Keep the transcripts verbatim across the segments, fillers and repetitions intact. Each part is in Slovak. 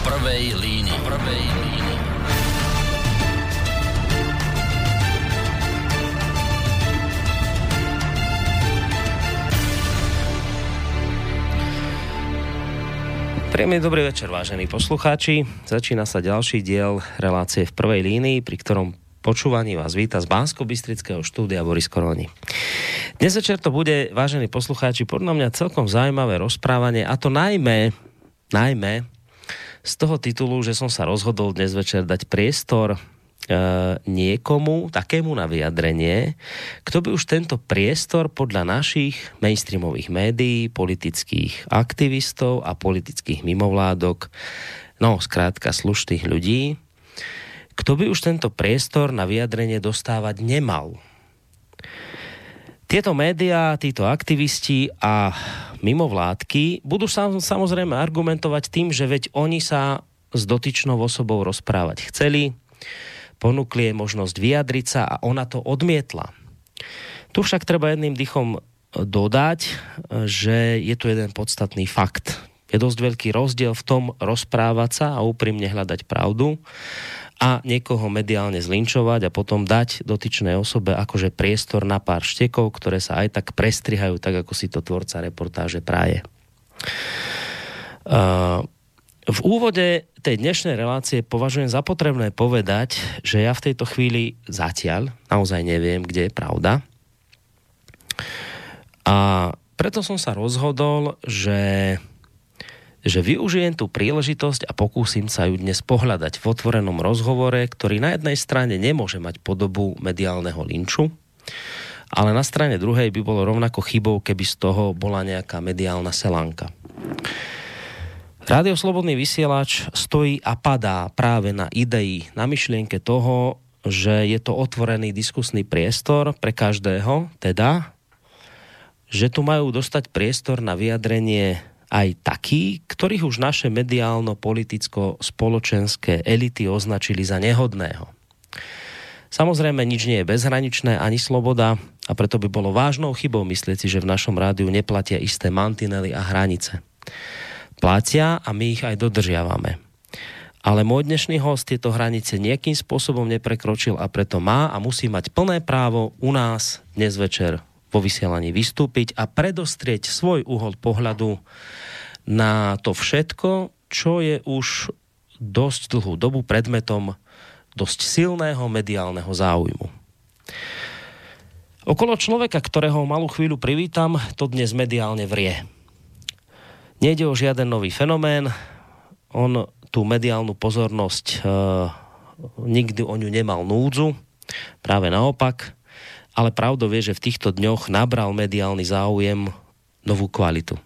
prvej línii. Prvej línii. Príjemný dobrý večer, vážení poslucháči. Začína sa ďalší diel relácie v prvej línii, pri ktorom počúvaní vás víta z Banskobystrického štúdia Boris Koroni. Dnes večer to bude, vážení poslucháči, podľa mňa celkom zaujímavé rozprávanie, a to najmä, najmä z toho titulu, že som sa rozhodol dnes večer dať priestor e, niekomu, takému na vyjadrenie, kto by už tento priestor podľa našich mainstreamových médií, politických aktivistov a politických mimovládok, no skrátka slušných ľudí, kto by už tento priestor na vyjadrenie dostávať nemal. Tieto médiá, títo aktivisti a mimovládky budú sa, samozrejme argumentovať tým, že veď oni sa s dotyčnou osobou rozprávať chceli, ponúkli jej možnosť vyjadriť sa a ona to odmietla. Tu však treba jedným dychom dodať, že je tu jeden podstatný fakt. Je dosť veľký rozdiel v tom rozprávať sa a úprimne hľadať pravdu a niekoho mediálne zlinčovať a potom dať dotyčnej osobe akože priestor na pár štekov, ktoré sa aj tak prestrihajú, tak ako si to tvorca reportáže praje. Uh, v úvode tej dnešnej relácie považujem za potrebné povedať, že ja v tejto chvíli zatiaľ naozaj neviem, kde je pravda. A preto som sa rozhodol, že že využijem tú príležitosť a pokúsim sa ju dnes pohľadať v otvorenom rozhovore, ktorý na jednej strane nemôže mať podobu mediálneho linču, ale na strane druhej by bolo rovnako chybou, keby z toho bola nejaká mediálna selanka. Rádio Slobodný vysielač stojí a padá práve na idei, na myšlienke toho, že je to otvorený diskusný priestor pre každého, teda, že tu majú dostať priestor na vyjadrenie aj takí, ktorých už naše mediálno-politicko-spoločenské elity označili za nehodného. Samozrejme, nič nie je bezhraničné ani sloboda a preto by bolo vážnou chybou myslieť si, že v našom rádiu neplatia isté mantinely a hranice. Platia a my ich aj dodržiavame. Ale môj dnešný host tieto hranice nejakým spôsobom neprekročil a preto má a musí mať plné právo u nás dnes večer vo vysielaní vystúpiť a predostrieť svoj uhol pohľadu na to všetko, čo je už dosť dlhú dobu predmetom dosť silného mediálneho záujmu. Okolo človeka, ktorého malú chvíľu privítam, to dnes mediálne vrie. Nejde o žiaden nový fenomén, on tú mediálnu pozornosť e, nikdy o ňu nemal núdzu, práve naopak, ale pravdou je, že v týchto dňoch nabral mediálny záujem novú kvalitu.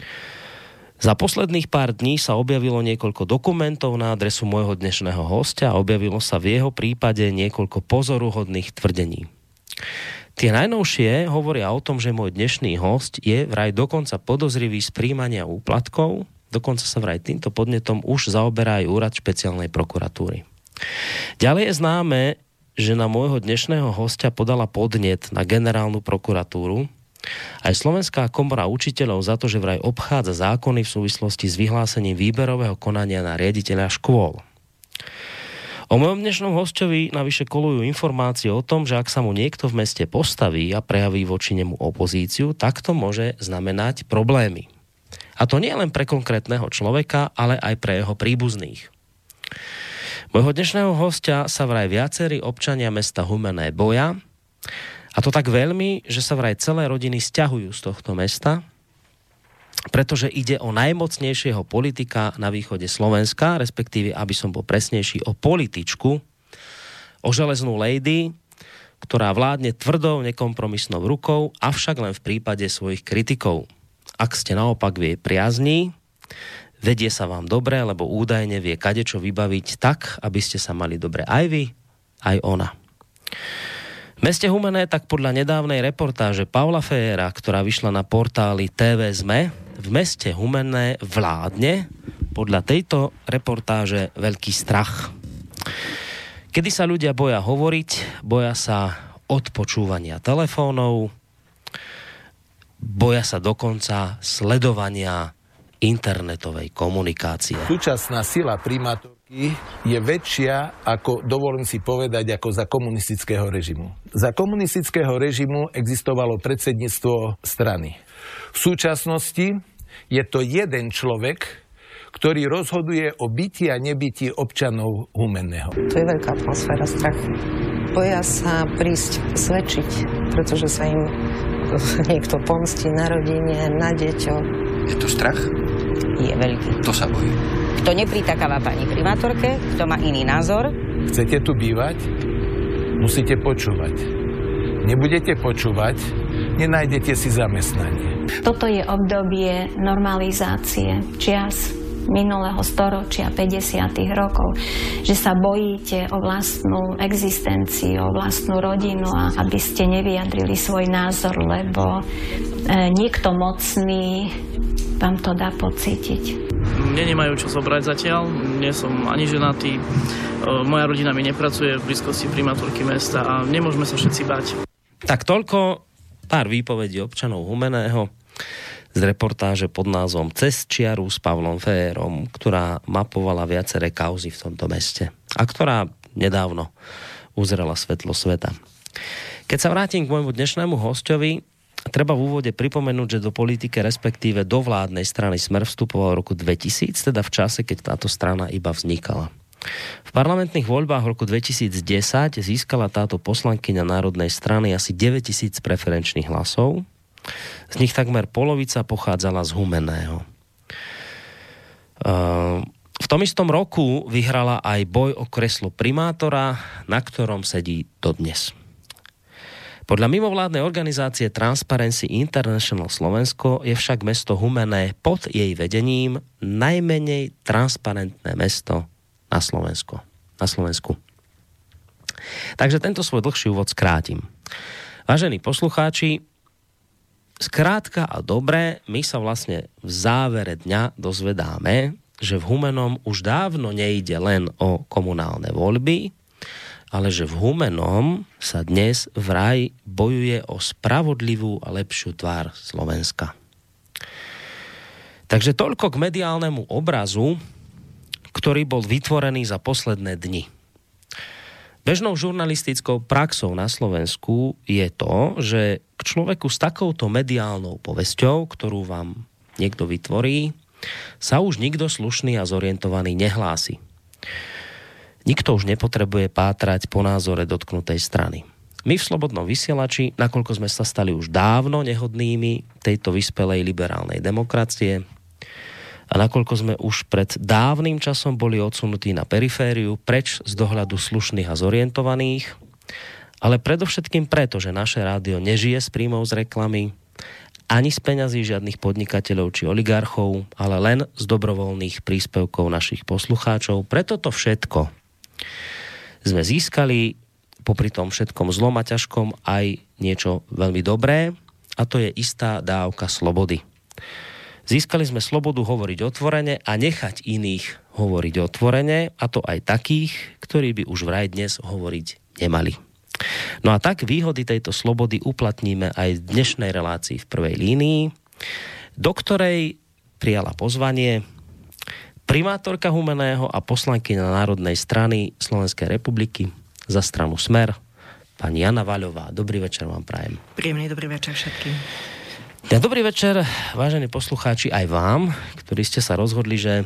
Za posledných pár dní sa objavilo niekoľko dokumentov na adresu môjho dnešného hostia a objavilo sa v jeho prípade niekoľko pozoruhodných tvrdení. Tie najnovšie hovoria o tom, že môj dnešný host je vraj dokonca podozrivý z príjmania úplatkov, dokonca sa vraj týmto podnetom už zaoberá aj úrad špeciálnej prokuratúry. Ďalej je známe, že na môjho dnešného hostia podala podnet na generálnu prokuratúru aj Slovenská komora učiteľov za to, že vraj obchádza zákony v súvislosti s vyhlásením výberového konania na riaditeľa škôl. O mojom dnešnom hostovi navyše kolujú informácie o tom, že ak sa mu niekto v meste postaví a prejaví voči nemu opozíciu, tak to môže znamenať problémy. A to nie len pre konkrétneho človeka, ale aj pre jeho príbuzných. Môjho dnešného hostia sa vraj viacerí občania mesta Humenné boja, a to tak veľmi, že sa vraj celé rodiny sťahujú z tohto mesta, pretože ide o najmocnejšieho politika na východe Slovenska, respektíve, aby som bol presnejší, o političku, o železnú lady, ktorá vládne tvrdou, nekompromisnou rukou, avšak len v prípade svojich kritikov. Ak ste naopak v jej priazni, vedie sa vám dobre, lebo údajne vie kadečo vybaviť tak, aby ste sa mali dobre aj vy, aj ona. V meste Humenné tak podľa nedávnej reportáže Paula Fejera, ktorá vyšla na portáli té vé Zme, v meste Humenné vládne podľa tejto reportáže veľký strach. Kedy sa ľudia boja hovoriť, boja sa odpočúvania telefónov, boja sa dokonca sledovania internetovej komunikácie. Súčasná sila primátorky je väčšia, ako, dovolím si povedať, ako za komunistického režimu. Za komunistického režimu existovalo predsedníctvo strany. V súčasnosti je to jeden človek, ktorý rozhoduje o byti a nebyti občanov Humenného. To je veľká atmosféra strachu. Boja sa prísť svedčiť, pretože sa im niekto pomstí na rodine, na deťoch. Je to strach? Je veľký. To sa bojí. Kto nepritakáva pani primátorke, kto má iný názor. Chcete tu bývať? Musíte počúvať. Nebudete počúvať, nenájdete si zamestnanie. Toto je obdobie normalizácie čias minulého storočia, päťdesiatych rokov, že sa bojíte o vlastnú existenciu, o vlastnú rodinu a aby ste nevyjadrili svoj názor, lebo e, niekto mocný vám to dá pocítiť. Mne nemajú čo zobrať zatiaľ, nie som ani ženatý, e, moja rodina mi nepracuje v blízkosti primátorky mesta a nemôžeme sa všetci bať. Tak toľko pár výpovedí občanov Humenného z reportáže pod názvom Cez čiaru s Pavlom Férom, ktorá mapovala viaceré kauzy v tomto meste a ktorá nedávno uzrela svetlo sveta. Keď sa vrátim k môjmu dnešnému hosťovi, treba v úvode pripomenúť, že do politiky, respektíve do vládnej strany Smer vstupoval v roku dvetisíc, teda v čase, keď táto strana iba vznikala. V parlamentných voľbách v roku dvetisícdesať získala táto poslankyňa Národnej strany asi deväťtisíc preferenčných hlasov. Z nich takmer polovica pochádzala z Humenného. V tom istom roku vyhrala aj boj o kreslo primátora, na ktorom sedí dodnes. Podľa mimovládnej organizácie Transparency International Slovensko je však mesto Humenné pod jej vedením najmenej transparentné mesto na Slovensku. Na Slovensku. Takže tento svoj dlhší úvod skrátim. Vážení poslucháči, skrátka a dobre, my sa vlastne v závere dňa dozvedáme, že v Humennom už dávno nejde len o komunálne voľby, ale že v Humennom sa dnes vraj bojuje o spravodlivú a lepšiu tvár Slovenska. Takže toľko k mediálnemu obrazu, ktorý bol vytvorený za posledné dni. Bežnou žurnalistickou praxou na Slovensku je to, že k človeku s takouto mediálnou povesťou, ktorú vám niekto vytvorí, sa už nikto slušný a zorientovaný nehlási. Nikto už nepotrebuje pátrať po názore dotknutej strany. My v Slobodnom vysielači, nakoľko sme sa stali už dávno nehodnými tejto vyspelej liberálnej demokracie, a nakoľko sme už pred dávnym časom boli odsunutí na perifériu, preč z dohľadu slušných a zorientovaných, ale predovšetkým preto, že naše rádio nežije z príjmov z reklamy, ani z peňazí žiadnych podnikateľov či oligarchov, ale len z dobrovoľných príspevkov našich poslucháčov. Preto to všetko sme získali popri tom všetkom zlom a ťažkom aj niečo veľmi dobré, a to je istá dávka slobody. Získali sme slobodu hovoriť otvorene a nechať iných hovoriť otvorene, a to aj takých, ktorí by už vraj dnes hovoriť nemali. No a tak výhody tejto slobody uplatníme aj v dnešnej relácii v prvej línii, do ktorej prijala pozvanie primátorka Humenného a poslankyňa Národnej strany Slovenskej republiky za stranu Smer, pani Jana Vaľová. Dobrý večer vám prajem. Príjemný dobrý večer všetkým. Ja, dobrý večer, vážení poslucháči, aj vám, ktorí ste sa rozhodli, že,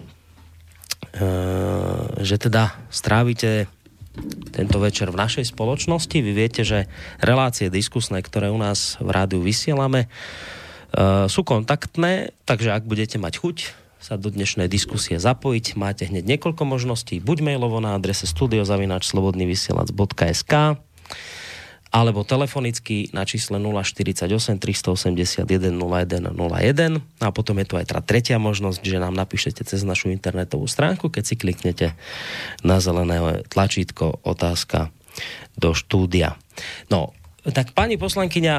e, že teda strávite tento večer v našej spoločnosti. Vy viete, že relácie diskusné, ktoré u nás v rádiu vysielame, e, sú kontaktné, takže ak budete mať chuť sa do dnešnej diskusie zapojiť, máte hneď niekoľko možností, buď mailovo na adrese studio zavináč slobodný vysielač bodka es ká, alebo telefonicky na čísle nula štyridsaťosem tristoosemdesiatjeden nula jeden nula jeden. A potom je tu aj tá tretia možnosť, že nám napíšete cez našu internetovú stránku, keď si kliknete na zelené tlačítko otázka do štúdia. No, tak pani poslankyňa,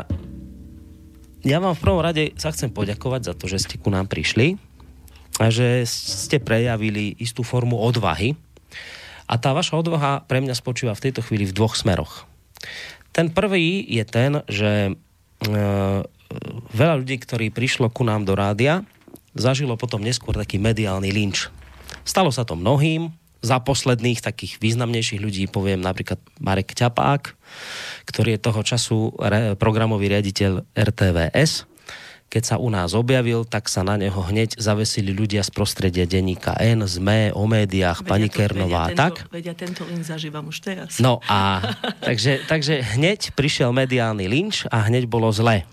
ja vám v prvom rade sa chcem poďakovať za to, že ste ku nám prišli a že ste prejavili istú formu odvahy. A tá vaša odvaha pre mňa spočíva v tejto chvíli v dvoch smeroch. Ten prvý je ten, že e, veľa ľudí, ktorí prišlo ku nám do rádia, zažilo potom neskôr taký mediálny lynč. Stalo sa to mnohým. Za posledných takých významnejších ľudí poviem napríklad Marek Ťapák, ktorý je toho času re, programový riaditeľ er té vé es. Keď sa u nás objavil, tak sa na neho hneď zavesili ľudia z prostredia denníka N, zet em é, o médiách, vedia pani to, Kernová. Vedia tak? Tento, vedia, tento lynč zažívam už teraz. No a takže, takže hneď prišiel mediálny lynč a hneď bolo zle.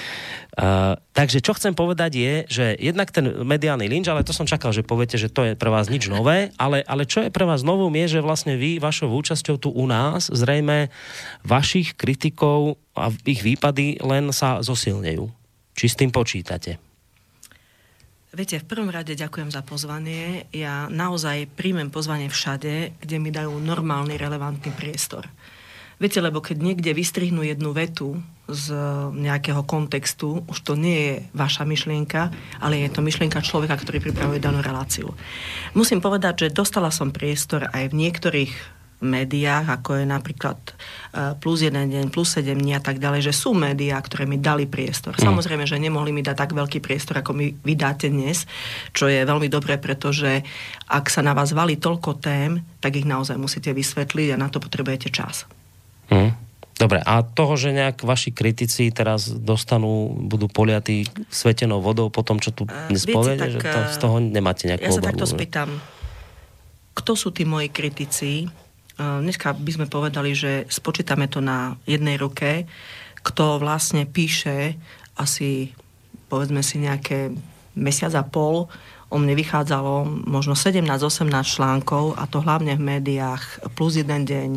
Uh, takže čo chcem povedať je, že jednak ten mediálny lynč, ale to som čakal, že poviete, že to je pre vás nič nové, ale, ale čo je pre vás novom je, že vlastne vy vašou účasťou tu u nás zrejme vašich kritikov a ich výpady len sa zosilnejú. Či s tým počítate? Viete, v prvom rade ďakujem za pozvanie. Ja naozaj príjmem pozvanie všade, kde mi dajú normálny, relevantný priestor. Viete, lebo keď niekde vystrihnú jednu vetu z nejakého kontextu, už to nie je vaša myšlienka, ale je to myšlienka človeka, ktorý pripravuje danú reláciu. Musím povedať, že dostala som priestor aj v niektorých médiách, ako je napríklad plus jeden deň, plus sedem dní a tak ďalej, že sú médiá, ktoré mi dali priestor. Samozrejme, že nemohli mi dať tak veľký priestor, ako mi vy dáte dnes, čo je veľmi dobré, pretože ak sa na vás valí toľko tém, tak ich naozaj musíte vysvetliť a na to potrebujete čas. Hmm. Dobre, a toho, že nejak vaši kritici teraz dostanú, budú poliatí svetenou vodou po tom, čo tu dnes povede, že to, z toho nemáte nejakú obavu? Ja sa obavu, takto že? spýtam, kto sú tí moji kritici? Dneska by sme povedali, že spočítame to na jednej ruke, kto vlastne píše asi, povedzme si, nejaké mesiac a pol, o mne vychádzalo možno sedemnásť osemnásť článkov, a to hlavne v médiách Plus jeden deň,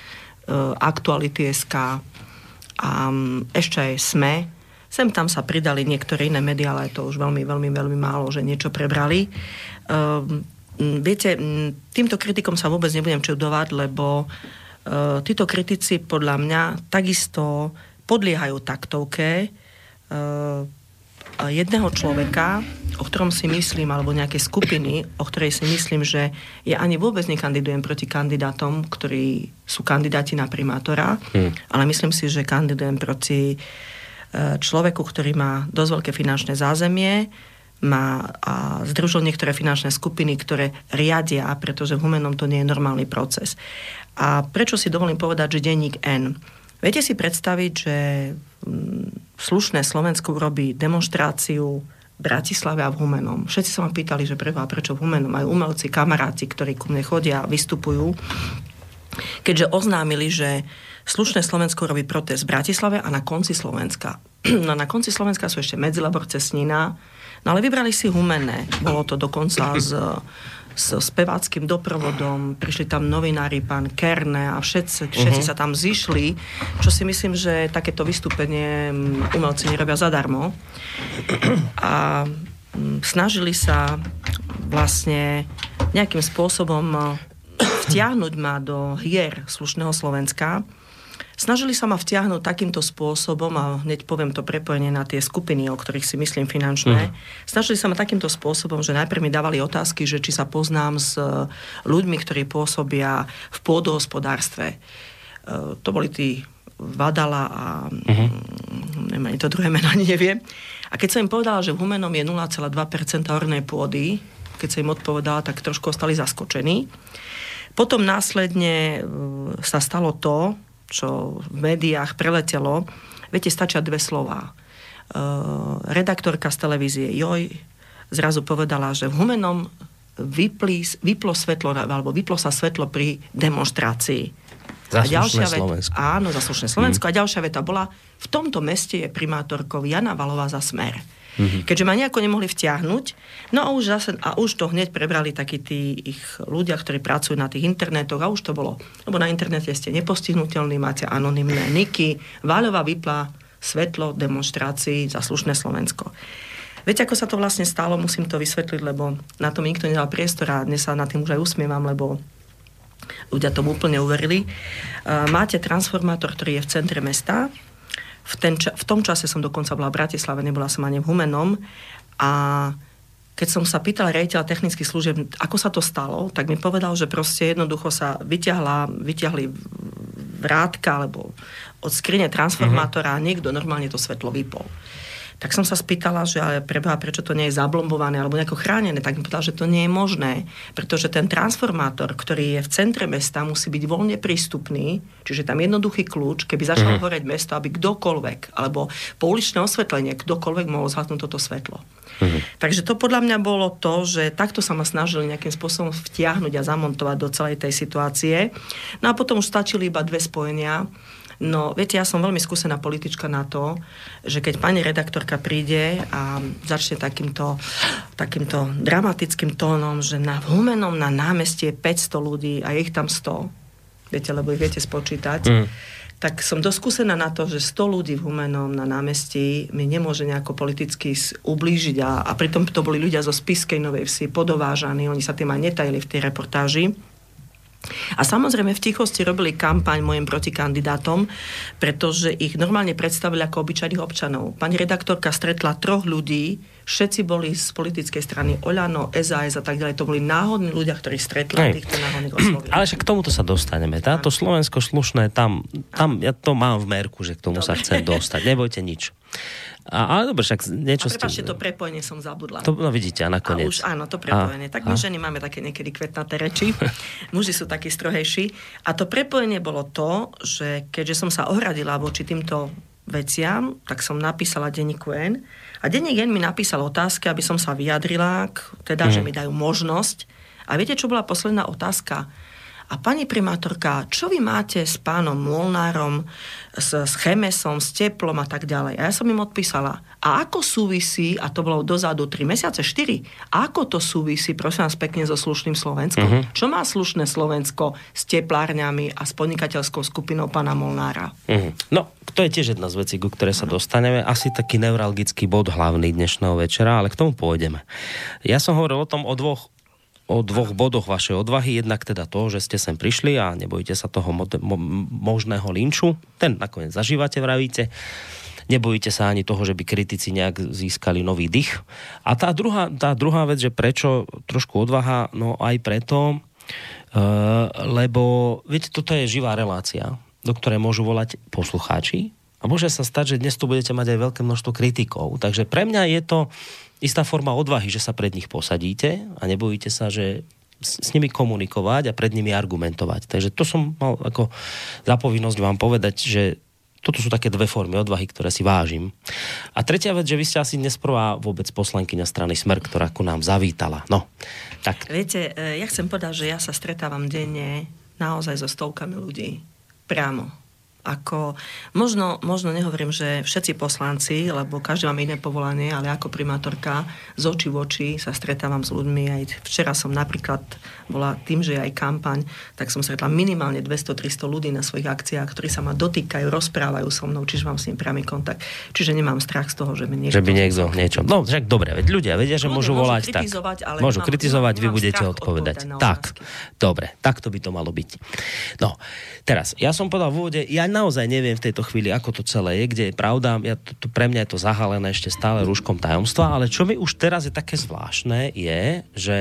Aktuality bodka es ká a ešte aj es em e. Sem tam sa pridali niektoré iné médiá, ale je to už veľmi, veľmi, veľmi málo, že niečo prebrali. Um, viete, týmto kritikom sa vôbec nebudem čudovať, lebo uh, títo kritici podľa mňa takisto podliehajú taktovke uh, jedného človeka, o ktorom si myslím, alebo nejakej skupiny, o ktorej si myslím, že ja ani vôbec nekandidujem proti kandidátom, ktorí sú kandidáti na primátora, hmm. ale myslím si, že kandidujem proti človeku, ktorý má dosť veľké finančné zázemie, má a združil niektoré finančné skupiny, ktoré riadia, pretože v Humennom to nie je normálny proces. A prečo si dovolím povedať, že denník N? Viete si predstaviť, že slušné Slovensko urobí demonštráciu v Bratislave a v Humennom. Všetci sa ma pýtali, že preboha, prečo v Humennom? Aj umelci, kamaráti, ktorí ku mne chodia a vystupujú, keďže oznámili, že slušné Slovensko robí protest v Bratislave a na konci Slovenska. No na konci Slovenska sú ešte Medzilabor, Cesnina, no ale vybrali si Humenné. Bolo to dokonca s, s speváckým doprovodom, prišli tam novinári, pán Kerne a všetci, všetci uh-huh. sa tam zišli, čo si myslím, že takéto vystúpenie umelci nerobia zadarmo. A snažili sa vlastne nejakým spôsobom vtiahnuť ma do hier slušného Slovenska. Snažili sa ma vtiahnuť takýmto spôsobom, a hneď poviem to prepojenie na tie skupiny, o ktorých si myslím finančné. Mm. Snažili sa ma takýmto spôsobom, že najprv mi dávali otázky, že či sa poznám s ľuďmi, ktorí pôsobia v pôdohospodárstve. To boli tí Vadala a mm. neviem, to druhé meno ani neviem. A keď som im povedala, že v Humennom je nula celá dva percenta ornej pôdy, keď som im odpovedala, tak trošku ostali zaskočení. Potom následne sa stalo to, čo v médiách preletelo. Viete, stačia dve slová. Uh, redaktorka z televízie Joj zrazu povedala, že v Humennom vyplí, vyplo svetlo, alebo vyplo sa svetlo pri demonštrácii. Za slušné Slovensko. Áno, za slušné Slovensko. Hmm. A ďalšia veta bola, v tomto meste je primátorkou Jana Valová za Smer. Mm-hmm. Keďže ma nejako nemohli vtiahnuť, no a už zase, a už to hneď prebrali takí tí ich ľudia, ktorí pracujú na tých internetoch, a už to bolo, lebo na internete ste nepostihnutelní, máte anonymné niky, Váľová vypla svetlo demonštrácií za slušné Slovensko. Viete, ako sa to vlastne stalo, musím to vysvetliť, lebo na tom nikto nedal priestor a dnes sa na tým už aj usmievam, lebo ľudia tomu úplne uverili. Máte transformátor, ktorý je v centre mesta. V, ten ča- v tom čase som dokonca bola v Bratislave, nebola som ani v Humennom, a keď som sa pýtala riaditeľa technických služieb, ako sa to stalo, tak mi povedal, že proste jednoducho sa vyťahla, vyťahli vrátka alebo od skrine transformátora a niekto normálne to svetlo vypol. Tak som sa spýtala, že ale preboha, prečo to nie je zablombované alebo nejako chránené, tak mi povedal, že to nie je možné, pretože ten transformátor, ktorý je v centre mesta, musí byť voľne prístupný, čiže tam jednoduchý kľúč, keby začalo mm. horeť mesto, aby kdokoľvek, alebo pouličné osvetlenie, kdokoľvek mohol zhasnúť toto svetlo. Mm. Takže to podľa mňa bolo to, že takto sa ma snažili nejakým spôsobom vtiahnuť a zamontovať do celej tej situácie. No a potom už stačili iba dve spojenia. No, viete, ja som veľmi skúsená politička na to, že keď pani redaktorka príde a začne takýmto, takýmto dramatickým tónom, že na Humennom na námestí je päťsto ľudí a je ich tam sto, viete, lebo ich viete spočítať, mm. tak som dosť skúsená na to, že sto ľudí v Humennom na námestí mi nemôže nejako politicky ublížiť a, a pritom to boli ľudia zo Spišskej Novej Vsi, podovážaní, oni sa tým aj netajili v tej reportáži. A samozrejme v tichosti robili kampaň mojim protikandidátom, pretože ich normálne predstavili ako obyčajných občanov. Pani redaktorka stretla troch ľudí, všetci boli z politickej strany Oľano, es a es a tak ďalej. To boli náhodní ľudia, ktorí stretli a týchto náhodných oslovili. Ale však k tomuto sa dostaneme. Táto Slovensko slušné, tam, tam ja to mám v merku, že k tomu Dobre. Sa chcem dostať. Nebojte nič. A, ale dobre, však niečo... A prepáčte, to prepojenie som zabudla. To, no vidíte, a nakoniec. A už, áno, to prepojenie. A, tak my a? ženy máme také niekedy kvetnaté reči. Muži sú takí strohejší. A to prepojenie bolo to, že keďže som sa ohradila voči týmto veciam, tak som napísala denníku N. A denník N mi napísal otázky, aby som sa vyjadrila, teda, mm. že mi dajú možnosť. A viete, čo bola posledná otázka? A pani primátorka, čo vy máte s pánom Molnárom, s, s Chemesom, s teplom a tak ďalej? A ja som im odpísala. A ako súvisí, a to bolo dozadu tri mesiace, štyri, ako to súvisí, prosím vás pekne, so slušným Slovenskom? Uh-huh. Čo má slušné Slovensko s teplárňami a s podnikateľskou skupinou pána Molnára? Uh-huh. No, to je tiež jedna z vecí, ku ktoré sa dostaneme. Asi taký neuralgický bod hlavný dnešného večera, ale k tomu pôjdeme. Ja som hovoril o tom o dvoch o dvoch bodoch vašej odvahy. Jednak teda to, že ste sem prišli a nebojíte sa toho mo- mo- možného linču. Ten nakoniec zažívate, vravíte. Nebojíte sa ani toho, že by kritici nejak získali nový dých. A tá druhá, tá druhá vec, že prečo trošku odvaha, no aj preto, e, lebo viete, toto je živá relácia, do ktorej môžu volať poslucháči. A môže sa stať, že dnes tu budete mať aj veľké množstvo kritikov. Takže pre mňa je to istá forma odvahy, že sa pred nich posadíte a nebojíte sa, že s nimi komunikovať a pred nimi argumentovať. Takže to som mal ako za povinnosť vám povedať, že toto sú také dve formy odvahy, ktoré si vážim. A tretia vec, že vy ste asi dnes prvá vôbec poslankyňa strany Smer, ktorá ku nám zavítala. No, tak. Viete, ja chcem povedať, že ja sa stretávam denne naozaj so stovkami ľudí. Priamo. Ako, možno, možno nehovorím, že všetci poslanci, lebo každý máme iné povolanie, ale ako primátorka z očí v oči sa stretávam s ľuďmi. Aj včera som napríklad bola tým, že je aj kampaň, tak som stretla minimálne dvesto tristo ľudí na svojich akciách, ktorí sa ma dotýkajú, rozprávajú so mnou, čiže mám s ním priamy kontakt. Čiže nemám strach z toho, že mi niečo... Že by niekto niečo... No, však dobre, veď ľudia vedia, že ľudia môžu volať tak. Ale môžu nemám, kritizovať, nemám, vy budete odpovedať. Tak, dobre, takto by to malo byť. No, teraz, ja som povedal v úvode, ja naozaj neviem v tejto chvíli, ako to celé je, kde je pravda. Ja, to, to, pre mňa je to zahalené ešte stále rúškom tajomstva, ale čo mi už teraz je také zvláštne, je, že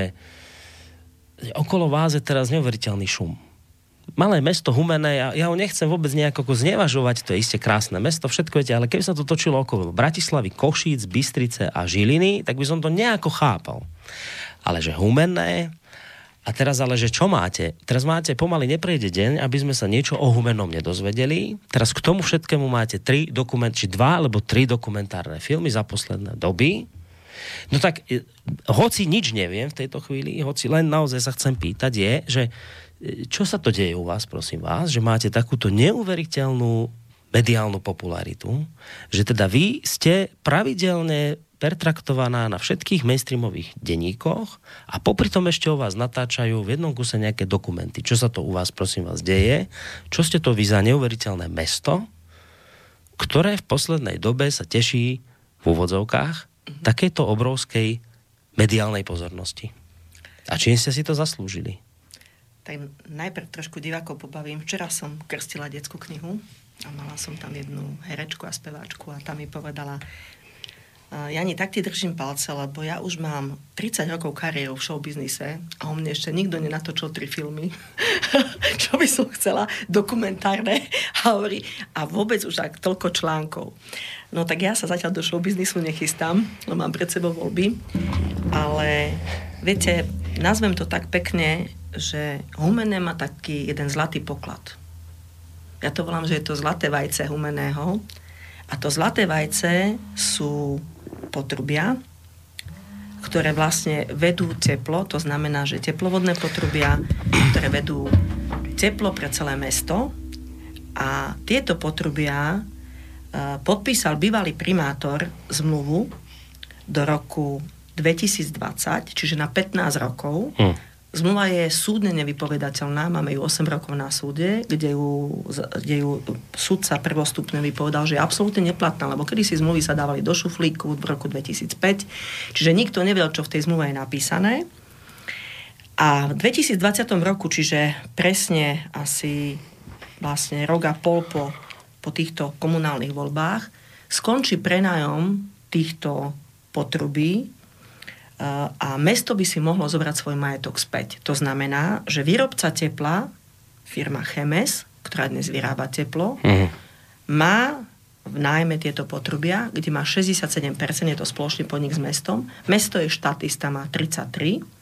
okolo vás je teraz neuveriteľný šum. Malé mesto Humenné, ja, ja ho nechcem vôbec nejako znevažovať, to je iste krásne mesto, všetko viete, ale keby sa to točilo okolo Bratislavy, Košíc, Bystrice a Žiliny, tak by som to nejako chápal. Ale že Humenné. A teraz ale, že čo máte? Teraz máte, pomaly neprejde deň, aby sme sa niečo o Humennom nedozvedeli. Teraz k tomu všetkému máte tri dokument, či dva, alebo tri dokumentárne filmy za posledné doby. No tak, hoci nič neviem v tejto chvíli, hoci len naozaj sa chcem pýtať, je, že čo sa to deje u vás, prosím vás, že máte takúto neuveriteľnú mediálnu popularitu, že teda vy ste pravidelne pertraktovaná na všetkých mainstreamových denníkoch a popri tom ešte o vás natáčajú v jednom kuse nejaké dokumenty. Čo sa to u vás, prosím vás, deje? Čo ste to vy za neuveriteľné mesto, ktoré v poslednej dobe sa teší v úvodzovkách mm-hmm. takejto obrovskej mediálnej pozornosti? A čím ste si to zaslúžili? Tak najprv trošku divákov pobavím. Včera som krstila detskú knihu a mala som tam jednu herečku a speváčku a tam mi povedala: Jani, tak ti držím palce, lebo ja už mám tridsať rokov kariéru v showbiznise a o mne ešte nikto nenatočil tri filmy, čo by som chcela, dokumentárne, a hovorí, a vôbec už tak toľko článkov. No tak ja sa zatiaľ do showbiznisu nechystám, lebo mám pred sebou voľby, ale viete, nazvem to tak pekne, že Humenné má taký jeden zlatý poklad. Ja to volám, že je to zlaté vajce Humenného. A to zlaté vajce sú potrubia, ktoré vlastne vedú teplo, to znamená, že teplovodné potrubia, ktoré vedú teplo pre celé mesto. A tieto potrubia uh, podpísal bývalý primátor zmluvu do roku dvetisícdvadsať, čiže na pätnásť rokov. Hm. Zmluva je súdne nevypovedateľná, máme ju osem rokov na súde, kde ju, kde ju súdca prvostupne vypovedal, že je absolútne neplatná, lebo kedysi zmluvy sa dávali do šuflíku v roku dvetisícpäť, čiže nikto nevedel, čo v tej zmluve je napísané. A v dvetisícdvadsiatom roku, čiže presne asi vlastne rok a pol po, po týchto komunálnych voľbách, skončí prenájom týchto potrubí a mesto by si mohlo zobrať svoj majetok späť. To znamená, že výrobca tepla, firma Chemes, ktorá dnes vyrába teplo, mm. má v nájme tieto potrubia, kde má šesťdesiatsedem percent, je to spoločný podnik s mestom. Mesto je štátista, má tridsaťtri percent.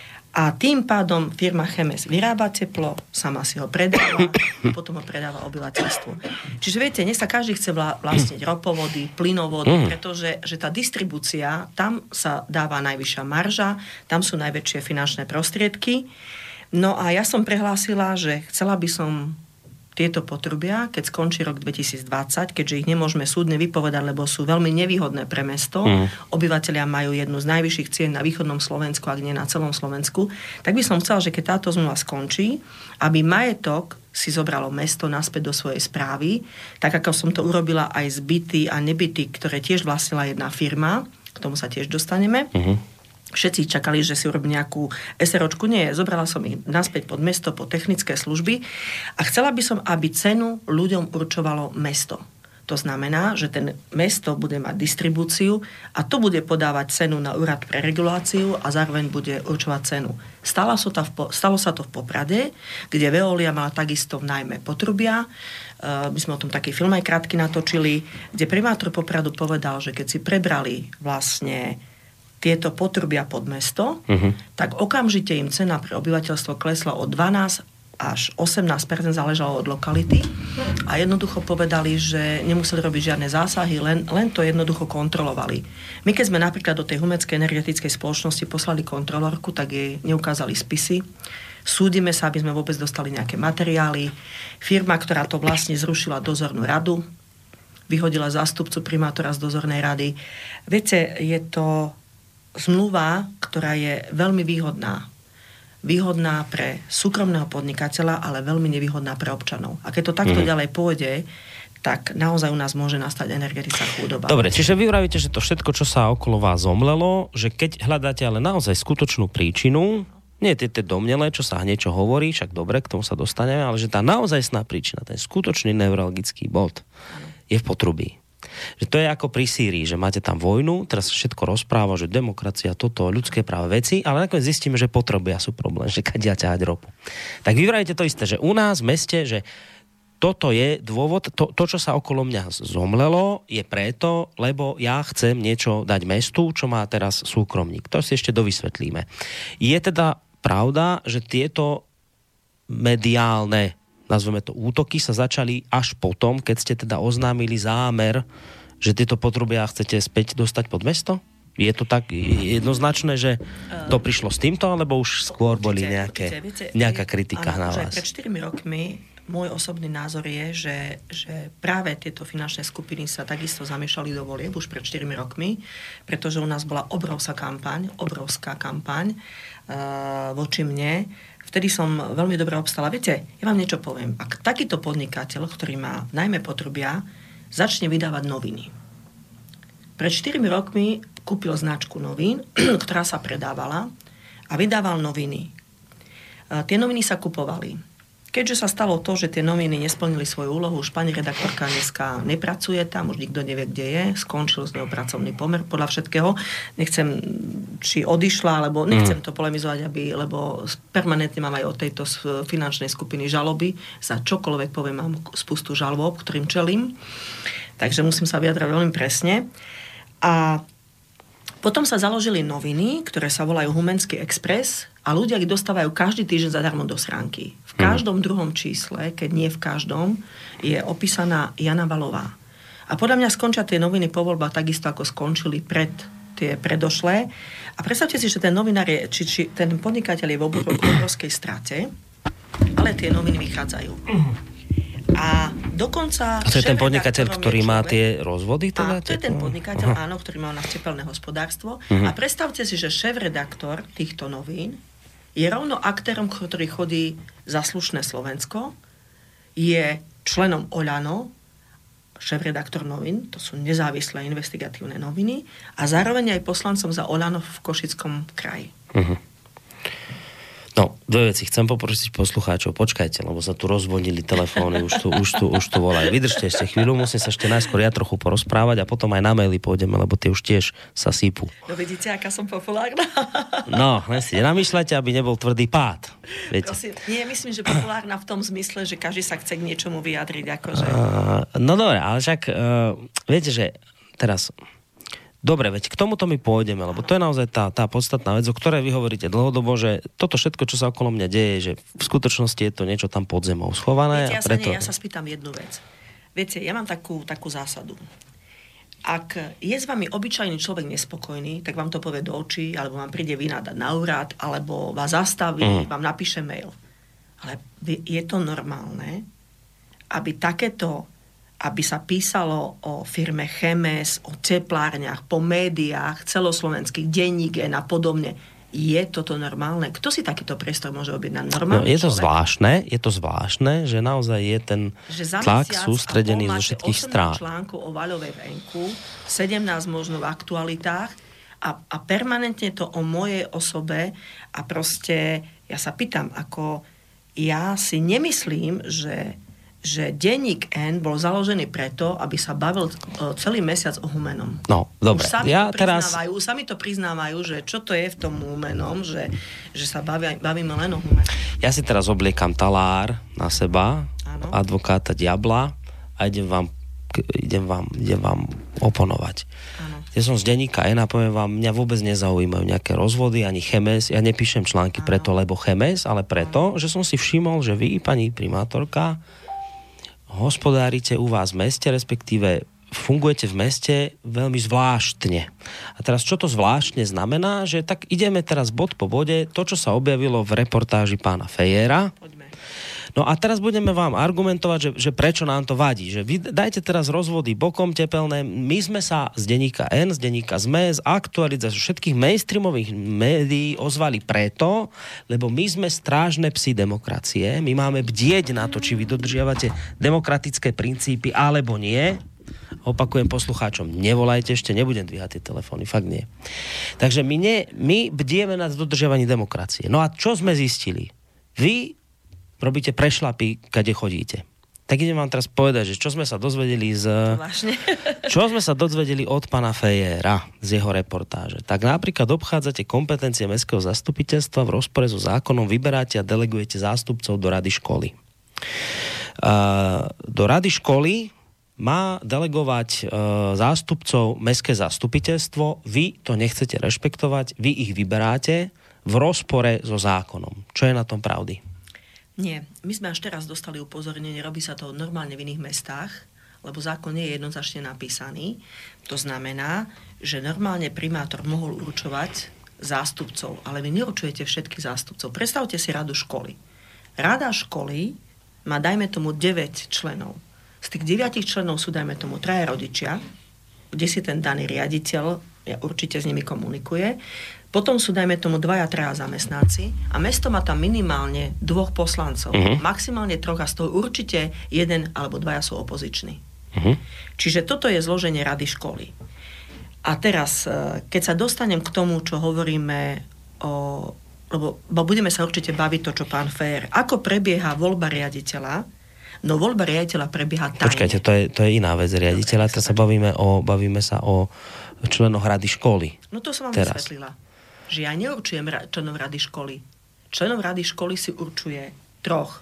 A tým pádom firma Chemes vyrába teplo, sama si ho predáva, potom ho predáva obyvateľstvu. Čiže viete, dnes sa každý chce vlastniť ropovody, plynovody, mm. pretože že tá distribúcia, tam sa dáva najvyššia marža, tam sú najväčšie finančné prostriedky. No a ja som prehlásila, že chcela by som tieto potrubia, keď skončí rok dvetisícdvadsať, keďže ich nemôžeme súdne vypovedať, lebo sú veľmi nevýhodné pre mesto, mm. obyvatelia majú jednu z najvyšších cien na východnom Slovensku, ak nie na celom Slovensku, tak by som chcela, že keď táto zmluva skončí, aby majetok si zobralo mesto naspäť do svojej správy, tak ako som to urobila aj z byty a nebyty, ktoré tiež vlastnila jedna firma, k tomu sa tiež dostaneme. Mm-hmm. Všetci čakali, že si urobí nejakú SROčku. Nie, zobrala som ich naspäť pod mesto, pod technické služby a chcela by som, aby cenu ľuďom určovalo mesto. To znamená, že ten mesto bude mať distribúciu a to bude podávať cenu na úrad pre reguláciu a zároveň bude určovať cenu. Stalo sa to v, stalo sa to v Poprade, kde Veolia mala takisto v nájme potrubia. Uh, my sme o tom taký film aj krátky natočili, kde primátor Popradu povedal, že keď si prebrali vlastne tieto potrubia pod mesto, uh-huh. tak okamžite im cena pre obyvateľstvo klesla od dvanásť až osemnásť percent, záležalo od lokality a jednoducho povedali, že nemuseli robiť žiadne zásahy, len, len to jednoducho kontrolovali. My keď sme napríklad do tej Humeckej energetickej spoločnosti poslali kontrolórku, tak jej neukázali spisy. Súdime sa, aby sme vôbec dostali nejaké materiály. Firma, ktorá to vlastne zrušila dozornú radu, vyhodila zástupcu primátora z dozornej rady. Viete, je to zmluva, ktorá je veľmi výhodná. Výhodná pre súkromného podnikateľa, ale veľmi nevýhodná pre občanov. A keď to takto mm. ďalej pôjde, tak naozaj u nás môže nastať energetická chudoba. Dobre, čiže vy vravíte, že to všetko, čo sa okolo vás zomlelo, že keď hľadáte ale naozaj skutočnú príčinu, nie tie, tie domnelé, čo sa hneď čo hovorí, však dobre, k tomu sa dostaneme, ale že tá naozajstná príčina, ten skutočný neurologický bod ano. Je v potrubí. Že to je ako pri Sýrii, že máte tam vojnu, teraz všetko rozpráva, že demokracia, toto, ľudské práva, veci, ale nakoniec zistíme, že potrubia sú problém, že kadia ťahať ropu. Tak vyvrajte to isté, že u nás v meste, že toto je dôvod, to, to, čo sa okolo mňa zomlelo, je preto, lebo ja chcem niečo dať mestu, čo má teraz súkromník. To si ešte dovysvetlíme. Je teda pravda, že tieto mediálne, nazveme to útoky, sa začali až potom, keď ste teda oznámili zámer, že tieto potrubia chcete späť dostať pod mesto? Je to tak jednoznačné, že to prišlo s týmto, alebo už skôr určite, boli nejaké, určite, viete, nejaká kritika áno, na vás? Pred štyrmi rokmi môj osobný názor je, že, že práve tieto finančné skupiny sa takisto zamiešali do volieb už pred štyrmi rokmi, pretože u nás bola obrovská kampaň, obrovská kampaň uh, voči mne. Vtedy som veľmi dobre obstala. Viete, ja vám niečo poviem. Ak takýto podnikateľ, ktorý má najmä potrubia, začne vydávať noviny. Pred štyrmi rokmi kúpil značku novín, ktorá sa predávala a vydával noviny. Tie noviny sa kupovali. Keďže sa stalo to, že tie noviny nesplnili svoju úlohu, už pani redaktorka dneska nepracuje tam, už nikto nevie, kde je, skončil z neho pracovný pomer podľa všetkého. Nechcem, či odišla, alebo nechcem to polemizovať, aby, lebo permanentne mám aj od tejto finančnej skupiny žaloby. Za čokoľvek poviem, mám spustu žalob, ktorým čelím. Takže musím sa vyjadrať veľmi presne. A potom sa založili noviny, ktoré sa volajú Humenský Express a ľudia ich dostávajú každý týždeň zadarmo do schránky. V každom druhom čísle, keď nie v každom, je opísaná Jana Valová. A podľa mňa skončia tie noviny po voľbách takisto, ako skončili pred tie predošlé. A predstavte si, že ten novinár je, či, či ten podnikateľ je v obrovskej strate, ale tie noviny vychádzajú. A dokonca... A to je ten podnikateľ, ktorý má tie rozvody? Teda? A to je ten podnikateľ, uh-huh. áno, ktorý má na tepelné hospodárstvo. Uh-huh. A predstavte si, že šéf-redaktor týchto novín je rovno aktérom, ktorý chodí za Slušné Slovensko, je členom Oľano, šéf-redaktor novín, to sú nezávislé investigatívne noviny, a zároveň aj poslancom za Oľano v Košickom kraji. Uh-huh. No, dve veci. Chcem poprosiť poslucháčov, počkajte, lebo sa tu rozvodnili telefóny, už tu, už tu, už tu volajú. Vydržte ešte chvíľu, musím sa ešte najskôr ja trochu porozprávať a potom aj na maily pôjdeme, lebo tie už tiež sa sípu. No vidíte, aká som populárna. No, len si nenamýšľajte, aby nebol tvrdý pád. Viete? Prosím, nie, myslím, že populárna v tom zmysle, že každý sa chce k niečomu vyjadriť. Akože... Uh, no dobre, ale však uh, viete, že teraz... Dobre, veď k tomuto my pôjdeme, lebo to je naozaj tá, tá podstatná vec, o ktorej vy hovoríte dlhodobo, že toto všetko, čo sa okolo mňa deje, že v skutočnosti je to niečo tam pod zemou schované. Viete, ja, a preto... sa, nie, ja sa spýtam jednu vec. Viete, ja mám takú, takú zásadu. Ak je s vami obyčajný človek nespokojný, tak vám to povie do očí, alebo vám príde vynádať na úrad, alebo vás zastaví, mm. vám napíše mail. Ale je to normálne, aby takéto aby sa písalo o firme Chemes, o teplárniach, po médiách, celoslovenských, denník a podobne. Je toto normálne? Kto si takýto priestor môže objednať? Normálne? No, je to človek? zvláštne, je to zvláštne, že naozaj je ten tlak sústredený zo všetkých strán. Článku o Vaľovej venku, sedemnásť možno v aktualitách a, a permanentne to o mojej osobe a proste ja sa pýtam, ako ja si nemyslím, že že denník N bol založený preto, aby sa bavil celý mesiac o Humenom. No, dobre. Už sami, ja to teraz... sami to priznávajú, že čo to je v tom Humenom, že, že sa bavia, bavíme len o Humenom. Ja si teraz obliekam talár na seba, áno. Advokáta diabla a idem vám, idem vám, idem vám oponovať. Áno. Ja som z denníka N a poviem vám, mňa vôbec nezaujímajú nejaké rozvody, ani Chemes. Ja nepíšem články áno. preto, lebo Chemes, ale preto, áno. že som si všimol, že vy, pani primátorka, hospodárite u vás v meste, respektíve fungujete v meste veľmi zvláštne. A teraz, čo to zvláštne znamená? Že tak ideme teraz bod po bode, to, čo sa objavilo v reportáži pána Fejera. Poďme. No a teraz budeme vám argumentovať, že, že prečo nám to vadí. Že vy dajte teraz rozvody bokom tepelné. My sme sa z denníka N, z denníka es em e, z aktualizácie všetkých mainstreamových médií ozvali preto, lebo my sme strážne psi demokracie. My máme bdieť na to, či vy dodržiavate demokratické princípy alebo nie. Opakujem poslucháčom, nevolajte ešte, nebudem dvíhať tie telefóny, fakt nie. Takže my, nie, my bdieme nad dodržiavaním demokracie. No a čo sme zistili? Vy robíte prešlapy, kade chodíte. Tak idem vám teraz povedať, že čo sme sa dozvedeli z... Vážne. Čo sme sa dozvedeli od pána Fejera z jeho reportáže. Tak napríklad obchádzate kompetencie mestského zastupiteľstva v rozpore so zákonom, vyberáte a delegujete zástupcov do rady školy. Uh, do rady školy má delegovať uh, zástupcov mestské zastupiteľstvo. Vy to nechcete rešpektovať, vy ich vyberáte v rozpore so zákonom. Čo je na tom pravdy? Nie, my sme až teraz dostali upozornenie, robí sa to normálne v iných mestách, lebo zákon nie je jednoznačne napísaný. To znamená, že normálne primátor mohol určovať zástupcov, ale vy neurčujete všetkých zástupcov. Predstavte si radu školy. Rada školy má, dajme tomu, deväť členov. Z tých deviatich členov sú, dajme tomu, traja rodičia, kde si ten daný riaditeľ ja určite s nimi komunikuje. Potom sú, dajme tomu, dvaja, traja zamestnanci a mesto má tam minimálne dvoch poslancov. Uh-huh. Maximálne troch a z toho určite jeden alebo dvaja sú opoziční. Uh-huh. Čiže toto je zloženie rady školy. A teraz, keď sa dostanem k tomu, čo hovoríme o lebo budeme sa určite baviť to, čo pán Fér. Ako prebieha voľba riaditeľa? No voľba riaditeľa prebieha tajne. Počkajte, to je, to je iná vec riaditeľa. Teraz sa bavíme, o, bavíme sa o členoch rady školy. No to som vám Teraz. vysvetlila. Že ja neurčujem ra- členov rady školy. Členov rady školy si určuje troch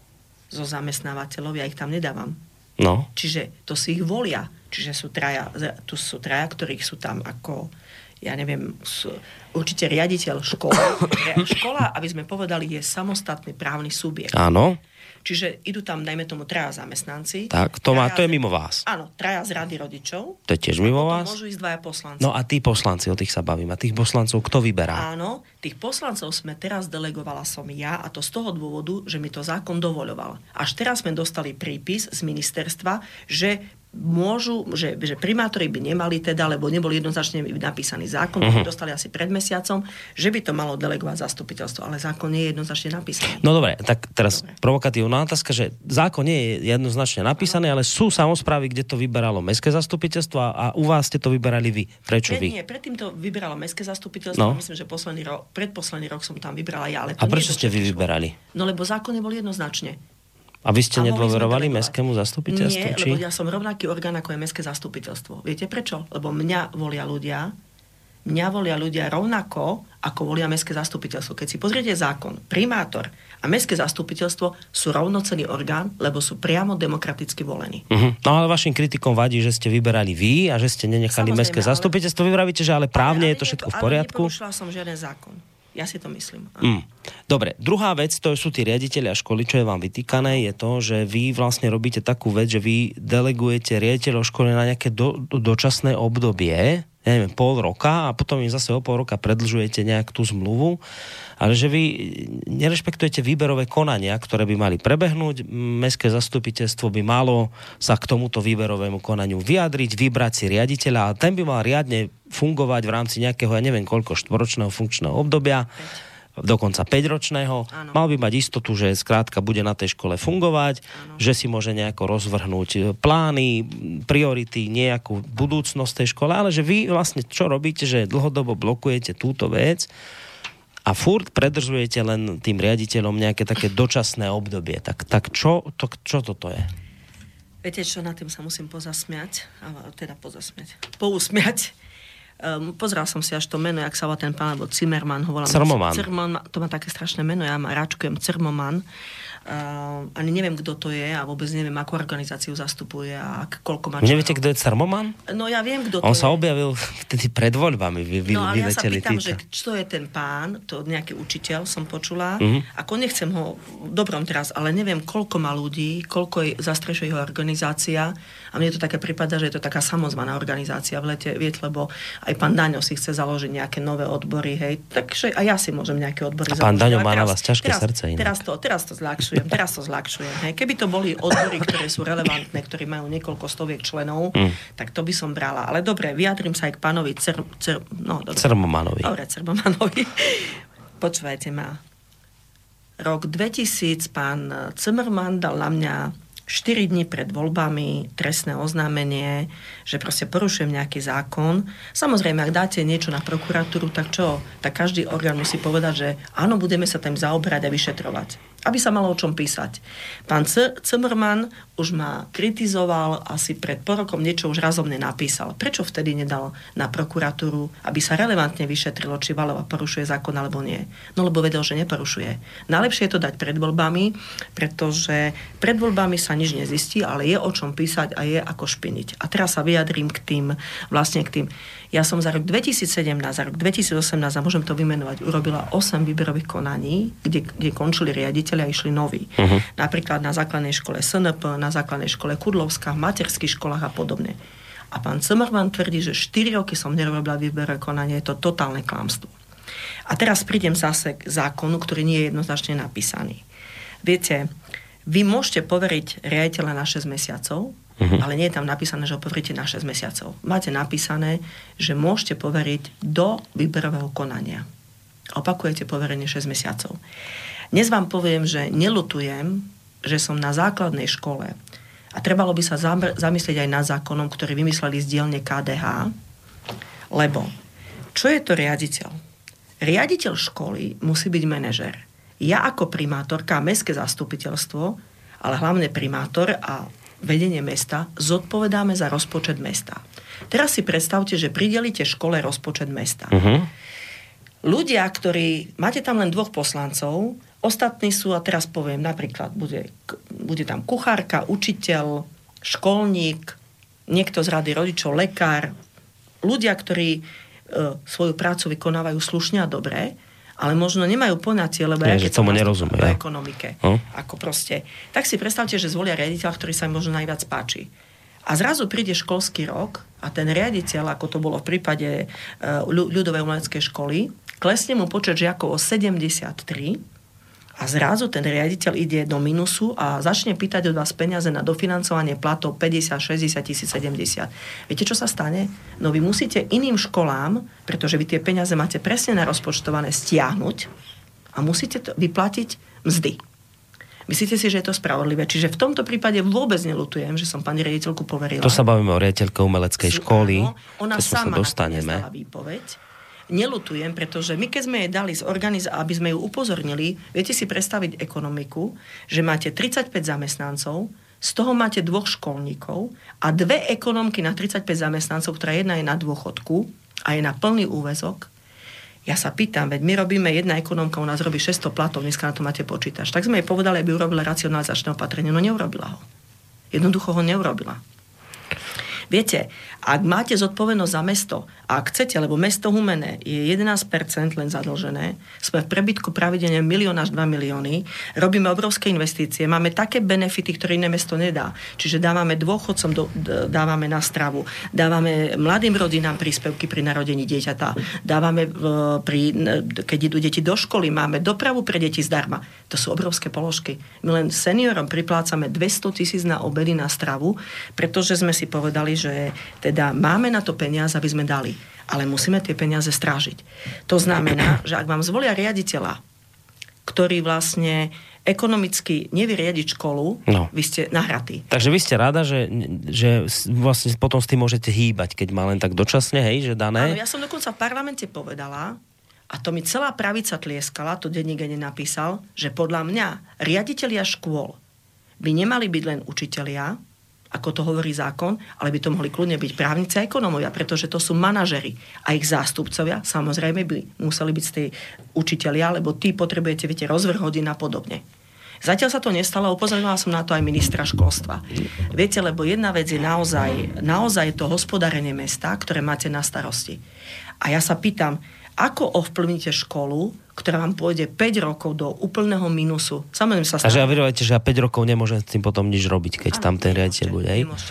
zo zamestnávateľov, ja ich tam nedávam. No. Čiže to si ich volia. Čiže sú traja, tu sú traja, ktorých sú tam ako, ja neviem, sú, určite riaditeľ školy. Škola, aby sme povedali, je samostatný právny subjekt. Áno. Čiže idú tam, dajme tomu, traja zamestnanci. Tak, to, má, to je z, mimo vás. Áno, traja z rady rodičov. To je tiež mimo vás. Môžu ísť dvaja poslanci. No a tí poslanci, o tých sa bavím. A tých poslancov kto vyberá? Áno, tých poslancov sme teraz delegovala som ja, a to z toho dôvodu, že mi to zákon dovoľoval. Až teraz sme dostali prípis z ministerstva, že môžu, že, že primátori by nemali teda, lebo nebol jednoznačne napísaný zákon, uh-huh. ktorý dostali asi pred mesiacom, že by to malo delegovať zastupiteľstvo, ale zákon nie je jednoznačne napísaný. No dobre, tak teraz dobre. Provokatívna otázka, že zákon nie je jednoznačne napísaný, ale sú samosprávy, kde to vyberalo mestské zastupiteľstvo a, a u vás ste to vyberali vy. Prečo nie, vy? Nie, predtým to vyberalo mestské zastupiteľstvo, no. Myslím, že posledný rok, predposledný rok som tam vybrala ja. Ale to a prečo nie ste vy vyberali? No lebo zákon nebol jednoznačne. A vy ste nedôverovali mestskému zastupiteľstvu? Nie, či? lebo ja som rovnaký orgán, ako je mestské zastupiteľstvo. Viete prečo? Lebo mňa volia ľudia, mňa volia ľudia rovnako, ako volia mestské zastupiteľstvo. Keď si pozriete zákon, primátor a mestské zastupiteľstvo sú rovnocenný orgán, lebo sú priamo demokraticky volení. Uh-huh. No ale vašim kritikom vadí, že ste vyberali vy a že ste nenechali mestské zastupiteľstvo. Vy vravíte, že ale právne ale, ale je to všetko to, v poriadku? Ale neporušila som žiaden zákon. Ja si to myslím. Mm. Dobre, druhá vec, to sú tí riaditelia školy, čo je vám vytýkané, je to, že vy vlastne robíte takú vec, že vy delegujete riaditeľov školy na nejaké do, dočasné obdobie, ja neviem, pol roka a potom im zase o pol roka predĺžujete nejak tú zmluvu, ale že vy nerešpektujete výberové konania, ktoré by mali prebehnúť, mestské zastupiteľstvo by malo sa k tomuto výberovému konaniu vyjadriť, vybrať si riaditeľa a ten by mal riadne fungovať v rámci nejakého, ja neviem koľko, štvoročného funkčného obdobia, dokonca päťročného. Áno. Mal by mať istotu, že skrátka bude na tej škole fungovať, áno. že si môže nejako rozvrhnúť plány, priority, nejakú budúcnosť tej škole, ale že vy vlastne čo robíte, že dlhodobo blokujete túto vec a furt predržujete len tým riaditeľom nejaké také dočasné obdobie. Tak, tak čo, to, čo toto je? Viete čo, na tým sa musím pozasmiať, teda pozasmiať, pousmiať. Um, pozeral som si až to meno, jak sa volá ten pán, alebo Zimmermann. Cermoman. Cermoman. To má také strašné meno, ja ma ráčkujem Cermoman. Uh, ani neviem, kto to je a vôbec neviem, akú organizáciu zastupuje a koľko má členov. Neviete, kto je Cermoman? No ja viem, kto to On je. sa objavil vtedy pred voľbami. Vy, no ale ja sa pýtam, týka. že čo je ten pán, to nejaký učiteľ som počula. Uh-huh. Ako nechcem ho dobrom teraz, ale neviem, koľko má ľudí, koľko je, zastrešuje jeho organizácia a mne to také prípada, že je to taká samozvaná organizácia v lete, viete, lebo aj pán Daňo si chce založiť nejaké nové odbory, hej, takže aj ja si môžem nejaké odbory založiť. A pán Daňo má teraz, na vás ťažké teraz, srdce inak. Teraz to, teraz to zľahčujem, teraz to zľahčujem, hej. Keby to boli odbory, ktoré sú relevantné, ktorí majú niekoľko stoviek členov, mm. tak to by som brala. Ale dobre, vyjadrím sa aj k pánovi Cer, Cer, no, Cermomanovi. Dobre, Cermomanovi. Počúvajte ma. Rok dvetisíc pán Zimmermann dal na mňa štyri dni pred voľbami trestné oznámenie, že proste porušujem nejaký zákon. Samozrejme, ak dáte niečo na prokuratúru, tak čo? Tak každý orgán musí povedať, že áno, budeme sa tým zaoberať a vyšetrovať. Aby sa malo o čom písať. Pán Zimmermann už ma kritizoval, asi pred pol rokom niečo už razomne napísal. Prečo vtedy nedal na prokuratúru, aby sa relevantne vyšetrilo, či Valeva porušuje zákon alebo nie? No lebo vedel, že neporušuje. Najlepšie je to dať pred voľbami, pretože pred voľbami sa nič nezistí, ale je o čom písať a je ako špiniť. A teraz sa vyjadrím k tým, vlastne k tým. Ja som za rok dvetisícsedemnásť, za rok dvetisícosemnásť, a môžem to vymenovať, urobila osem výberových konaní, kde, kde končili riaditeľi a išli noví. Uh-huh. Napríklad na základnej škole es en pé, na základnej škole Kudlovská, v materských školách a podobne. A pán Zimmermann tvrdí, že štyri roky som nerobila výberové konanie, je to totálne klamstvo. A teraz prídem zase k zákonu, ktorý nie je jednoznačne napísaný. Viete, vy môžete poveriť riaditeľa na šesť mesiacov, uh-huh. ale nie je tam napísané, že ho poveríte na šesť mesiacov. Máte napísané, že môžete poveriť do výberového konania. Opakujete poverenie šesť mesiacov. Dnes vám poviem, že neľutujem, že som na základnej škole a trebalo by sa zamyslieť aj nad zákonom, ktorý vymysleli z dielne ká dé há, lebo čo je to riaditeľ? Riaditeľ školy musí byť manažer. Ja ako primátorka, mestské zastupiteľstvo, ale hlavne primátor a vedenie mesta, zodpovedáme za rozpočet mesta. Teraz si predstavte, že pridelíte škole rozpočet mesta. Uh-huh. Ľudia, ktorí, máte tam len dvoch poslancov, ostatní sú, a teraz poviem, napríklad, bude, bude tam kuchárka, učiteľ, školník, niekto z rady rodičov, lekár, ľudia, ktorí e, svoju prácu vykonávajú slušne a dobre, ale možno nemajú poňatie, lebo ja, keď som nerozumie, o ja. ekonomike. Hm? Ako proste. Tak si predstavte, že zvolia riaditeľa, ktorý sa im možno najviac páči. A zrazu príde školský rok a ten riaditeľ, ako to bolo v prípade uh, ľudovej umeleckej školy, klesne mu počet žiakov o sedemdesiattri a zrazu ten riaditeľ ide do minusu a začne pýtať od vás peniaze na dofinancovanie platov päťdesiat, šesťdesiat tisíc, sedemdesiat. Viete, čo sa stane? No vy musíte iným školám, pretože vy tie peniaze máte presne narozpočtované, stiahnuť a musíte to vyplatiť mzdy. Myslíte si, že je to spravodlivé? Čiže v tomto prípade vôbec neľutujem, že som pani riaditeľku poverila. To sa bavíme o riaditeľke umeleckej školy. Áno, ona to sama sa dostaneme. na to výpoveď. Neľutujem, pretože my keď sme jej dali zorganizovať, aby sme ju upozornili, viete si predstaviť ekonomiku, že máte tridsaťpäť zamestnancov, z toho máte dvoch školníkov a dve ekonomky na tridsaťpäť zamestnancov, ktorá jedna je na dôchodku a je na plný úväzok. Ja sa pýtam, veď my robíme, jedna ekonomka u nás robí šesťsto platov, dneska na to máte počítač. Tak sme jej povedali, aby urobila racionalizačné opatrenie, no neurobila ho. Jednoducho ho neurobila. Viete, ak máte zodpovednosť za mesto, a ak chcete, lebo mesto Humenné je jedenásť percent len zadlžené, sme v prebytku pravidelne milión až dva milióny, robíme obrovské investície, máme také benefity, ktoré iné mesto nedá. Čiže dávame dôchodcom, do, dávame na stravu, dávame mladým rodinám príspevky pri narodení dieťaťa, dávame, pri, keď idú deti do školy, máme dopravu pre deti zdarma. To sú obrovské položky. My len seniorom priplácame dvesto tisíc na obedy, na stravu, pretože sme si povedali, že teda máme na to peniaze, aby sme dali. Ale musíme tie peniaze strážiť. To znamená, že ak vám zvolia riaditeľa, ktorý vlastne ekonomicky nevie riadiť školu, no. Vy ste nahratí. Takže vy ste rada, že, že vlastne potom s tým môžete hýbať, keď má len tak dočasne, hej, že dané? Áno, ja som dokonca v parlamente povedala, a to mi celá pravica tlieskala, to denník nenapísal, že podľa mňa riaditelia škôl by nemali byť len učitelia, ako to hovorí zákon, ale by to mohli kľudne byť právnici a ekonómovia, pretože to sú manažeri a ich zástupcovia, samozrejme by museli byť z tej učitelia, lebo tí potrebujete, viete, rozvrh hodín a podobne. Zatiaľ sa to nestalo, upozornila som na to aj ministra školstva. Viete, lebo jedna vec je naozaj, naozaj to hospodárenie mesta, ktoré máte na starosti. A ja sa pýtam, ako ovplyvníte školu, ktorá vám pôjde päť rokov do úplného minusu? Samozrejme sa stane. A že ja vyrujete, že ja päť rokov nemôžem s tým potom nič robiť, keď ano, tam ten riaditeľ bude.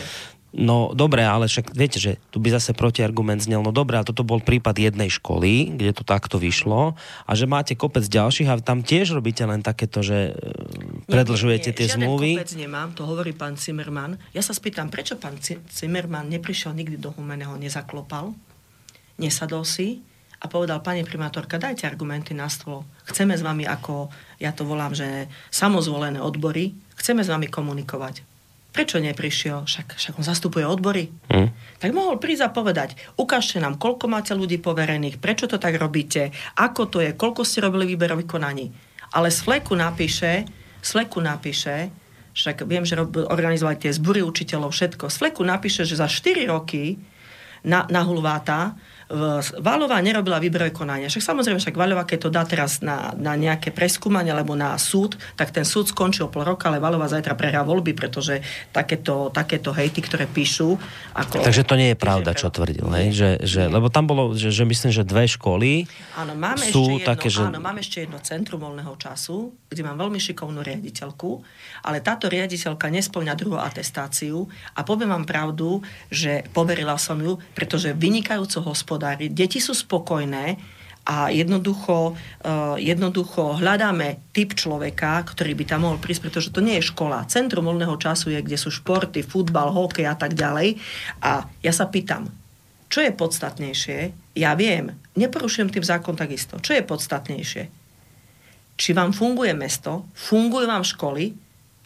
No dobre, ale však viete, že tu by zase protiargument znel, no dobre, ale toto bol prípad jednej školy, kde to takto vyšlo a že máte kopec ďalších a tam tiež robíte len takéto, že predlžujete nie, nie, tie zmluvy. Žiaden kopec nemám, to hovorí pán Zimmermann. Ja sa spýtam, prečo pán Zimmermann neprišiel nikdy do Humenného, nezaklopal, nesadol si a povedal, pani primátorka, dajte argumenty na stôl. Chceme s vami, ako ja to volám, že samozvolené odbory, chceme s vami komunikovať. Prečo neprišiel? Však, však on zastupuje odbory. Hmm. Tak mohol prísť a povedať, ukážte nám, koľko máte ľudí poverených, prečo to tak robíte, ako to je, koľko ste robili výberových konaní. Ale z fleku napíše, z fleku napíše, však viem, že organizovali tie zbory učiteľov, všetko, z fleku napíše, že za štyri roky na, na Hulváta Váľová nerobila výberové konania. Však samozrejme, však Váľová, keď to dá teraz na, na nejaké preskúmanie alebo na súd, tak ten súd skončil pol roka, ale Váľová zajtra prehrá voľby, pretože takéto, takéto hejty, ktoré píšu... Ako, Takže to nie je pravda, čo tvrdil. Hej? Že, že, lebo tam bolo, že, že myslím, že dve školy áno, máme sú ešte jedno, také, že... Áno, máme ešte jedno centrum voľného času, kde mám veľmi šikovnú riaditeľku, ale táto riaditeľka nespĺňa druhú atestáciu a poviem vám pravdu, že poverila som ju, pretože vynikajúco hospodári, deti sú spokojné a jednoducho, uh, jednoducho hľadáme typ človeka, ktorý by tam mohol prísť, pretože to nie je škola. Centrum voľného času je, kde sú športy, futbal, hokej a tak ďalej. A ja sa pýtam, čo je podstatnejšie? Ja viem, neporušujem tým zákon takisto. Čo je podstatnejšie? Či vám funguje mesto, fungujú vám školy,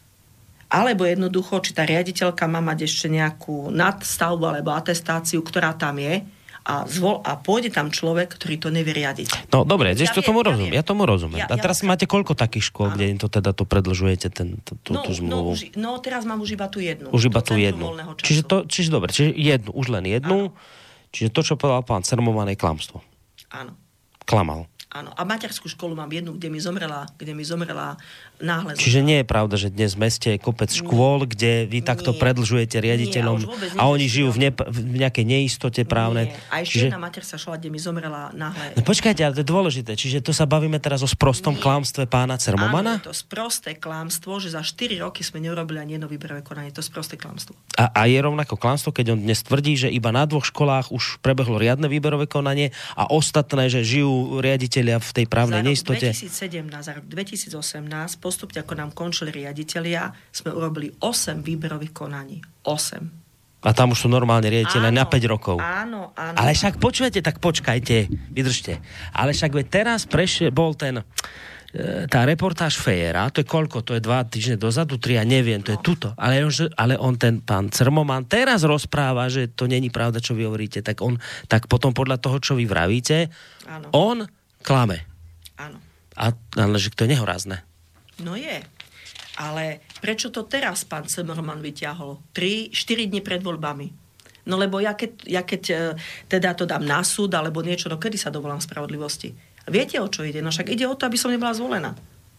alebo jednoducho, či tá riaditeľka má mať ešte nejakú nadstavbu alebo atestáciu, ktorá tam je, a a, zvol, a pôjde tam človek, ktorý to nevie riadiť. No dobre, ja to tomu ja rozumiem. Ja tomu rozumiem. Ja, a teraz ja, máte koľko takých škôl, kde im to teda to predĺžujete, ten, tú, no, tú zmluvu? No, už, no teraz mám už iba tú jednu. Už iba tú jednu. Čiže to, čiže dobre, čiže jednu, už len jednu. Áno. Čiže to, čo povedal pán Cermoman, je klamstvo. Áno. Klamal. Áno, a materskú školu mám jednu, kde mi zomrela, kde mi zomrela náhle. Čiže nie je pravda, že dnes v meste je kopec škôl, kde vy takto nie. predlžujete riaditeľom nie, a, a oni žijú v, ne, v nejakej neistote právnej. Nie. A ešte Čiže... jedna materská škola, kde mi zomrela náhle. No počkajte, ale to je dôležité. Čiže to sa bavíme teraz o sprostom nie. klamstve pána Cermomana? Áno, je to sprosté klamstvo, že za štyri roky sme neurobili ani jedno výberové konanie. To je sprosté klamstvo. A, a je rovnako klamstvo, keď on dnes tvrdí, že iba na dvoch školách už prebehlo riadne výberové konanie a ostatné, že žijú riaditelia v tej právnej za neistote. Za rok dvetisícsedemnásť, za rok dvetisícosemnásť, postupne ako nám končili riaditelia, sme urobili osem výberových konaní. osem. A tam už sú normálne riaditelia na päť rokov. Áno, áno. Ale však počujete, tak počkajte, vydržte. Ale však veď teraz prešiel, bol ten tá reportáž Fejera, to je koľko? To je dva týždne dozadu, tri, ja neviem, to no. je tuto. Ale on, ale on, ten pán Cermoman, teraz rozpráva, že to není pravda, čo vy hovoríte. Tak on, tak potom podľa toho, čo vy vravíte, áno. on klame. Áno. A, ale že to je nehorázne. No je. Ale prečo to teraz pán Cermoman vyťahol? tri štyri dni pred voľbami. No lebo ja keď, ja keď teda to dám na súd, alebo niečo, no kedy sa dovolám spravodlivosti? Viete, o čo ide? No však ide o to, aby som nebola zvolená.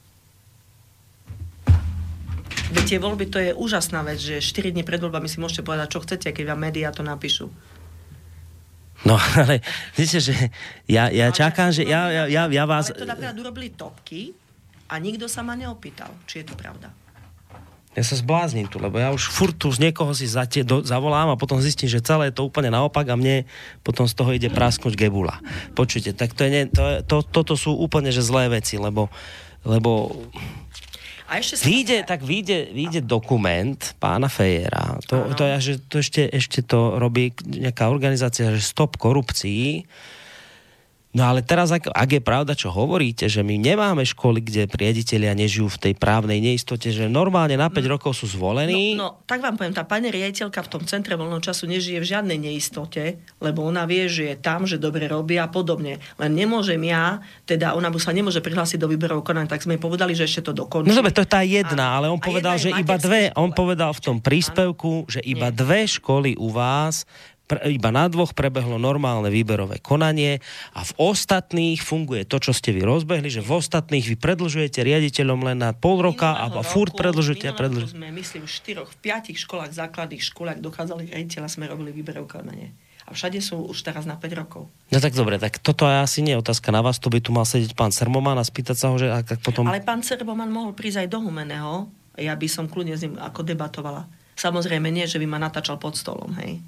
Veď tie voľby, to je úžasná vec, že štyri dni pred voľbami si môžete povedať, čo chcete, keď vám médiá to napíšu. No, ale viete, že ja, ja čakám, že ja, ja, ja, ja vás... Ale to napríklad urobili topky a nikto sa ma neopýtal, či je to pravda. Ja sa zblázním tu, lebo ja už furt tu z niekoho si zatie, do, zavolám a potom zistím, že celé je to úplne naopak a mne potom z toho ide prasknúť gebula. Počujte, tak to je, ne, to, je, to, toto sú úplne že zlé veci, lebo, lebo a ešte vyjde, tak vyjde, vyjde dokument pána Fejera. To, to, je, že to ešte, ešte to robí nejaká organizácia, že Stop korupcii. No ale teraz, ak, ak je pravda, čo hovoríte, že my nemáme školy, kde riaditelia nežijú v tej právnej neistote, že normálne na päť rokov sú zvolení. No, no tak vám poviem, tá pani riaditeľka v tom centre voľného času nežije v žiadnej neistote, lebo ona vie, že je tam, že dobre robí a podobne. Len nemôžem ja, teda ona sa nemôže prihlásiť do výberov konania, tak sme jej povedali, že ešte to dokončí. No dobre, to je tá jedna, a, ale on povedal, že iba dve, on povedal v tom príspevku, že iba Nie. dve školy u vás iba na dvoch prebehlo normálne výberové konanie a v ostatných funguje to, čo ste vy rozbehli, že v ostatných vy predĺžujete riaditeľom len na pol roka a furt predĺžujete a predĺžujete. Sme, myslím, v štyroch, v piatich školách, základných školách dokázali riaditeľa, sme robili výberové konanie. A všade sú už teraz na päť rokov. No tak dobre, tak toto asi nie je otázka na vás, to by tu mal sedieť pán Cermoman a spýtať sa ho, že ak potom... Ale pán Cermoman mohol prísť aj do Humenného, ja by som kľudne s ním ako debatovala. Samozrejme nie, že by ma natáčal pod stolom, hej.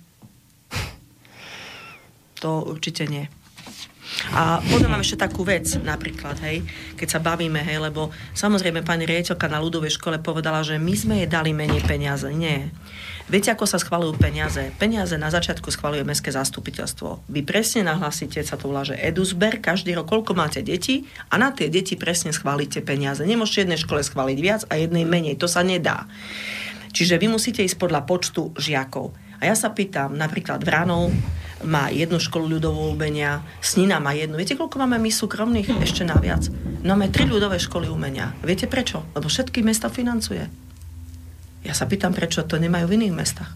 To určite nie. A potom mám ešte takú vec, napríklad, hej, keď sa bavíme, hej, lebo samozrejme pani riaditeľka na ľudovej škole povedala, že my sme jej dali menej peniaze. Nie. Viete, ako sa schvaľujú peniaze? Peniaze na začiatku schvaľuje mestské zastupiteľstvo. Vy presne nahlásite, sa to volá, že edusber, každý rok, koľko máte detí a na tie deti presne schválite peniaze. Nemôžete jednej škole schváliť viac a jednej menej. To sa nedá. Čiže vy musíte ísť podľa počtu žiakov. A ja sa pýtam, napríklad Vranov má jednu školu ľudového umenia, Snina má jednu. Viete, koľko máme my súkromných ešte naviac? No máme tri ľudové školy umenia. Viete prečo? Lebo všetky mesta financuje. Ja sa pýtam, prečo to nemajú v iných mestách.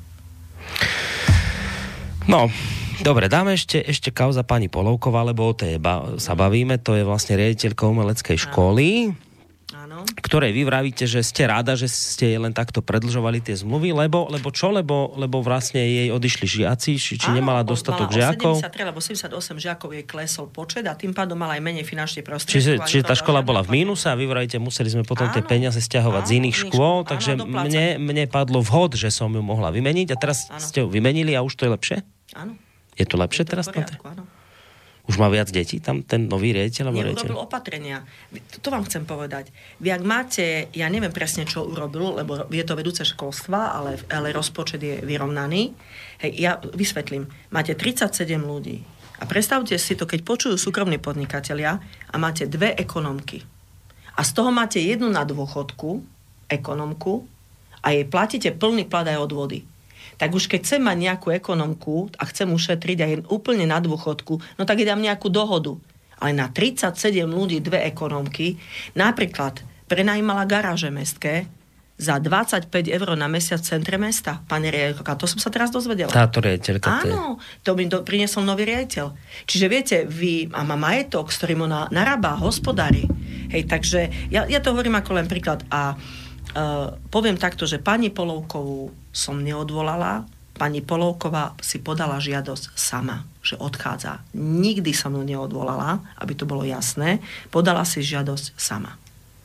No, dobre, dáme ešte, ešte kauza pani Polovková, lebo o tej ba- sa bavíme. To je vlastne riaditeľka umeleckej školy, ktorej vy vravíte, že ste rada, že ste len takto predĺžovali tie zmluvy, lebo, lebo čo? Lebo, lebo vlastne jej odišli žiaci, či, či Áno, nemala dostatok mala žiakov? sedemdesiattri alebo sedemdesiatosem žiakov jej klesol počet a tým pádom mala aj menej finančných prostriedkov. Čiže, čiže tá škola bola v mínuse a vy vravíte, museli sme potom Áno, tie peniaze stiahovať Áno, z iných škôl, škôl takže Áno, mne, mne padlo vhod, že som ju mohla vymeniť a teraz Áno. ste ju vymenili a už to je lepšie? Áno. Je to lepšie je to teraz? Poriadku, áno. Už má viac detí tam ten nový riaditeľ? Neurobil opatrenia. To, to vám chcem povedať. Vy ak máte, ja neviem presne, čo urobil, lebo je to vedúce školstva, ale, ale rozpočet je vyrovnaný. Hej, ja vysvetlím. Máte tridsaťsedem ľudí. A predstavte si to, keď počujú súkromní podnikatelia a máte dve ekonomky. A z toho máte jednu na dôchodku, ekonomku, a jej platíte plný plat aj odvody. tak už keď chcem mať nejakú ekonomku a chcem ušetriť a je úplne na dôchodku, no tak je dám nejakú dohodu. Ale na tridsaťsedem ľudí dve ekonomky, napríklad prenajímala garáže mestské za dvadsaťpäť eur na mesiac v centre mesta. Pani riaditeľka, to som sa teraz dozvedela. Táto riaditeľka. Áno, to mi do, priniesol nový riaditeľ. Čiže viete, vy, a má majetok, s ktorým ona narába, hospodári. Hej, takže ja, ja to hovorím ako len príklad. A uh, poviem takto, že pani Polovkovú som neodvolala, pani Polovková si podala žiadosť sama, že odchádza. Nikdy som ju neodvolala, aby to bolo jasné. Podala si žiadosť sama.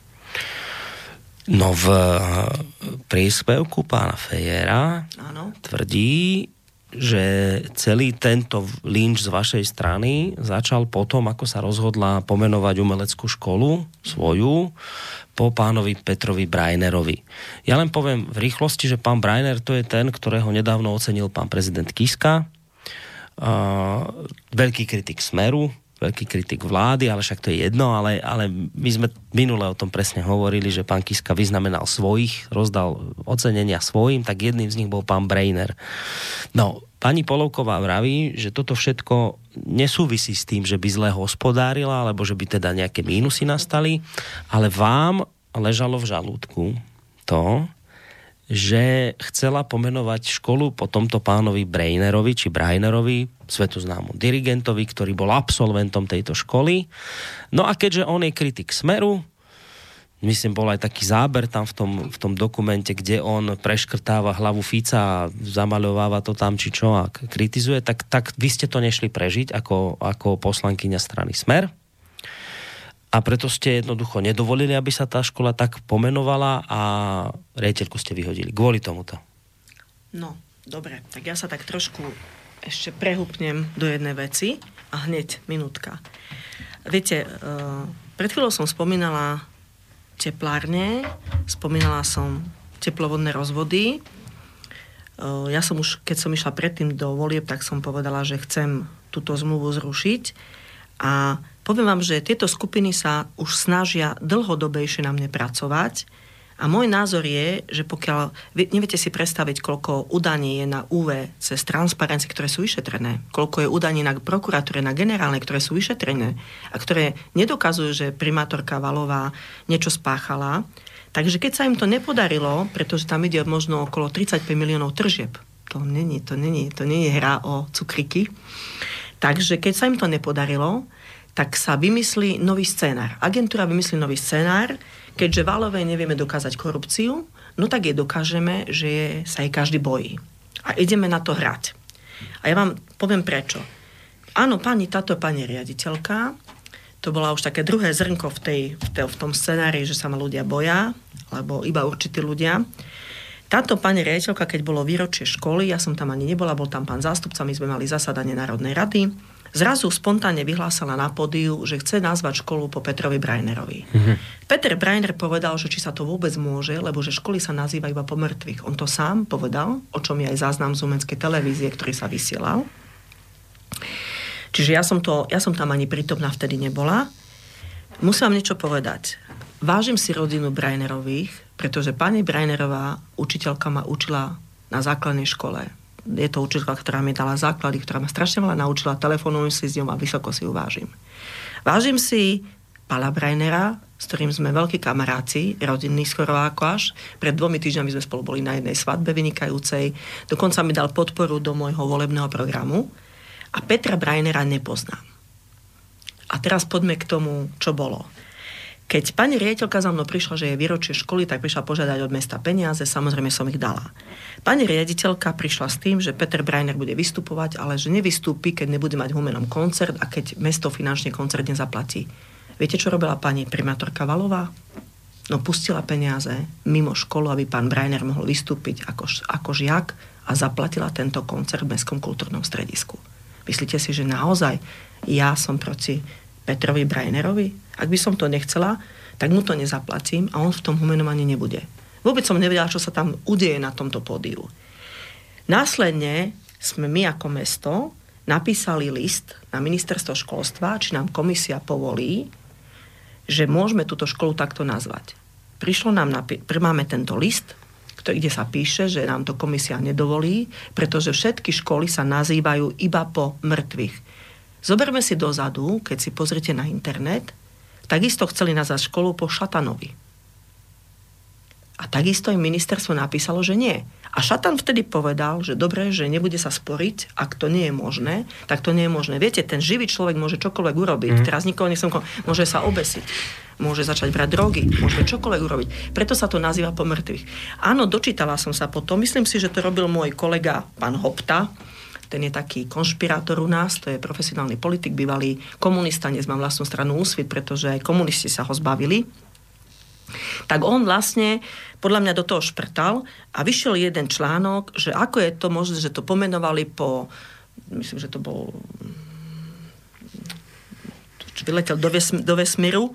No v príspevku pána Fejera Áno. tvrdí, že celý tento lynč z vašej strany začal potom, ako sa rozhodla pomenovať umeleckú školu svoju po pánovi Petrovi Brajnerovi. Ja len poviem v rýchlosti, že pán Brajner to je ten, ktorého nedávno ocenil pán prezident Kiska. Uh, veľký kritik Smeru, veľký kritik vlády, ale však to je jedno, ale, ale my sme minule o tom presne hovorili, že pán Kiska vyznamenal svojich, rozdal ocenenia svojim, tak jedným z nich bol pán Brejner. No, pani Polovková vraví, že toto všetko nesúvisí s tým, že by zle hospodárila, alebo že by teda nejaké mínusy nastali, ale vám ležalo v žalúdku to, že chcela pomenovať školu po tomto pánovi Brejnerovi, či Brajnerovi, svetoznámom dirigentovi, ktorý bol absolventom tejto školy. No a keďže on je kritik Smeru, myslím, bol aj taký záber tam v tom, v tom dokumente, kde on preškrtáva hlavu Fica a zamaľováva to tam, či čo, a kritizuje, tak, tak vy ste to nešli prežiť ako, ako poslankyňa strany Smer. A preto ste jednoducho nedovolili, aby sa tá škola tak pomenovala a riaditeľku ste vyhodili. Kvôli tomuto. No, dobre. Tak ja sa tak trošku ešte prehúpnem do jednej veci a hneď minútka. Viete, uh, pred chvíľou som spomínala teplárne, spomínala som teplovodné rozvody. Uh, ja som už, keď som išla predtým do volieb, tak som povedala, že chcem túto zmluvu zrušiť. A poviem vám, že tieto skupiny sa už snažia dlhodobejšie na mne pracovať a môj názor je, že pokiaľ, vy neviete si predstaviť, koľko udaní je na ú vé cez transparencie, ktoré sú vyšetrené, koľko je udaní na prokuratúre, na generálne, ktoré sú vyšetrené a ktoré nedokazujú, že primátorka Valová niečo spáchala. Takže keď sa im to nepodarilo, pretože tam ide možno okolo tridsaťpäť miliónov tržieb, to není, to není, to není hra o cukriky. Takže keď sa im to nepodarilo, tak sa vymyslí nový scénár. Agentúra vymyslí nový scénár, keďže Valovej nevieme dokázať korupciu, no tak jej dokážeme, že je, sa jej každý bojí. A ideme na to hrať. A ja vám poviem prečo. Áno, pani, táto pani riaditeľka, to bola už také druhé zrnko v, tej, v, tej, v tom scenári, že sa ma ľudia boja, alebo iba určití ľudia. Táto pani riaditeľka, keď bolo výročie školy, ja som tam ani nebola, bol tam pán zástupca, my sme mali zasadanie Národnej rady, zrazu spontánne vyhlásila na pódiu, že chce nazvať školu po Petrovi Brajnerovi. Mm-hmm. Peter Brajner povedal, že či sa to vôbec môže, lebo že školy sa nazývajú iba po mŕtvych. On to sám povedal, o čom je aj záznam z umenskej televízie, ktorý sa vysielal. Čiže ja som, to, ja som tam ani prítomná vtedy nebola. Musím vám niečo povedať. Vážim si rodinu Brajnerových, pretože pani Brajnerová, učiteľka, ma učila na základnej škole. Je to učiteľka, ktorá mi dala základy, ktorá ma strašne veľa naučila, telefonujem si s ňou a vysoko si ju vážim. Vážim si Pála Brajnera, s ktorým sme veľkí kamaráci, rodinní skoro ako až. Pred dvomi týždňami sme spolu boli na jednej svadbe vynikajúcej. Dokonca mi dal podporu do môjho volebného programu. A Petra Brajnera nepoznám. A teraz poďme k tomu, čo bolo. Keď pani riaditeľka za mnou prišla, že je výročie školy, tak prišla požiadať od mesta peniaze, samozrejme som ich dala. Pani riaditeľka prišla s tým, že Peter Brajner bude vystupovať, ale že nevystúpi, keď nebude mať v Humennom koncert a keď mesto finančne koncert nezaplatí. Viete, čo robila pani primátorka Valová? No pustila peniaze mimo školu, aby pán Brajner mohol vystúpiť ako, ako žiak a zaplatila tento koncert v Mestskom kultúrnom stredisku. Myslíte si, že naozaj ja som proti Petrovi Brajnerovi? Ak by som to nechcela, tak mu to nezaplatím a on v tom Humennom ani nebude. Vôbec som nevedela, čo sa tam udeje na tomto pódiu. Následne sme my ako mesto napísali list na ministerstvo školstva, či nám komisia povolí, že môžeme túto školu takto nazvať. Prišlo nám, napi- máme tento list, kde sa píše, že nám to komisia nedovolí, pretože všetky školy sa nazývajú iba po mŕtvych. Zoberme si dozadu, keď si pozrite na internet, takisto chceli nazvať školu po Šatanovi. A takisto im ministerstvo napísalo, že nie. A Šatan vtedy povedal, že dobre, že nebude sa sporiť, ak to nie je možné, tak to nie je možné. Viete, ten živý človek môže čokoľvek urobiť. Mm. Teraz nikoho nechcem, môže sa obesiť, môže začať brať drogy, môže čokoľvek urobiť. Preto sa to nazýva po mŕtvych. Áno, dočítala som sa potom. Myslím si, že to robil môj kolega, pán Hopta. Ten je taký konšpirátor u nás, to je profesionálny politik, bývalý komunista, dnes má vlastnú stranu Úsvit, pretože aj komunisti sa ho zbavili. Tak on vlastne podľa mňa do toho šprtal a vyšiel jeden článok, že ako je to možné, že to pomenovali po, myslím, že to bol vyletel do, vesm, do vesmíru.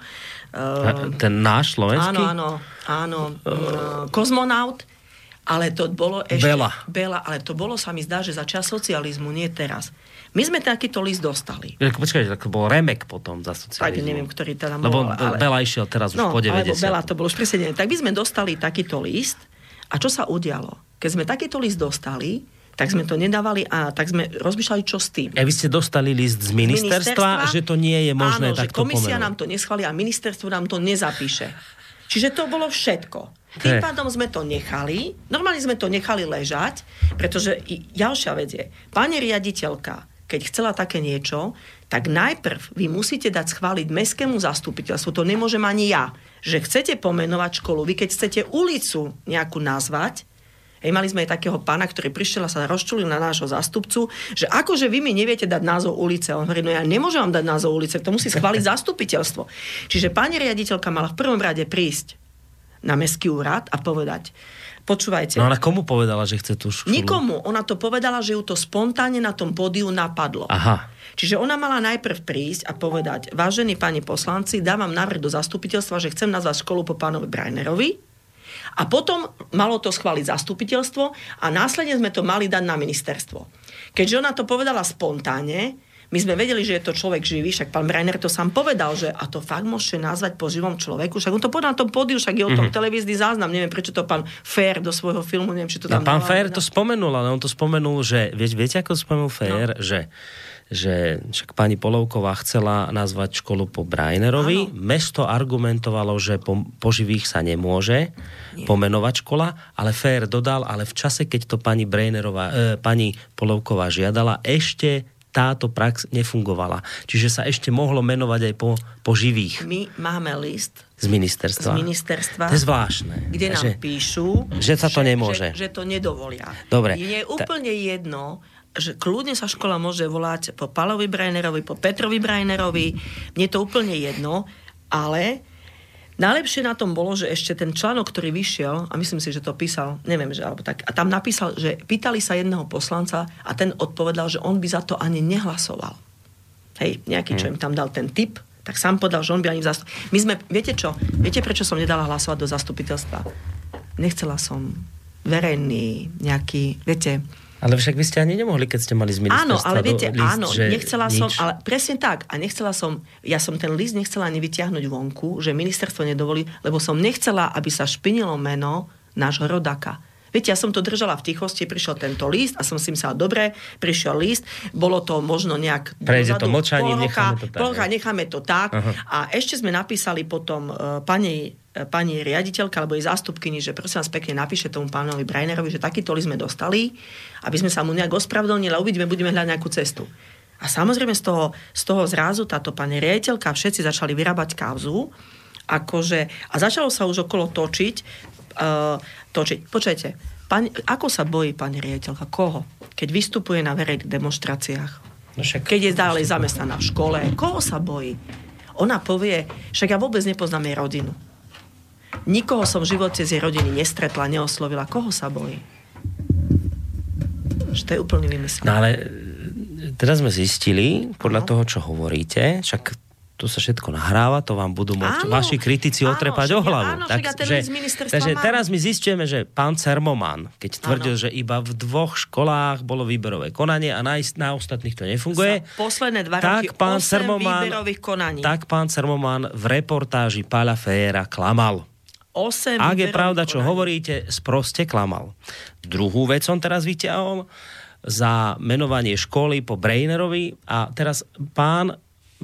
Ten náš slovenský? Áno, áno, áno. Uh, kozmonaut. Ale to bolo ešte... Bela. Bela. Ale to bolo, sa mi zdá, že začal socializmu, nie teraz. My sme takýto list dostali. Počkajte, tak bol Remek potom za socializmu. Tak neviem, ktorý teda bol. Lebo ale... Bela išiel teraz už no, po deväťdesiatom. No, Bela to bolo už presne. Tak my sme dostali takýto list a čo sa udialo? Keď sme takýto list dostali, tak sme to nedávali a tak sme rozmýšľali, čo s tým. A vy ste dostali list z ministerstva, z ministerstva že to nie je možné áno, takto pomenovať. Áno, že komisia pomenovať. nám to neschválí a ministerstvo nám to nezapíše. Čiže to bolo všetko. Tým pádom sme to nechali, normálne sme to nechali ležať, pretože i ďalšia vec je, pani riaditeľka, keď chcela také niečo, tak najprv vy musíte dať schváliť mestskému zastupiteľstvu, to nemôžem ani ja, že chcete pomenovať školu, vy keď chcete ulicu nejakú nazvať, hej, mali sme aj takého pána, ktorý prišiel a sa rozčulil na nášho zástupcu, že akože vy mi neviete dať názov ulice. On hovorí, no ja nemôžem vám dať názov ulice, to musí schváliť zastupiteľstvo. Čiže pani riaditeľka mala v prvom rade prísť na mestský úrad a povedať, počúvajte. No ale komu povedala, že chce tú školu? Nikomu. Ona to povedala, že ju to spontánne na tom pódiu napadlo. Aha. Čiže ona mala najprv prísť a povedať, vážení páni poslanci, dávam návrh do zastupiteľstva, že chcem nazvať školu po pánovi Brajnerovi a potom malo to schváliť zastupiteľstvo a následne sme to mali dať na ministerstvo. Keďže ona to povedala spontánne, my sme vedeli, že je to človek živý, však pán Brajner to sám povedal, že a to fakt môžete nazvať po živom človeku, však on to povedal na tom pódiu, však je o tom mm-hmm. televízny záznam, neviem, prečo to pán Fér do svojho filmu, neviem, či to tam... No, pán Fér to spomenul, ale on to spomenul, že, viete, viete ako spomenul Fér, no. že, že však pani Polovková chcela nazvať školu po Brajnerovi, áno. Mesto argumentovalo, že po, po živých sa nemôže Nie. pomenovať škola, ale Fér dodal, ale v čase, keď to pani Brajnerová, e, pani Polovková žiadala, ešte táto prax nefungovala. Čiže sa ešte mohlo menovať aj po, po živých. My máme list z ministerstva. Z ministerstva. To je zvláštne. Kde nám že, píšu, že sa to že, nemôže. Že, že to nedovolia. Dobre. Je úplne Ta... jedno, že kľudne sa škola môže volať po Pálovi Brajnerovi, po Petrovi Brajnerovi. Mne je to úplne jedno, ale najlepšie na tom bolo, že ešte ten článok, ktorý vyšiel, a myslím si, že to písal, neviem, že alebo tak, a tam napísal, že pýtali sa jedného poslanca a ten odpovedal, že on by za to ani nehlasoval. Hej, nejaký, čo im tam dal ten tip, tak sám povedal, že on by ani v zastup... My sme, viete čo? Viete, prečo som nedala hlasovať do zastupiteľstva? Nechcela som verejný nejaký, viete... Ale však vy ste ani nemohli, keď ste mali z ministerstva. Áno, ale viete, list, áno, nechcela nič. som, ale presne tak, a nechcela som, ja som ten list nechcela ani vyťahnuť vonku, že ministerstvo nedovolí, lebo som nechcela, aby sa špinilo meno nášho rodáka. Viete, ja som to držala v tichosti, prišiel tento list a som si myslela, dobre, prišiel list, bolo to možno nejak... Prejde to mlčanie, necháme to tak. Polka, necháme to tak. Aha. A ešte sme napísali potom uh, pani, uh, pani riaditeľka, alebo jej zástupkyni, že prosím vás pekne napíše tomu pánovi Brajnerovi, že takýto list sme dostali, aby sme sa mu nejak ospravedlnili a uvidíme, budeme hľadať nejakú cestu. A samozrejme z toho, z toho zrazu táto pani riaditeľka, všetci začali vyrábať kauzu, akože, a začalo sa už okolo točiť, uh, točiť. Počujete, pani, ako sa bojí pani riaditeľka? Koho? Keď vystupuje na verejných demonštráciách. No však, keď je ďalej zamestnaná v škole. Koho sa bojí? Ona povie, však ja vôbec nepoznám jej rodinu. Nikoho som v živote z jej rodiny nestretla, neoslovila. Koho sa bojí? Že to je úplný vymysel. No ale teraz sme zistili, podľa no. toho, čo hovoríte, však to sa všetko nahráva, to vám budú môcť áno, vaši kritici otrepať áno, o hlavu. Áno, tak, ja že, takže mám. teraz my zistíme, že pán Cermoman, keď tvrdil, áno. že iba v dvoch školách bolo výberové konanie a na, na ostatných to nefunguje. Za posledné dva roky tak pán osem Cermoman, výberových konaní. Tak pán Cermoman v reportáži Pála Féra klamal. osem Ak je pravda, čo konaní. hovoríte, sproste klamal. Druhú vec som teraz vyťahol za menovanie školy po Breinerovi a teraz pán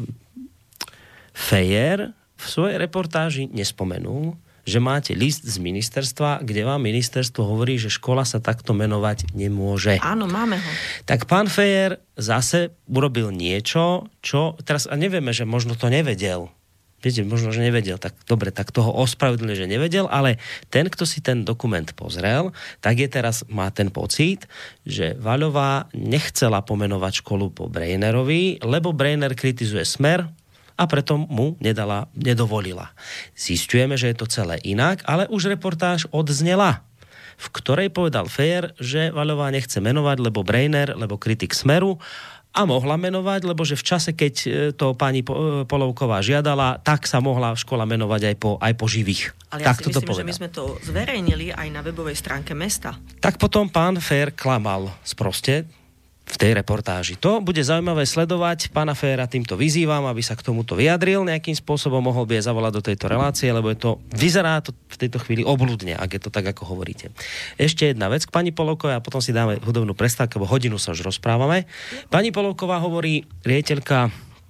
Fejer v svojej reportáži nespomenul, že máte list z ministerstva, kde vám ministerstvo hovorí, že škola sa takto menovať nemôže. Áno, máme ho. Tak pán Fejer zase urobil niečo, čo teraz, a nevieme, že možno to nevedel. Viete, možno, že nevedel. Tak dobre, tak toho ospravedlňuje, že nevedel, ale ten, kto si ten dokument pozrel, tak je teraz, má ten pocit, že Vaľová nechcela pomenovať školu po Breinerovi, lebo Breiner kritizuje Smer, a preto mu nedala, nedovolila. Zisťujeme, že je to celé inak, ale už reportáž odznela, v ktorej povedal Fejer, že Vaľová nechce menovať, lebo Breiner, lebo kritik Smeru, a mohla menovať, lebo že v čase, keď to pani Polovková žiadala, tak sa mohla škola menovať aj po, aj po živých. Ale ja tak si to myslím, že my sme to zverejnili aj na webovej stránke mesta. Tak potom pán Fejer klamal sproste v tej reportáži. To bude zaujímavé sledovať. Pána Fejera týmto vyzývam, aby sa k tomuto vyjadril nejakým spôsobom, mohol by aj zavolať do tejto relácie, lebo je to, vyzerá to v tejto chvíli obľudne, ak je to tak, ako hovoríte. Ešte jedna vec k pani Polovkovej a potom si dáme hudobnú prestávku, lebo hodinu sa už rozprávame. Pani Polovková hovorí, riaditeľka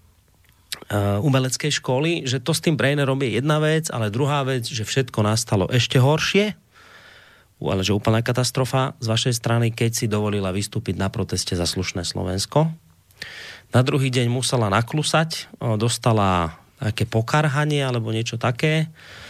uh, umeleckej školy, že to s tým Breinerom je jedna vec, ale druhá vec, že všetko nastalo ešte horšie, ale že úplná katastrofa z vašej strany, keď si dovolila vystúpiť na proteste za slušné Slovensko. Na druhý deň musela naklusať, dostala nejaké pokarhanie alebo niečo také,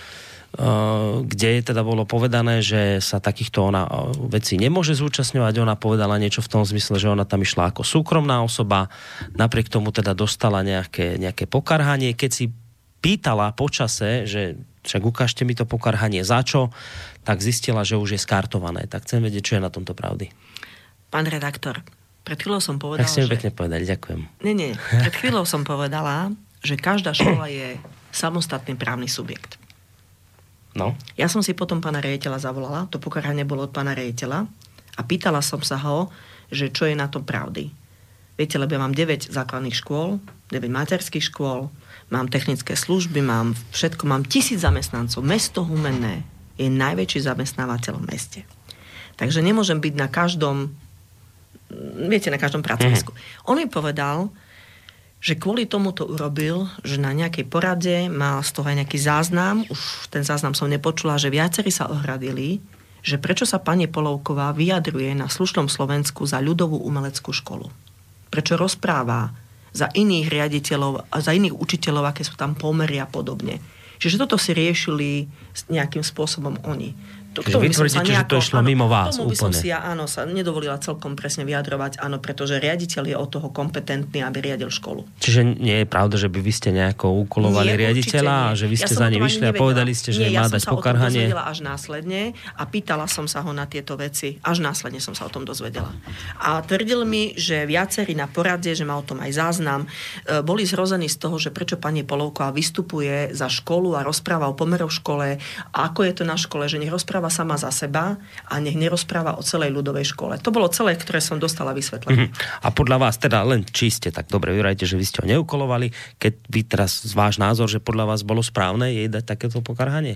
kde teda bolo povedané, že sa takýchto ona vecí nemôže zúčastňovať. Ona povedala niečo v tom zmysle, že ona tam išla ako súkromná osoba, napriek tomu teda dostala nejaké, nejaké pokarhanie. Keď si pýtala počase, že však ukážte mi to pokarhanie za čo, tak zistila, že už je skartované. Tak chcem vedieť, čo je na tomto pravdy. Pán redaktor, pred chvíľou som povedala, tak ste mi že... pekne povedali, ďakujem. Nie, nie. Pred chvíľou som povedala, že každá škola je samostatný právny subjekt. No. Ja som si potom pána riaditeľa zavolala, to pokarhanie bolo od pána riaditeľa a pýtala som sa ho, že čo je na tom pravdy. Viete, lebo ja mám deväť základných škôl, deväť materských škôl, mám technické služby, mám všetko, mám tisíc zamestnancov. Mesto Humenné je najväčší zamestnávateľ v meste. Takže nemôžem byť na každom, viete, na každom pracovisku. Mm-hmm. On mi povedal, že kvôli tomu to urobil, že na nejakej porade mal z toho aj nejaký záznam, už ten záznam som nepočula, že viacerí sa ohradili, že prečo sa pani Polovková vyjadruje na slušnom Slovensku za ľudovú umeleckú školu. Prečo rozpráva za iných riaditeľov a za iných učiteľov, aké sú tam pomery a podobne. Čiže toto si riešili nejakým spôsobom oni. To, vy tvrdíte, nejako, že to išlo áno, mimo vás tomu by úplne. Som si ja áno, sa nedovolila celkom presne vyjadrovať, áno, pretože riaditeľ je od toho kompetentný, aby riadil školu. Čiže nie je pravda, že by vy ste nejako ukolovali nie, riaditeľa a že vy ste ja za ním vyšli a povedali ste, že nie, má ja dať pokarhanie? Nie, ja som sa o tom dozvedela až následne a pýtala som sa ho na tieto veci. Až následne som sa o tom dozvedela. A tvrdil mi, že viacerí na porade, že má o tom aj záznam, boli zrození z toho, že prečo pani Polovková vystupuje za školu a rozpráva o pomeroch v škole, a ako je to na škole, že nech rozpráva sama za seba a nech nerozpráva o celej ľudovej škole. To bolo celé, ktoré som dostala vysvetlené. Mm-hmm. A podľa vás, teda len čiste, tak dobre, vyrajte, že vy ste ho neukolovali, keď vy teraz váš názor, že podľa vás bolo správne jej dať takéto pokarhanie?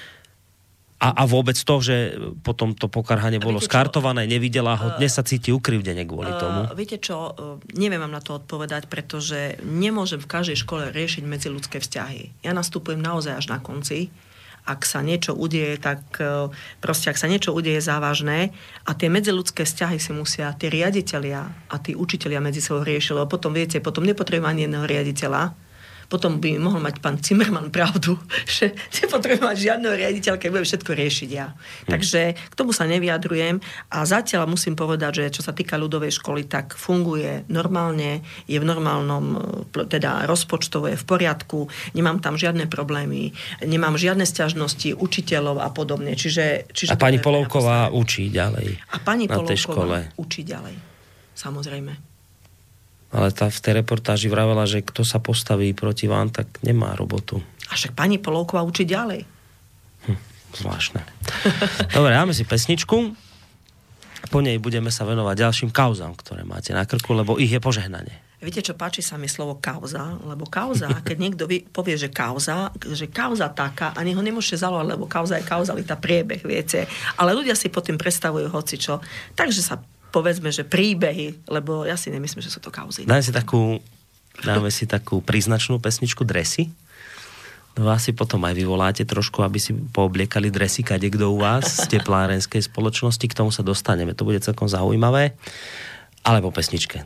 A, a vôbec to, že potom to pokarhanie bolo skartované, nevidela ho, dnes sa cíti ukrivdene kvôli tomu. Uh, viete čo, uh, neviem vám na to odpovedať, pretože nemôžem v každej škole riešiť medziľudské vzťahy. Ja nastupujem naozaj až na konci. Ak sa niečo udeje, tak proste, ak sa niečo udeje závažné a tie medziľudské vzťahy si musia tí riaditelia a tí učitelia medzi sebou riešiť, lebo potom, viete, potom nepotrebujem ani jedného riaditeľa, potom by mohol mať pán Zimmermann pravdu, že nepotrebujem mať žiadneho riaditeľa, keď budem všetko riešiť ja. Hm. Takže k tomu sa nevyjadrujem a zatiaľ musím povedať, že čo sa týka ľudovej školy, tak funguje normálne, je v normálnom, teda rozpočtovo je v poriadku, nemám tam žiadne problémy, nemám žiadne sťažnosti učiteľov a podobne. Čiže, čiže a pani Polovková učí ďalej. A pani Polovková škole učí ďalej. Samozrejme. Ale tá v tej reportáži vravela, že kto sa postaví proti vám, tak nemá robotu. A však pani Polovková učí ďalej. Hm, zvláštne. Dobre, dáme si pesničku. Po nej budeme sa venovať ďalším kauzám, ktoré máte na krku, lebo ich je požehnanie. Viete čo, páči sa mi slovo kauza, lebo kauza, keď niekto povie, že kauza, že kauza taká, ani ho nemôžete zalovať, lebo kauza je kauzalita, priebeh, viete. Ale ľudia si pod tým predstavujú hocičo. Takže sa povedzme, že príbehy, lebo ja si nemyslím, že sú to kauzy. Dáme si takú, dáme si takú príznačnú pesničku Dresy. Vás si potom aj vyvoláte trošku, aby si poobliekali dresy kadekdo u vás z teplárenskej spoločnosti. K tomu sa dostaneme. To bude celkom zaujímavé. Alebo pesničke.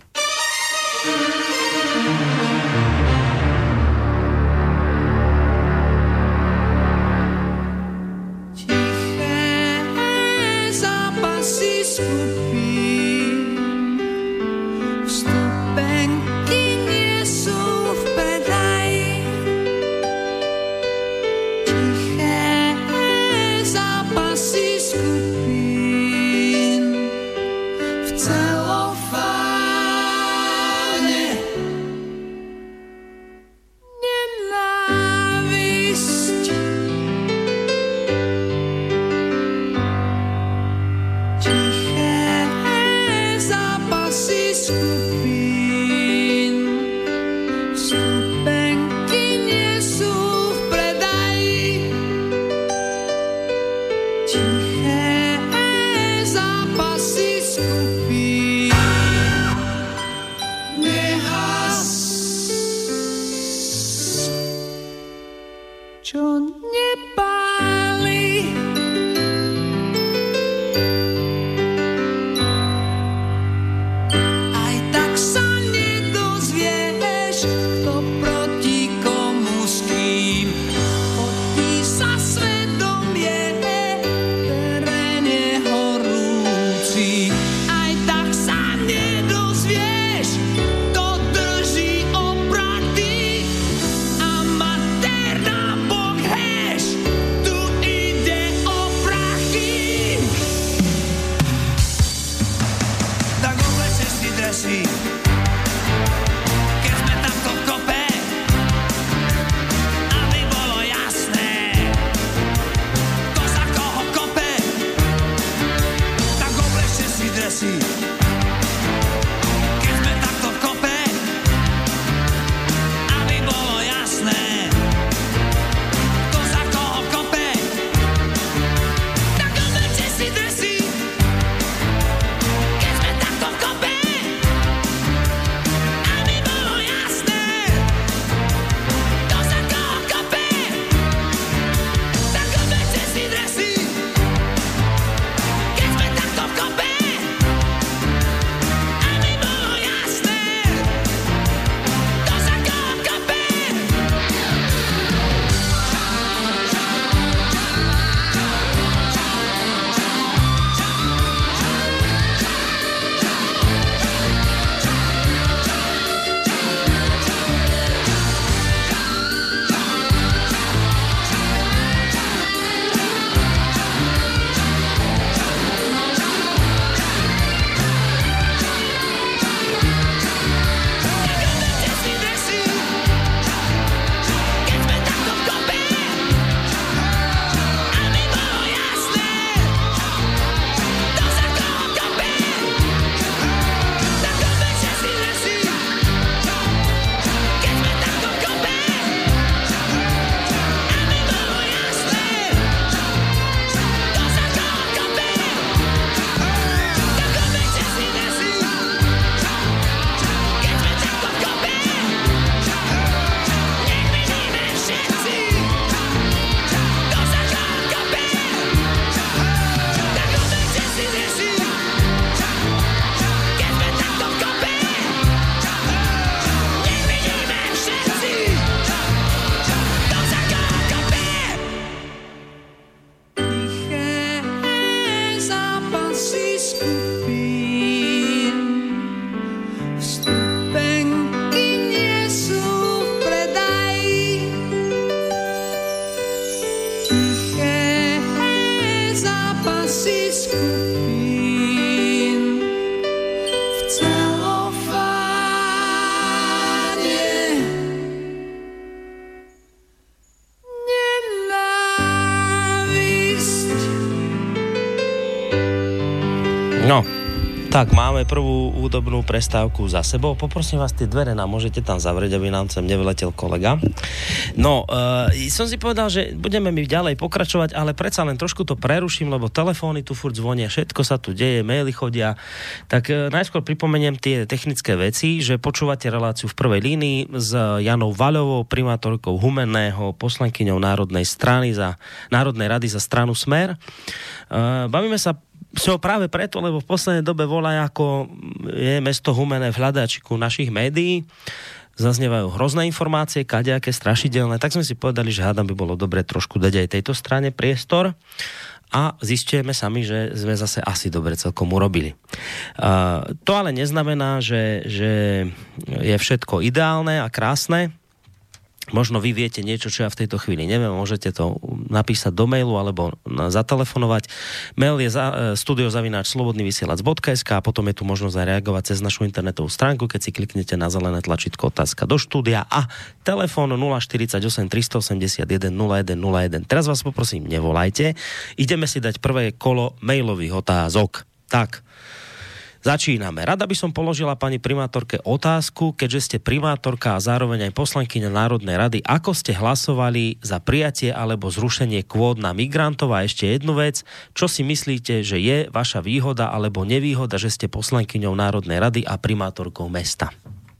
Tak, máme prvú údobnú prestávku za sebou. Poprosím vás, tie dvere nám môžete tam zavrieť, aby nám sem nevyletel kolega. No, uh, som si povedal, že budeme my ďalej pokračovať, ale predsa len trošku to preruším, lebo telefóny tu furt zvonia, všetko sa tu deje, maily chodia. Tak uh, najskôr pripomeniem tie technické veci, že počúvate reláciu v prvej línii s Janou Vaľovou, primátorkou Humenného, poslankyňou Národnej strany za Národnej rady za stranu Smer. Uh, bavíme sa So práve preto, lebo v poslednej dobe volá, ako je mesto Humenné v hľadáčiku našich médií. Zaznievajú hrozné informácie, kadejaké strašidelné. Tak sme si povedali, že hádam by bolo dobre trošku dať aj tejto strane priestor. A zistujeme sami, že sme zase asi dobre celkom urobili. Uh, to ale neznamená, že, že je všetko ideálne a krásne. Možno vy viete niečo, čo ja v tejto chvíli neviem, môžete to napísať do mailu alebo zatelefonovať. Mail je za, studio zavináč slobodný vysielač bodka es ká a potom je tu možnosť zareagovať cez našu internetovú stránku, keď si kliknete na zelené tlačítko otázka do štúdia a telefón nula štyridsaťosem tristoosemdesiatjeden nula jeden nula jeden. Teraz vás poprosím, nevolajte. Ideme si dať prvé kolo mailových otázok. Tak. Začíname. Rada by som položila pani primátorke otázku, keďže ste primátorka a zároveň aj poslankyňa Národnej rady, ako ste hlasovali za prijatie alebo zrušenie kvót na migrantov a ešte jednu vec, čo si myslíte, že je vaša výhoda alebo nevýhoda, že ste poslankyňou Národnej rady a primátorkou mesta?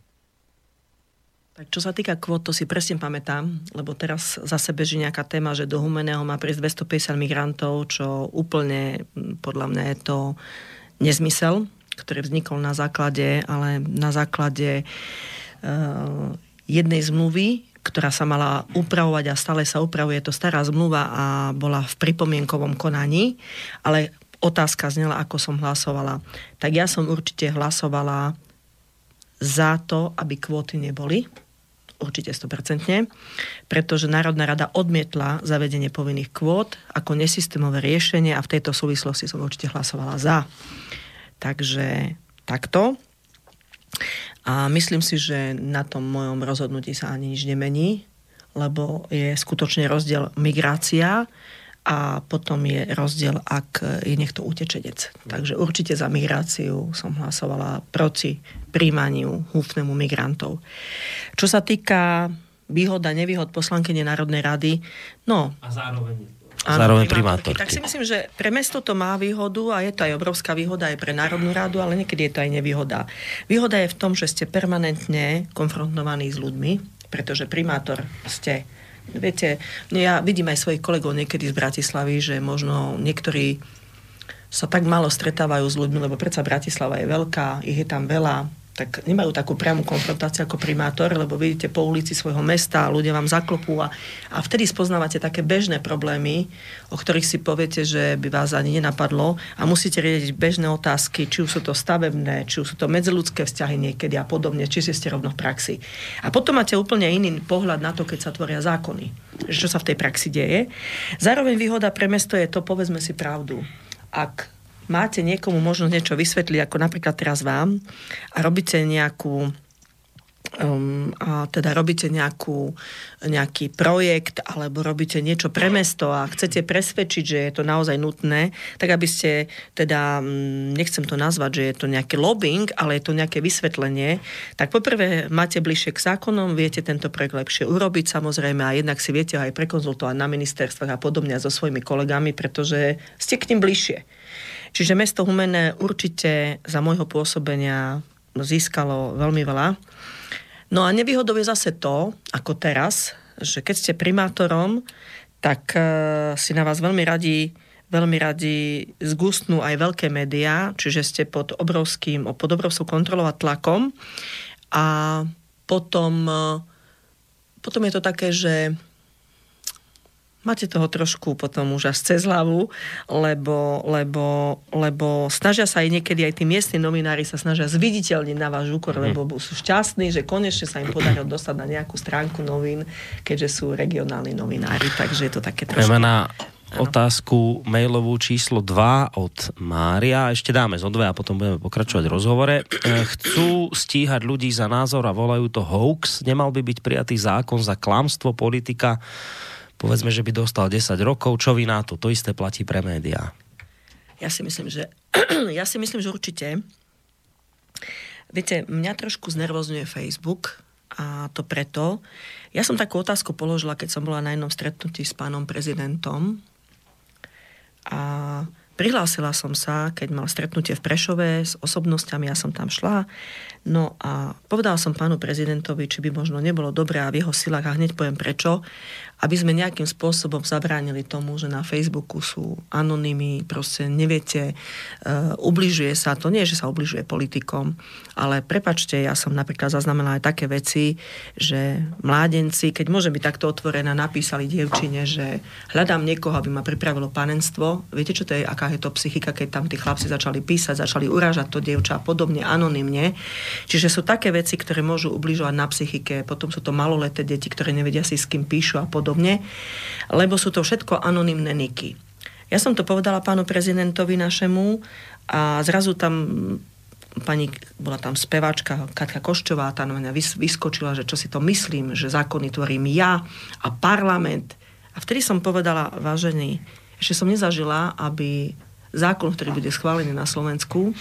Tak čo sa týka kvót, to si presne pamätám, lebo teraz zase beží nejaká téma, že do Humenného má prísť dvestopäťdesiat migrantov, čo úplne podľa mňa je to nezmysel, ktorý vznikol na základe, ale na základe uh, jednej zmluvy, ktorá sa mala upravovať a stále sa upravuje. To stará zmluva a bola v pripomienkovom konaní, ale otázka znela, ako som hlasovala. Tak ja som určite hlasovala za to, aby kvóty neboli. Určite sto percent, pretože Národná rada odmietla zavedenie povinných kvót ako nesystémové riešenie a v tejto súvislosti som určite hlasovala za. Takže takto. A myslím si, že na tom mojom rozhodnutí sa ani nič nemení, lebo je skutočne rozdiel migrácia a potom je rozdiel, ak je niekto utečenec. Takže určite za migráciu som hlasovala proti príjmaniu húfnemu migrantov. Čo sa týka výhod a nevýhod poslankyne Národnej rady, no... A zároveň... Áno, zároveň primátorky. primátorky. Tak si myslím, že pre mesto to má výhodu a je to aj obrovská výhoda aj pre Národnú radu, ale niekedy je to aj nevýhoda. Výhoda je v tom, že ste permanentne konfrontovaní s ľuďmi, pretože primátor ste... Viete, ja vidím aj svojich kolegov niekedy z Bratislavy, že možno niektorí sa tak málo stretávajú s ľuďmi, lebo predsa Bratislava je veľká, ich je tam veľa, tak nemajú takú priamu konfrontáciu ako primátor, lebo vidíte po ulici svojho mesta, ľudia vám zaklopú a, a vtedy spoznávate také bežné problémy, o ktorých si poviete, že by vás ani nenapadlo a musíte riešiť bežné otázky, či už sú to stavebné, či už sú to medziľudské vzťahy niekedy a podobne, či ste rovno v praxi. A potom máte úplne iný pohľad na to, keď sa tvoria zákony, že čo sa v tej praxi deje. Zároveň výhoda pre mesto je to, povedzme si pravdu. Ak máte niekomu možnosť niečo vysvetliť, ako napríklad teraz vám, a robíte nejakú um, a teda robíte nejakú, nejaký projekt, alebo robíte niečo pre mesto a chcete presvedčiť, že je to naozaj nutné, tak aby ste teda, nechcem to nazvať, že je to nejaký lobbying, ale je to nejaké vysvetlenie, tak poprvé máte bližšie k zákonom, viete tento projekt lepšie urobiť, samozrejme, a jednak si viete ho aj prekonzultovať na ministerstvách a podobne so svojimi kolegami, pretože ste k ním bližšie. Čiže mesto Humenné určite za môjho pôsobenia získalo veľmi veľa. No a nevýhodou je zase to, ako teraz, že keď ste primátorom, tak si na vás veľmi radi, veľmi radi zgustnú aj veľké médiá, čiže ste pod obrovským, pod obrovskou kontrolou a tlakom. A potom, potom je to také, že máte toho trošku potom už až cez hlavu, lebo, lebo, lebo snažia sa aj niekedy, aj tí miestni novinári sa snažia zviditeľniť na váš úkor, mm. lebo sú šťastní, že konečne sa im podarilo dostať na nejakú stránku novín, keďže sú regionálni novinári, takže je to také trošku... Preme na otázku mailovú číslo dva od Mária. Ešte dáme zo dve a potom budeme pokračovať v rozhovore. Chcú stíhať ľudí za názor a volajú to hoax. Nemal by byť prijatý zákon za klamstvo politika. Povedzme, že by dostal desať rokov. Čo vy na to? To isté platí pre médiá. Ja si myslím, že, ja si myslím, že určite, Viete, mňa trošku znervozňuje Facebook a to preto. Ja som takú otázku položila, keď som bola na jednom stretnutí s pánom prezidentom a prihlásila som sa, keď mal stretnutie v Prešove s osobnosťami, ja som tam šla. No a povedala som pánu prezidentovi, či by možno nebolo dobré a v jeho silách, a hneď poviem prečo, aby sme nejakým spôsobom zabránili tomu, že na Facebooku sú anonymy, proste neviete, uh, ubližuje sa, to nie je, že sa ubližuje politikom, ale prepačte, ja som napríklad zaznamenala aj také veci, že mládenci, keď môže byť takto otvorená, napísali dievčine, že hľadám niekoho, aby ma pripravilo panenstvo. Viete, čo to je, aká je to psychika, keď tam tí chlapci začali písať, začali urážať to dievča a podobne anonymne. Čiže sú také veci, ktoré môžu ubližovať na psychike, potom sú to maloleté deti, ktoré nevedia si s kým píšu a podobne, lebo sú to všetko anonymné niky. Ja som to povedala pánu prezidentovi našemu a zrazu tam pani, bola tam speváčka Katka Koščová, tá na mňa vyskočila, že čo si to myslím, že zákony tvorím ja a parlament. A vtedy som povedala, vážený, ešte som nezažila, aby zákon, ktorý bude schválený na Slovensku,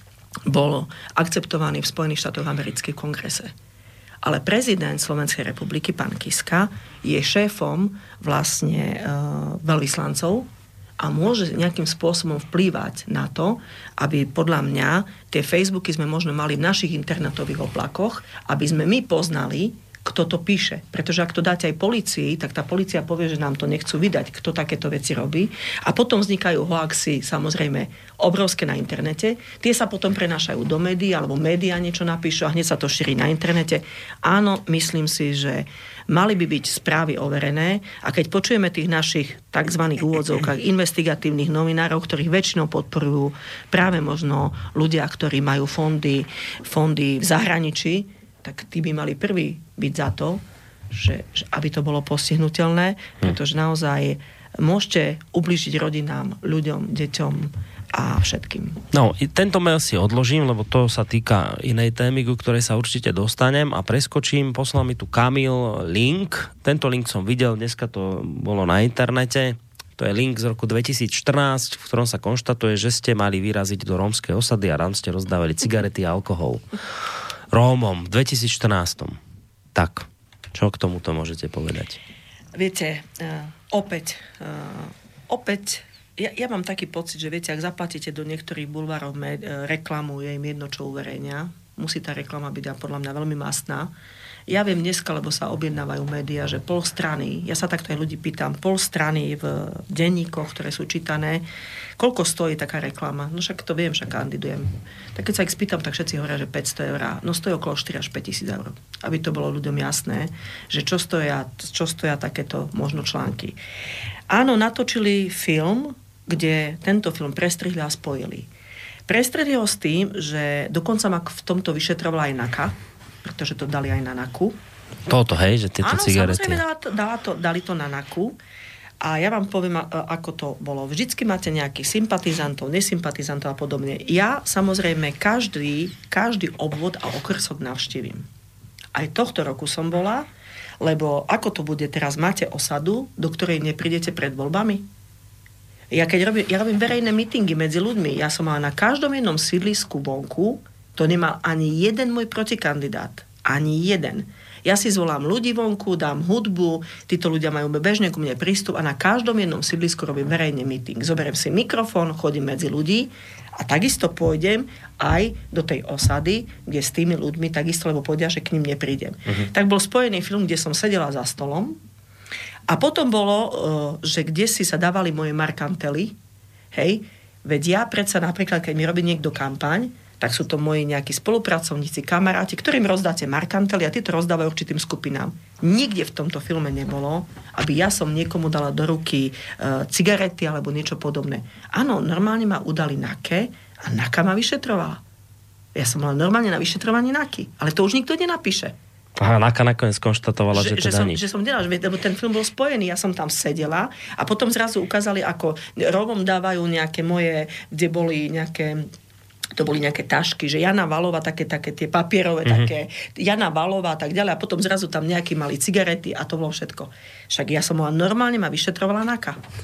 bol akceptovaný v Spojených štátoch amerických kongrese. Ale prezident Slovenskej republiky, pán Kiska, je šéfom vlastne e, veľvyslancov a môže nejakým spôsobom vplývať na to, aby podľa mňa tie Facebooky sme možno mali v našich internetových oblakoch, aby sme my poznali, kto to píše. Pretože ak to dáte aj polícii, tak tá polícia povie, že nám to nechcú vydať, kto takéto veci robí. A potom vznikajú hoaxy, samozrejme, obrovské na internete. Tie sa potom prenášajú do médií, alebo médiá niečo napíšu a hneď sa to šíri na internete. Áno, myslím si, že mali by byť správy overené a keď počujeme tých našich tzv. Úvodzovkách investigatívnych novinárov, ktorých väčšinou podporujú práve možno ľudia, ktorí majú fondy, fondy v zahraničí, tak tí by mali prvý byť za to, že, že aby to bolo postihnutelné, pretože naozaj môžete ublížiť rodinám, ľuďom, deťom a všetkým. No, tento mail si odložím, lebo to sa týka inej témy, ku ktorej sa určite dostanem a preskočím. Poslal mi tu Kamil link. Tento link som videl, dneska to bolo na internete. To je link z roku dvetisícštrnásť, v ktorom sa konštatuje, že ste mali vyraziť do rómskej osady a tam ste rozdávali cigarety a alkohol Rómom v dvetisícštrnásť. Tak, čo k tomuto môžete povedať? Viete, uh, opäť, uh, opäť, ja, ja mám taký pocit, že viete, ak zaplatíte do niektorých bulvárov med, uh, reklamu, je im jedno, čo uverejnia. Musí tá reklama byť podľa mňa veľmi masná. Ja viem dneska, lebo sa objednávajú médiá, že pol strany, ja sa takto aj ľudí pýtam, pol strany v denníkoch, ktoré sú čítané, koľko stojí taká reklama? No však to viem, však kandidujem. Tak keď sa ich spýtam, tak všetci hovoria, že päťsto eur. No stojí okolo štyri až päť tisíc eur. Aby to bolo ľuďom jasné, že čo stoja, čo stoja takéto možno články. Áno, natočili film, kde tento film prestrihli a spojili. Prestrihli ho s tým, že dokonca ma v tomto vyšetrovala aj NAKA, pretože to dali aj na NAKU. Toto, hej, že tieto áno, cigarety. Áno, samozrejme dala to, dala to, dali to na NAKU. A ja vám poviem, ako to bolo. Vždycky máte nejakých sympatizantov, nesympatizantov a podobne. Ja samozrejme každý, každý obvod a okrsok navštívim. Aj tohto roku som bola, lebo ako to bude teraz, máte osadu, do ktorej neprídete pred voľbami? Ja keď robím, ja robím verejné mítingy medzi ľuďmi, ja som mala na každom jednom sídlisku vonku, to nemal ani jeden môj protikandidát. Ani jeden. Ja si zvolám ľudí vonku, dám hudbu, títo ľudia majú bežne ku mne prístup a na každom jednom sídlisku robím verejný meeting. Zoberiem si mikrofón, chodím medzi ľudí a takisto pôjdem aj do tej osady, kde s tými ľuďmi takisto, lebo povedia, že k ním neprídem. Uh-huh. Tak bol spojený film, kde som sedela za stolom a potom bolo, že kde si sa dávali moje markantely, hej, veď ja predsa napríklad, keď mi robí niekto kampaň, tak sú to moji nejakí spolupracovníci, kamaráti, ktorým rozdáte markantely a tí to rozdávajú určitým skupinám. Nikde v tomto filme nebolo, aby ja som niekomu dala do ruky e, cigarety alebo niečo podobné. Áno, normálne ma udali NAKE a NAKA ma vyšetrovala. Ja som mala normálne na vyšetrovanie NAKY, ale to už nikto nenapíše. Aha, NAKA nakoniec konštatovala, že, že teda som, nič. Že som delala, lebo ten film bol spojený, ja som tam sedela a potom zrazu ukázali, ako Rómom dávajú nejaké moje, kde boli nejaké to boli nejaké tašky, že Jana Valová, také, také tie papierové, mm-hmm. také, Jana Valová a tak ďalej a potom zrazu tam nejakí mali cigarety a to bolo všetko. Však ja som mala normálne, ma vyšetrovala NAKA.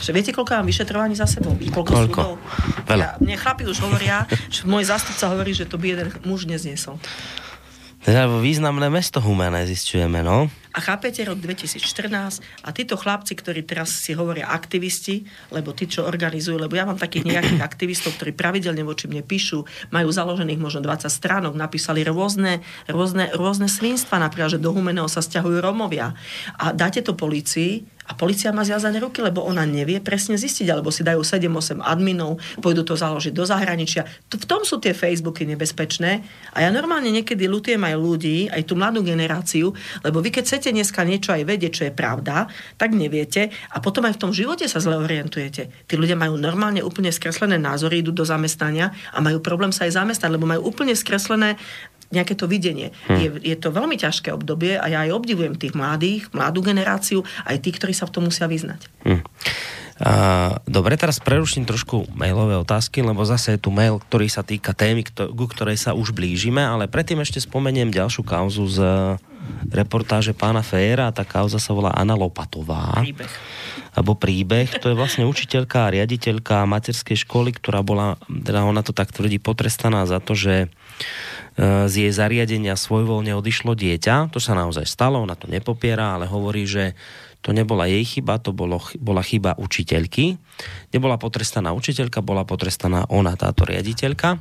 Že viete, koľko mám vyšetrovaní za sebou? Koľko, koľko? súdov? Veľa. Ja, mne chlapi už hovoria, že môj zástupca hovorí, že to by jeden muž nezniesol. Teda významné mesto Humenné zisťujeme, no. A chápete, rok dvetisícštrnásť a títo chlapci, ktorí teraz si hovoria aktivisti, lebo tí, čo organizujú, lebo ja mám takých nejakých aktivistov, ktorí pravidelne voči mne píšu, majú založených možno dvadsať stránok, napísali rôzne, rôzne, rôzne svinstva, napríklad, že do Humenného sa sťahujú Rómovia. A dáte to polícii, a polícia má zviazané ruky, lebo ona nevie presne zistiť, alebo si dajú sedem osem adminov, pôjdu to založiť do zahraničia. V tom sú tie Facebooky nebezpečné. A ja normálne niekedy ľutujem aj ľudí, aj tú mladú generáciu, lebo vy keď chcete dneska niečo aj vedieť, čo je pravda, tak neviete a potom aj v tom živote sa zle orientujete. Tí ľudia majú normálne úplne skreslené názory, idú do zamestnania a majú problém sa aj zamestnať, lebo majú úplne skreslené nejaké to videnie. Hmm. Je, je to veľmi ťažké obdobie a ja aj obdivujem tých mladých, mladú generáciu, aj tých, ktorí sa v tom musia vyznať. Hmm. Uh, dobre, teraz preruším trošku mailové otázky, lebo zase je tu mail, ktorý sa týka témy, kto, ku ktorej sa už blížime, ale predtým ešte spomeniem ďalšiu kauzu z reportáže pána Féra. Tá kauza sa volá Anna Lopatová. Príbeh. Alebo príbeh. To je vlastne učiteľka a riaditeľka materskej školy, ktorá bola, teda ona to tak tvrdí, potrestaná za to, že z jej zariadenia svojvoľne odišlo dieťa. To sa naozaj stalo, ona to nepopiera, ale hovorí, že to nebola jej chyba, to bolo, bola chyba učiteľky. Nebola potrestaná učiteľka, bola potrestaná ona, táto riaditeľka.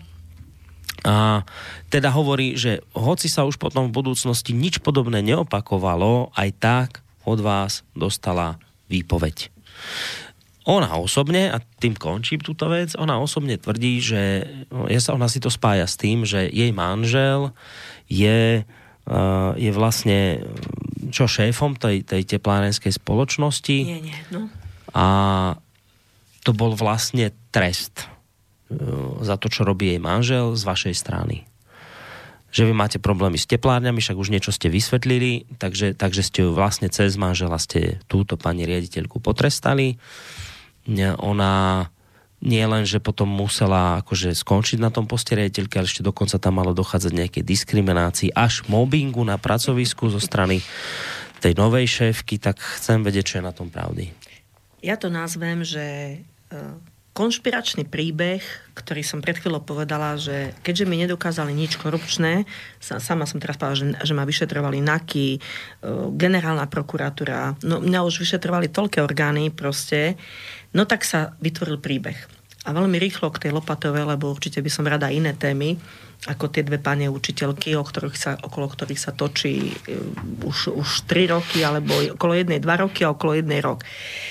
A teda hovorí, že hoci sa už potom v budúcnosti nič podobné neopakovalo, aj tak od vás dostala výpoveď. Ona osobne, a tým končím túto vec, ona osobne tvrdí, že ona si to spája s tým, že jej manžel je, je vlastne čo šéfom tej, tej teplárenskej spoločnosti. Nie, nie, no. A to bol vlastne trest za to, čo robí jej manžel z vašej strany. Že vy máte problémy s teplárňami, však už niečo ste vysvetlili, takže, takže ste ju vlastne cez manžela ste túto pani riaditeľku potrestali. Ona nie len, že potom musela akože skončiť na tom poste riaditeľky, ale ešte dokonca tam malo dochádzať nejakej diskriminácii až mobbingu na pracovisku zo strany tej novej šéfky, tak chcem vedieť, čo je na tom pravdy. Ja to nazvem, že konšpiračný príbeh, ktorý som pred chvíľou povedala, že keďže mi nedokázali nič korupčné, sama som teraz povedala, že, že ma vyšetrovali NAKY, generálna prokuratúra, no mňa už vyšetrovali toľké orgány proste, no tak sa vytvoril príbeh. A veľmi rýchlo k tej Lopatovej, lebo určite by som rada iné témy, ako tie dve pani učiteľky, o ktorých sa, okolo ktorých sa točí už, už tri roky, alebo okolo jednej dva roky a okolo jednej rok.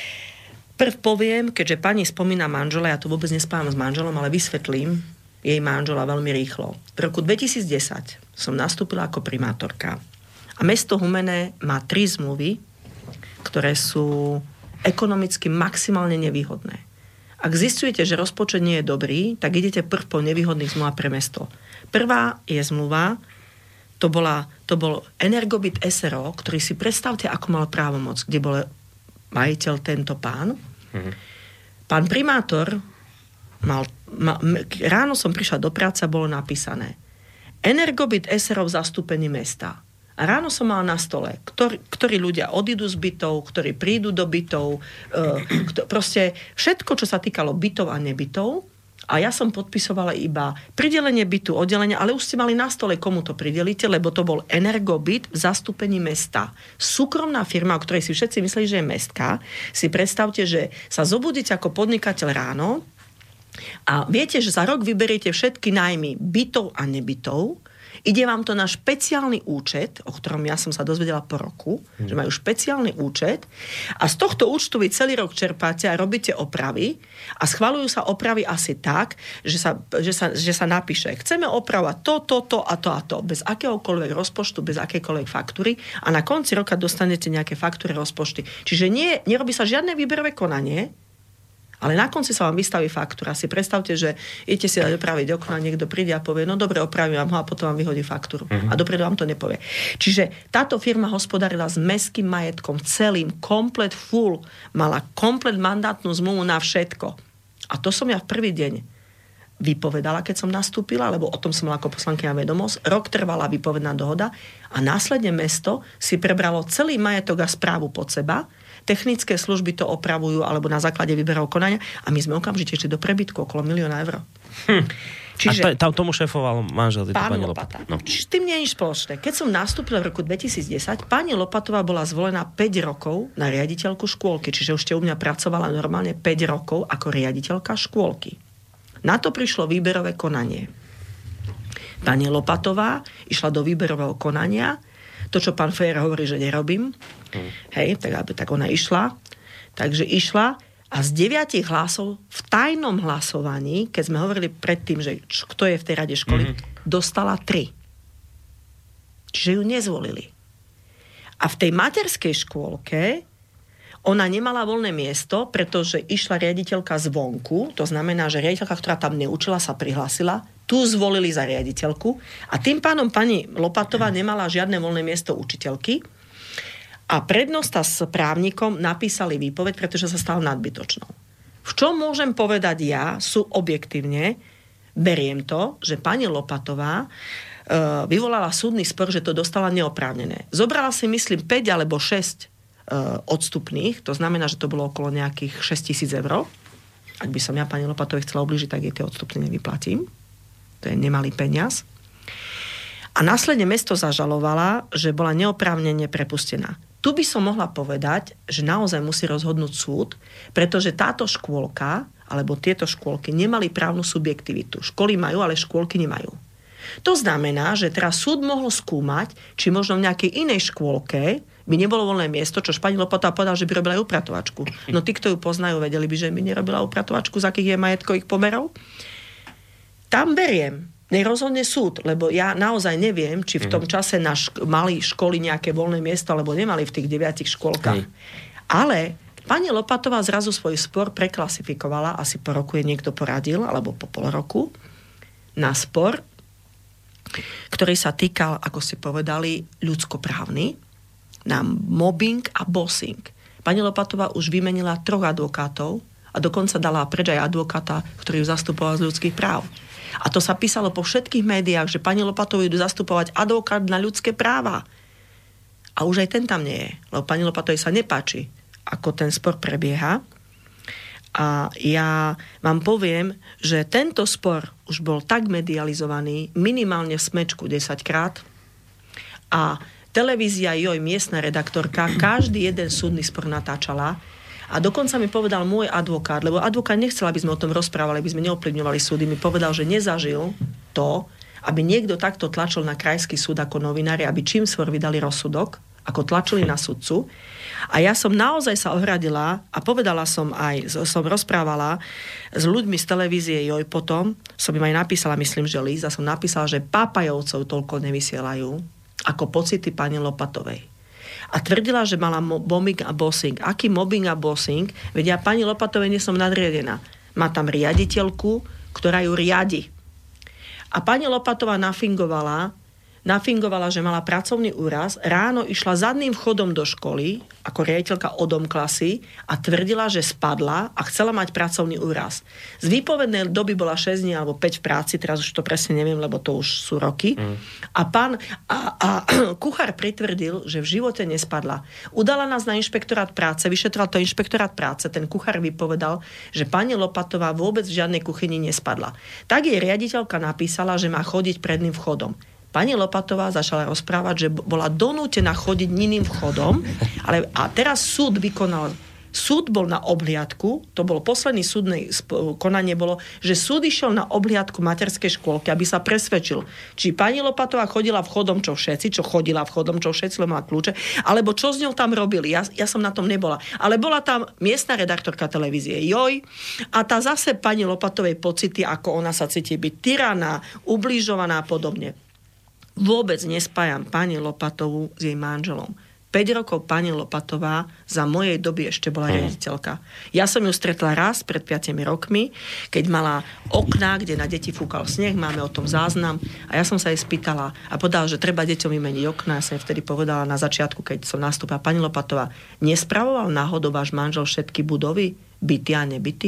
Prv poviem, keďže pani spomína manžela, ja tu vôbec nespávam s manželom, ale vysvetlím jej manžela veľmi rýchlo. V roku dvetisícdesať som nastúpila ako primátorka a mesto Humenné má tri zmluvy, ktoré sú ekonomicky maximálne nevýhodné. Ak zistujete, že rozpočet nie je dobrý, tak idete prv po nevýhodných zmluvách pre mesto. Prvá je zmluva, to, bola, to bol Energobit es er o, ktorý si predstavte, ako mal právomoc, kde bol majiteľ tento pán. Mhm. Pán primátor mal, mal, ráno som prišla do práce a bolo napísané Energobit es er o v zastúpení mesta. A ráno som mal na stole, ktorý, ktorí ľudia odídu z bytov, ktorí prídu do bytov, e, kto, proste všetko, čo sa týkalo bytov a nebytov. A ja som podpisovala iba pridelenie bytu, oddelenia, ale už ste mali na stole, komu to pridelíte, lebo to bol Energobit v zastúpení mesta. Súkromná firma, o ktorej si všetci mysleli, že je mestská. Si predstavte, že sa zobudíte ako podnikateľ ráno a viete, že za rok vyberiete všetky nájmy bytov a nebytov. Ide vám to na špeciálny účet, o ktorom ja som sa dozvedela po roku, mm. že majú špeciálny účet a z tohto účtu vy celý rok čerpáte a robíte opravy a schvaľujú sa opravy asi tak, že sa, že sa, že sa napíše, chceme opravať to, to, to a to a to, bez akéhokoľvek rozpočtu, bez akékoľvek faktúry a na konci roka dostanete nejaké faktúry, rozpočty. Čiže nie, nerobí sa žiadne výberové konanie, ale na konci sa vám vystaví faktúra. Si predstavte, že idete si dať opraviť okno a niekto príde a povie, no dobre, opravím vám ho a potom vám vyhodí faktúru. Uh-huh. A dopredu vám to nepovie. Čiže táto firma hospodarila s mestským majetkom celým, komplet full. Mala komplet mandátnu zmluvu na všetko. A to som ja v prvý deň vypovedala, keď som nastúpila, lebo o tom som mala ako poslankyňa vedomosť. Rok trvala výpovedná dohoda a následne mesto si prebralo celý majetok a správu pod seba. Technické služby to opravujú alebo na základe výberov konania a my sme okamžite išli do prebytku okolo milióna eur. Hm. Čiže, a tam tomu šéfoval manžel tejto pani Lopata. No. Čiže tým nie je nič spoločné. Keď som nastúpila v roku dvetisícdesať, pani Lopatová bola zvolená päť rokov na riaditeľku škôlky, čiže už ste u mňa pracovala normálne päť rokov ako riaditeľka škôlky. Na to prišlo výberové konanie. Pani Lopatová išla do výberového konania, to, čo pán Fér hovorí, že nerobím, hmm. hej, tak, tak ona išla, takže išla a z deviatich hlasov v tajnom hlasovaní, keď sme hovorili predtým, že čo, kto je v tej rade školy, mm-hmm. dostala tri. Čiže ju nezvolili. A v tej materskej škôlke ona nemala voľné miesto, pretože išla riaditeľka zvonku, to znamená, že riaditeľka, ktorá tam neučila, sa prihlásila, tu zvolili za riaditeľku a tým pánom pani Lopatová nemala žiadne voľné miesto učiteľky. A prednosta s právnikom napísali výpoveď, pretože sa stala nadbytočnou. V čom môžem povedať ja, sú objektívne, beriem to, že pani Lopatová e, vyvolala súdny spor, že to dostala neoprávnené. Zobrala si, myslím, päť alebo šesť e, odstupných, to znamená, že to bolo okolo nejakých šesťtisíc eur. Ak by som ja pani Lopatovej chcela ublížiť, tak jej tie odstupné nevyplatím. To je nemalý peniaz. A následne mesto zažalovala, že bola neoprávnene prepustená. Tu by som mohla povedať, že naozaj musí rozhodnúť súd, pretože táto škôlka, alebo tieto škôlky nemali právnu subjektivitu. Školy majú, ale škôlky nemajú. To znamená, že teraz súd mohol skúmať, či možno v nejakej inej škôlke by nebolo voľné miesto, čo pani Lopatová povedal, že by robila aj upratovačku. No tí, kto ju poznajú, vedeli by, že by nerobila upratovačku, z akých je majetkových pomerov. Tam beriem. Nerozhodne súd, lebo ja naozaj neviem, či v tom čase na šk- mali školy nejaké voľné miesto, alebo nemali v tých deviatich škôlkach. Hej. Ale pani Lopatová zrazu svoj spor preklasifikovala, asi po roku je niekto poradil, alebo po pol roku, na spor, ktorý sa týkal, ako ste povedali, ľudskoprávny, na mobbing a bossing. Pani Lopatová už vymenila troch advokátov a dokonca dala preč aj advokáta, ktorý ju zastupoval z ľudských práv. A to sa písalo po všetkých médiách, že pani Lopatovú idú zastupovať advokát na ľudské práva. A už aj ten tam nie je. Lebo pani Lopatovej sa nepáči, ako ten spor prebieha. A ja vám poviem, že tento spor už bol tak medializovaný, minimálne v Smečku desaťkrát. A televízia Joj, miestna redaktorka, každý jeden súdny spor natáčala. A dokonca mi povedal môj advokát, lebo advokát nechcel, aby sme o tom rozprávali, aby sme neovplyvňovali súdy, mi povedal, že nezažil to, aby niekto takto tlačil na krajský súd ako novinári, aby čím skôr vydali rozsudok, ako tlačili na sudcu. A ja som naozaj sa ohradila a povedala som aj, som rozprávala s ľuďmi z televízie Joj potom, som im aj napísala, myslím, že list, a som napísala, že Pápajovcov toľko nevysielajú, ako pocity pani Lopatovej. A tvrdila, že mala mobbing a bossing. Aký mobbing a bossing? Veď ja pani Lopatovej nie som nadriadená. Má tam riaditeľku, ktorá ju riadi. A pani Lopatová nafingovala, nafingovala, že mala pracovný úraz, ráno išla zadným vchodom do školy, ako riaditeľka odom klasy, a tvrdila, že spadla a chcela mať pracovný úraz. Z výpovednej doby bola šesť dní alebo päť v práci, teraz už to presne neviem, lebo to už sú roky. Mm. A pán a, a kuchár pritvrdil, že v živote nespadla. Udala nás na inšpektorát práce, vyšetroval to inšpektorát práce, ten kuchár vypovedal, že pani Lopatová vôbec v žiadnej kuchyni nespadla. Tak jej riaditeľka napísala, že má chodiť predným vchodom. Pani Lopatová začala rozprávať, že bola donútená chodiť iným vchodom, ale a teraz súd vykonal, súd bol na obhliadku, to bolo posledný súdne konanie bolo, že súd išiel na obhliadku materskej škôlky, aby sa presvedčil, či pani Lopatová chodila vchodom, čo všetci, čo chodila vchodom, čo všetci, lebo má kľúče, alebo čo s ňou tam robili. Ja, ja som na tom nebola. Ale bola tam miestna redaktorka televízie Joj a tá zase pani Lopatovej pocity, ako ona sa cíti byť tyraná, ubližovaná a podobne. Vôbec nespájam pani Lopatovú s jej manželom. päť rokov pani Lopatová za mojej doby ešte bola riaditeľka. Ja som ju stretla raz pred piatimi rokmi, keď mala okná, kde na deti fúkal sneh, máme o tom záznam, a ja som sa jej spýtala a povedala, že treba deťom vymeniť okná. Ja som jej vtedy povedala na začiatku, keď som nastúpila, pani Lopatová, nespravoval náhodou váš manžel všetky budovy, byty a nebyty?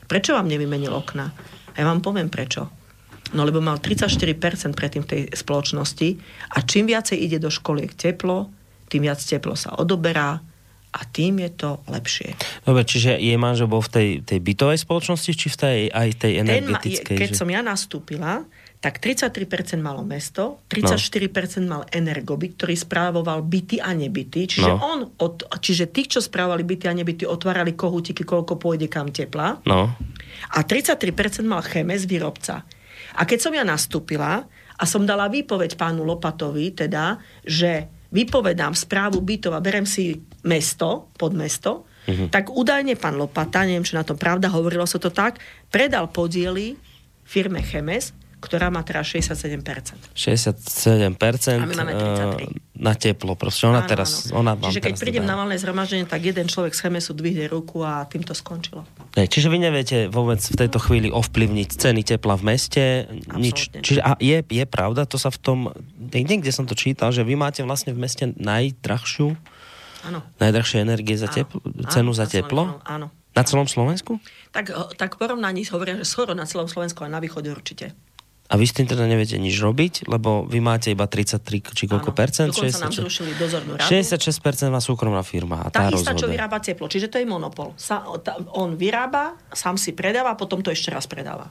Prečo vám nevymenil okná? A ja vám poviem prečo. No lebo mal tridsaťštyri percent predtým v tej spoločnosti a čím viacej ide do školiek teplo, tým viac teplo sa odoberá a tým je to lepšie. Dobre, čiže je manžel bol v tej, tej bytovej spoločnosti, či v tej, aj tej energetickej? Ten ma, keď že... som ja nastúpila, tak tridsaťtri percent malo mesto, tridsaťštyri percent no. mal Energobyt, ktorý správoval byty a nebyty. Čiže, no. on od, čiže tí, čo správovali byty a nebyty, otvárali kohútiky, koľko pôjde kam tepla. No. A tridsaťtri percent mal Chemes, výrobca. A keď som ja nastúpila a som dala výpoveď pánu Lopatovi, teda, že vypovedám správu bytov a berem si mesto, pod mesto, uh-huh. tak údajne pán Lopata, neviem, čo na tom pravda, hovorilo sa to tak, predal podiely firme Chemes, ktorá má teraz šesťdesiatsedem percent. šesťdesiatsedem percent a my máme tridsaťtri. Na teplo. Proste ona áno, teraz... Áno. Ona Čiže keď teraz prídem dodá. na valné zhromaždenie, tak jeden človek z Chemesu dvihne ruku a tým to skončilo. Ne, čiže vy neviete vôbec v tejto chvíli ovplyvniť ceny tepla v meste? Nič. Čiže, a je, je pravda, to sa v tom... Niekde som to čítal, že vy máte vlastne v meste najdrahšiu áno. najdrahšie energie za teplo, áno, cenu áno, za teplo? Áno. Na celom Slovensku? Tak, tak porovnaní hovoria, že skoro na celom Slovensku a na východe určite. A vy s tým teda neviete nič robiť, lebo vy máte iba tridsaťtri či koľko áno, percent? Dokonca nám zrušili dozornú radu. šesťdesiatšesť percent má súkromná firma. A tá, tá istá, rozhoda. čo vyrába teplo. Čiže to je monopol. Sa, tá, on vyrába, sám si predáva, potom to ešte raz predáva.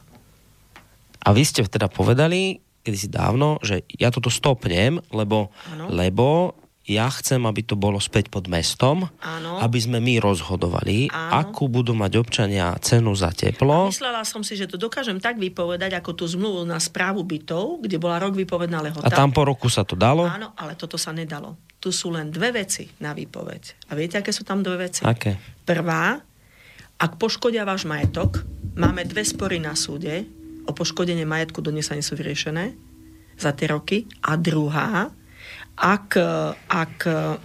A vy ste teda povedali kedysi dávno, že ja toto stopnem, lebo, lebo ja chcem, aby to bolo späť pod mestom, áno. aby sme my rozhodovali, áno. akú budú mať občania cenu za teplo. A myslela som si, že to dokážem tak vypovedať, ako tú zmluvu na správu bytov, kde bola rok výpovedná lehota. A tam po roku sa to dalo? Áno, ale toto sa nedalo. Tu sú len dve veci na výpoveď. A viete, aké sú tam dve veci? Aké? Prvá, ak poškodia váš majetok, máme dve spory na súde o poškodenie majetku, dodnes sa nie sú vyriešené za tie roky. A druhá, Ak, ak,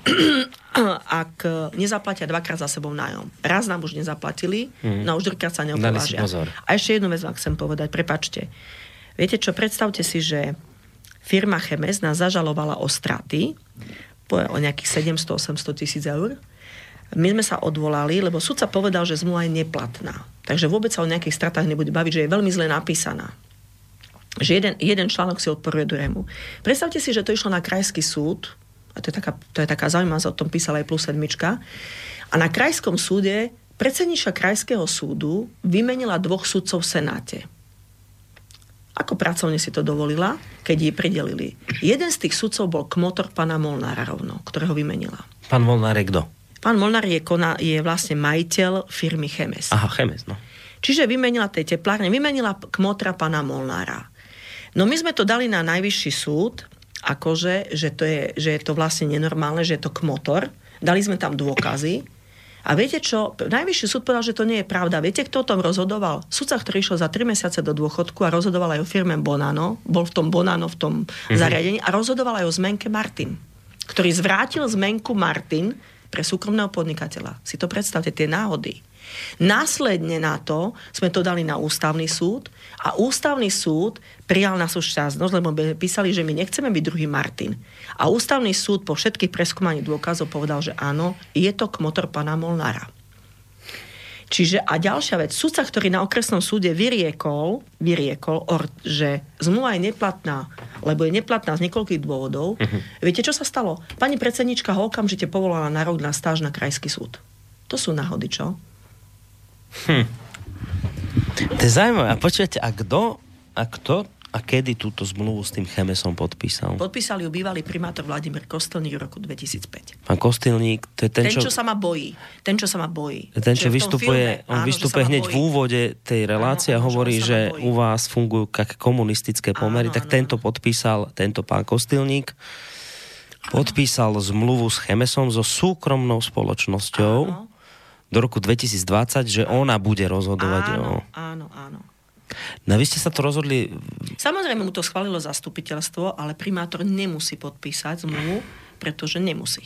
ak nezaplatia dvakrát za sebou nájom. Raz nám už nezaplatili, mm. no už druhýkrát sa neopovážia. A ešte jednu vec vám chcem povedať, prepáčte. Viete čo, predstavte si, že firma Chemes nás zažalovala o straty o nejakých sedemsto až osemsto tisíc eur. My sme sa odvolali, lebo sudca povedal, že zmluva je neplatná. Takže vôbec sa o nejakých stratách nebude baviť, že je veľmi zle napísaná. Že jeden, jeden článok si odporuje druhému. Predstavte si, že to išlo na krajský súd, a to je taká, to je taká zaujímavá, o tom písala aj plus sedmička, a na krajskom súde predsedníčka krajského súdu vymenila dvoch sudcov v Senáte. Ako pracovne si to dovolila, keď jej pridelili. Jeden z tých sudcov bol kmotor pána Molnára rovno, ktorého vymenila. Pán Molnár je kto? Pán Molnár je, kona, je vlastne majiteľ firmy Chemes. Aha, Chemes, no. Čiže vymenila tej teplárne, vymenila kmotra pána Molnára. No my sme to dali na najvyšší súd, akože, že to je, že je to vlastne nenormálne, že je to kmotor. Dali sme tam dôkazy. A viete čo? Najvyšší súd povedal, že to nie je pravda. Viete, kto o tom rozhodoval? Sudca, ktorý išiel za tri mesiace do dôchodku a rozhodoval aj o firme Bonano, bol v tom Bonano, v tom mm-hmm. zariadení a rozhodoval aj o zmenke Martin, ktorý zvrátil zmenku Martin pre súkromného podnikateľa. Si to predstavte, tie náhody. Následne na to sme to dali na ústavný súd a ústavný súd prijal nás už šťastnosť, lebo písali, že my nechceme byť druhý Martin. A ústavný súd po všetkých preskúmaní dôkazov povedal, že áno, je to kmotor pána Molnára. Čiže a ďalšia vec, sudca, ktorý na okresnom súde vyriekol, vyriekol or, že zmluva je neplatná, lebo je neplatná z niekoľkých dôvodov. Uh-huh. Viete, čo sa stalo? Pani predsednička ho okamžite povolala na rok na stáž na krajský súd. To sú náhody, čo? Hm. To je zaujímavé. A počujete, a kto, a kto a kedy túto zmluvu s tým Chemesom podpísal? Podpísal ju bývalý primátor Vladimír Kostelník v roku dvetisícpäť. Pán Kostelník, to je ten, ten čo... čo sa ma bojí. Ten, čo sa ma bojí. Ten, čo vystupuje, filme, on áno, vystupuje hneď v úvode tej relácie áno, áno, a hovorí, že, že u vás fungujú jak komunistické pomery, áno, tak áno, tento áno. podpísal, tento pán Kostelník podpísal zmluvu s Chemesom so súkromnou spoločnosťou áno. do roku dvetisícdvadsať, že ona bude rozhodovať áno, o... Áno, áno. No vy ste sa to rozhodli... Samozrejme mu to schválilo zastupiteľstvo, ale primátor nemusí podpísať zmluvu, pretože nemusí.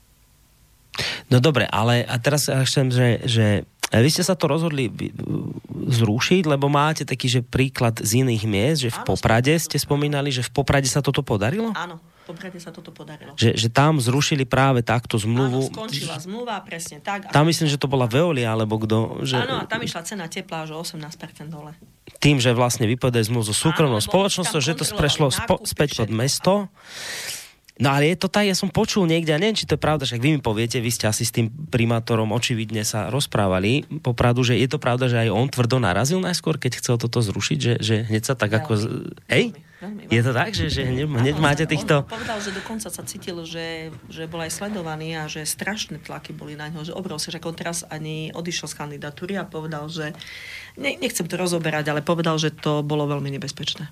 No dobre, ale a teraz ja chcem, že, že vy ste sa to rozhodli zrušiť, lebo máte taký, že príklad z iných miest, že v Poprade ste spomínali, že v Poprade sa toto podarilo? Áno, v Poprade sa toto podarilo. Že, že tam zrušili práve takto zmluvu. Áno, skončila zmluva, presne tak. Tam myslím, že to bola Veolia, alebo kto. Že... Áno, a tam išla cena tepla až o osemnásť percent dole. Tým, že vlastne vypovedali zmluvu so súkromnou spoločnosťou, že to prešlo spo, späť pod mesto. No ale je to tak, ja som počul niekde, a neviem, či to je pravda, však vy mi poviete, vy ste asi s tým primátorom očividne sa rozprávali, popravdu, že je to pravda, že aj on tvrdo narazil najskôr, keď chcel toto zrušiť, že, že hneď sa tak veľmi, ako... Hej? Veľmi, veľmi. Je to tak, že, že hneď, hneď on, máte týchto... On povedal, že dokonca sa cítil, že, že bol aj sledovaný a že strašné tlaky boli na ňo, že obrovské, že on teraz ani odišiel z kandidatúry a povedal, že ne, nechcem to rozoberať, ale povedal, že to bolo veľmi nebezpečné.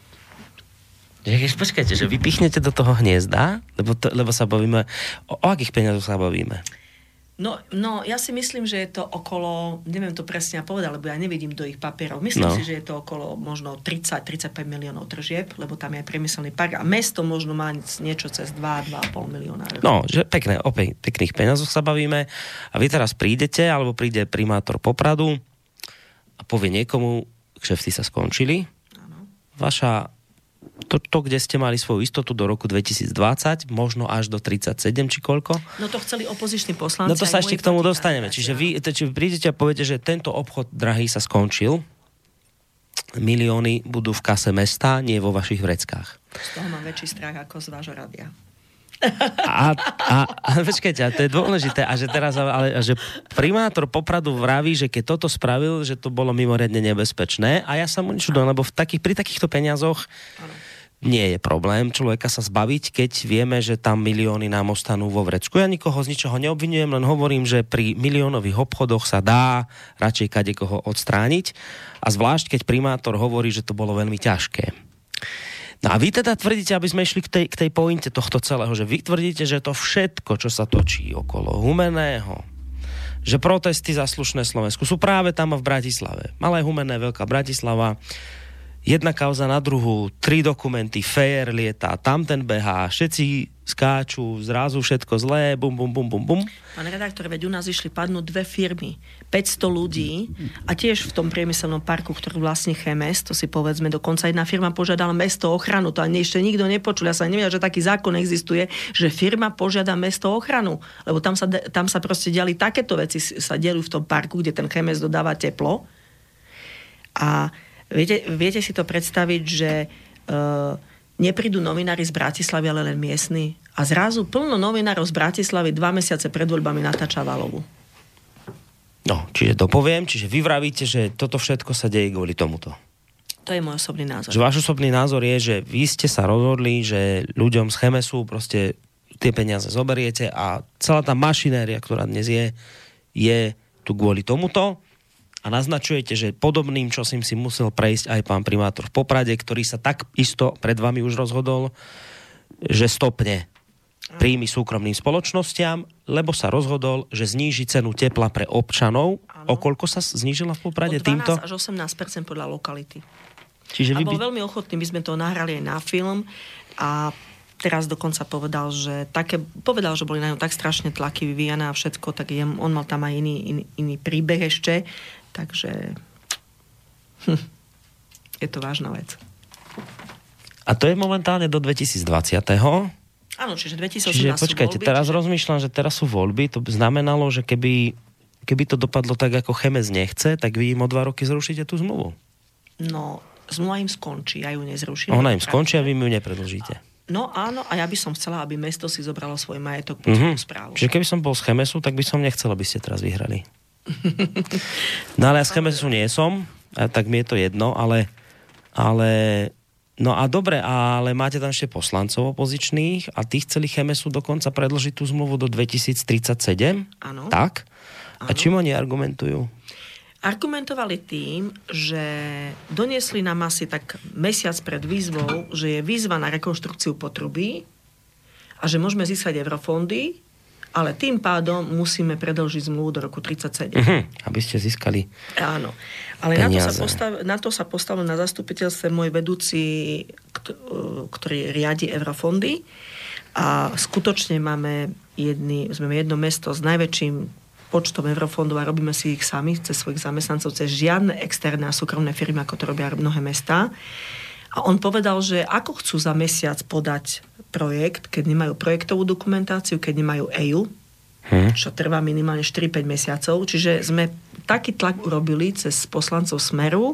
Počkajte, že vy pichnete do toho hniezda, lebo, to, lebo sa bavíme... O, o akých peniazoch sa bavíme? No, no, ja si myslím, že je to okolo, neviem to presne povedať, lebo ja nevidím do ich papierov. Myslím no. si, že je to okolo možno tridsať až tridsaťpäť miliónov tržieb, lebo tam je aj priemyselný park a mesto možno má niečo cez dva až dva a pol milióna. No, že pekné, o pekných peniazoch sa bavíme a vy teraz prídete, alebo príde primátor Popradu a povie niekomu, kšefty sa skončili. Áno. Vaša To, to, kde ste mali svoju istotu do roku dvetisícdvadsať, možno až do tridsaťsedem, či koľko? No to chceli opoziční poslanci. No to sa ešte k tomu dostaneme. Čiže vy, či vy prídete a poviete, že tento obchod, drahý, sa skončil. Milióny budú v kase mesta, nie vo vašich vreckách. Z toho mám väčší strach ako z vášho rádia. A, a, a počkajte, a to je dôležité. A že teraz, ale že primátor Popradu vraví, že keď toto spravil, že to bolo mimoriadne nebezpečné. A ja sa mu nečudujem, lebo v takých, pri takýchto peniazoch ano. Nie je problém človeka sa zbaviť, keď vieme, že tam milióny nám ostanú vo vrecku. Ja nikoho z ničoho neobvinujem, len hovorím, že pri miliónových obchodoch sa dá radšej kadekoho odstrániť. A zvlášť, keď primátor hovorí, že to bolo veľmi ťažké. No a vy teda tvrdíte, aby sme išli k tej, k tej pointe tohto celého, že vy tvrdíte, že to všetko, čo sa točí okolo Humenného, že protesty za slušné Slovensku sú práve tam v Bratislave. Malé Humenné, Veľká Bratislava, jedna kauza na druhú, tri dokumenty, fér lieta, tamten behá, všetci skáču, zrazu všetko zlé, bum, bum, bum, bum, bum. Pán redaktor, veď u nás išli padnúť dve firmy, päťsto ľudí a tiež v tom priemyselnom parku, ktorý vlastní Chemes, to si povedzme, dokonca jedna firma požiadala mesto o ochranu, to ani ešte nikto nepočul, ja sa nevedel, že taký zákon existuje, že firma požiada mesto o ochranu, lebo tam sa, tam sa proste diali takéto veci, sa delujú v tom parku, kde ten Chemes dodáva teplo. A Viete, viete si to predstaviť, že uh, neprídu novinári z Bratislavy, ale len miestni. A zrazu plno novinárov z Bratislavy dva mesiace pred voľbami natáča Valovu. No, čiže dopoviem, čiže vy vravíte, že toto všetko sa deje kvôli tomuto. To je môj osobný názor. Že váš osobný názor je, že vy ste sa rozhodli, že ľuďom z Chemesu proste tie peniaze zoberiete a celá tá mašinéria, ktorá dnes je, je tu kvôli tomuto. A naznačujete, že podobným, čo si si musel prejsť aj pán primátor v Poprade, ktorý sa tak isto pred vami už rozhodol, že stopne príjmy súkromným spoločnostiam, lebo sa rozhodol, že zníži cenu tepla pre občanov. Ano. O koľko sa znížila v Poprade týmto? O dvanásť až osemnásť percent podľa lokality. Čiže a vy bol by... veľmi ochotný, my sme to nahrali aj na film a teraz dokonca povedal, že také, povedal, že boli na ňom tak strašne tlaky vyvíjane a všetko, tak je, on mal tam aj iný, iný, iný príbeh ešte. Takže hm, je to vážna vec. A to je momentálne do dvetisícdvadsať. Áno, čiže dvetisícosemnásť Čiže počkajte, voľby, teraz čiže... rozmýšľam, že teraz sú voľby, to by znamenalo, že keby, keby to dopadlo tak, ako Chemes nechce, tak vy im o dva roky zrušíte tú zmluvu. No, zmluva im skončí, ja ju nezruším. Ona im skončí a vy ju nepredlžíte. No áno, a ja by som chcela, aby mesto si zobralo svoj majetok pod mm-hmm. správu. Čiže keby som bol z Chemesu, tak by som nechcel, aby ste teraz vyhrali. No ale ja z Chemesu nie som, tak mi je to jedno, ale, ale no a dobre, ale máte tam ešte poslancov opozičných a tí chceli Chemesu dokonca predĺžiť tú zmluvu do dvetisíctridsaťsedem? Áno. Tak? Áno. A čím oni argumentujú? Argumentovali tým, že doniesli nám asi tak mesiac pred výzvou, že je výzva na rekonštrukciu potrubí a že môžeme získať eurofondy, ale tým pádom musíme predĺžiť zmluvu do roku tridsaťsedem. Uh-huh, aby ste získali Áno. Ale na to, sa postav, na to sa postavil na zastupiteľstve môj vedúci, ktorý riadi eurofondy. A skutočne máme jedny, sme jedno mesto s najväčším počtom eurofondov a robíme si ich sami cez svojich zamestnancov, cez žiadne externé a súkromné firmy, ako to robia mnohé mestá. A on povedal, že ako chcú za mesiac podať projekt, keď nemajú projektovú dokumentáciu, keď nemajú é ú, hmm. čo trvá minimálne štyri päť mesiacov. Čiže sme taký tlak urobili cez poslancov Smeru,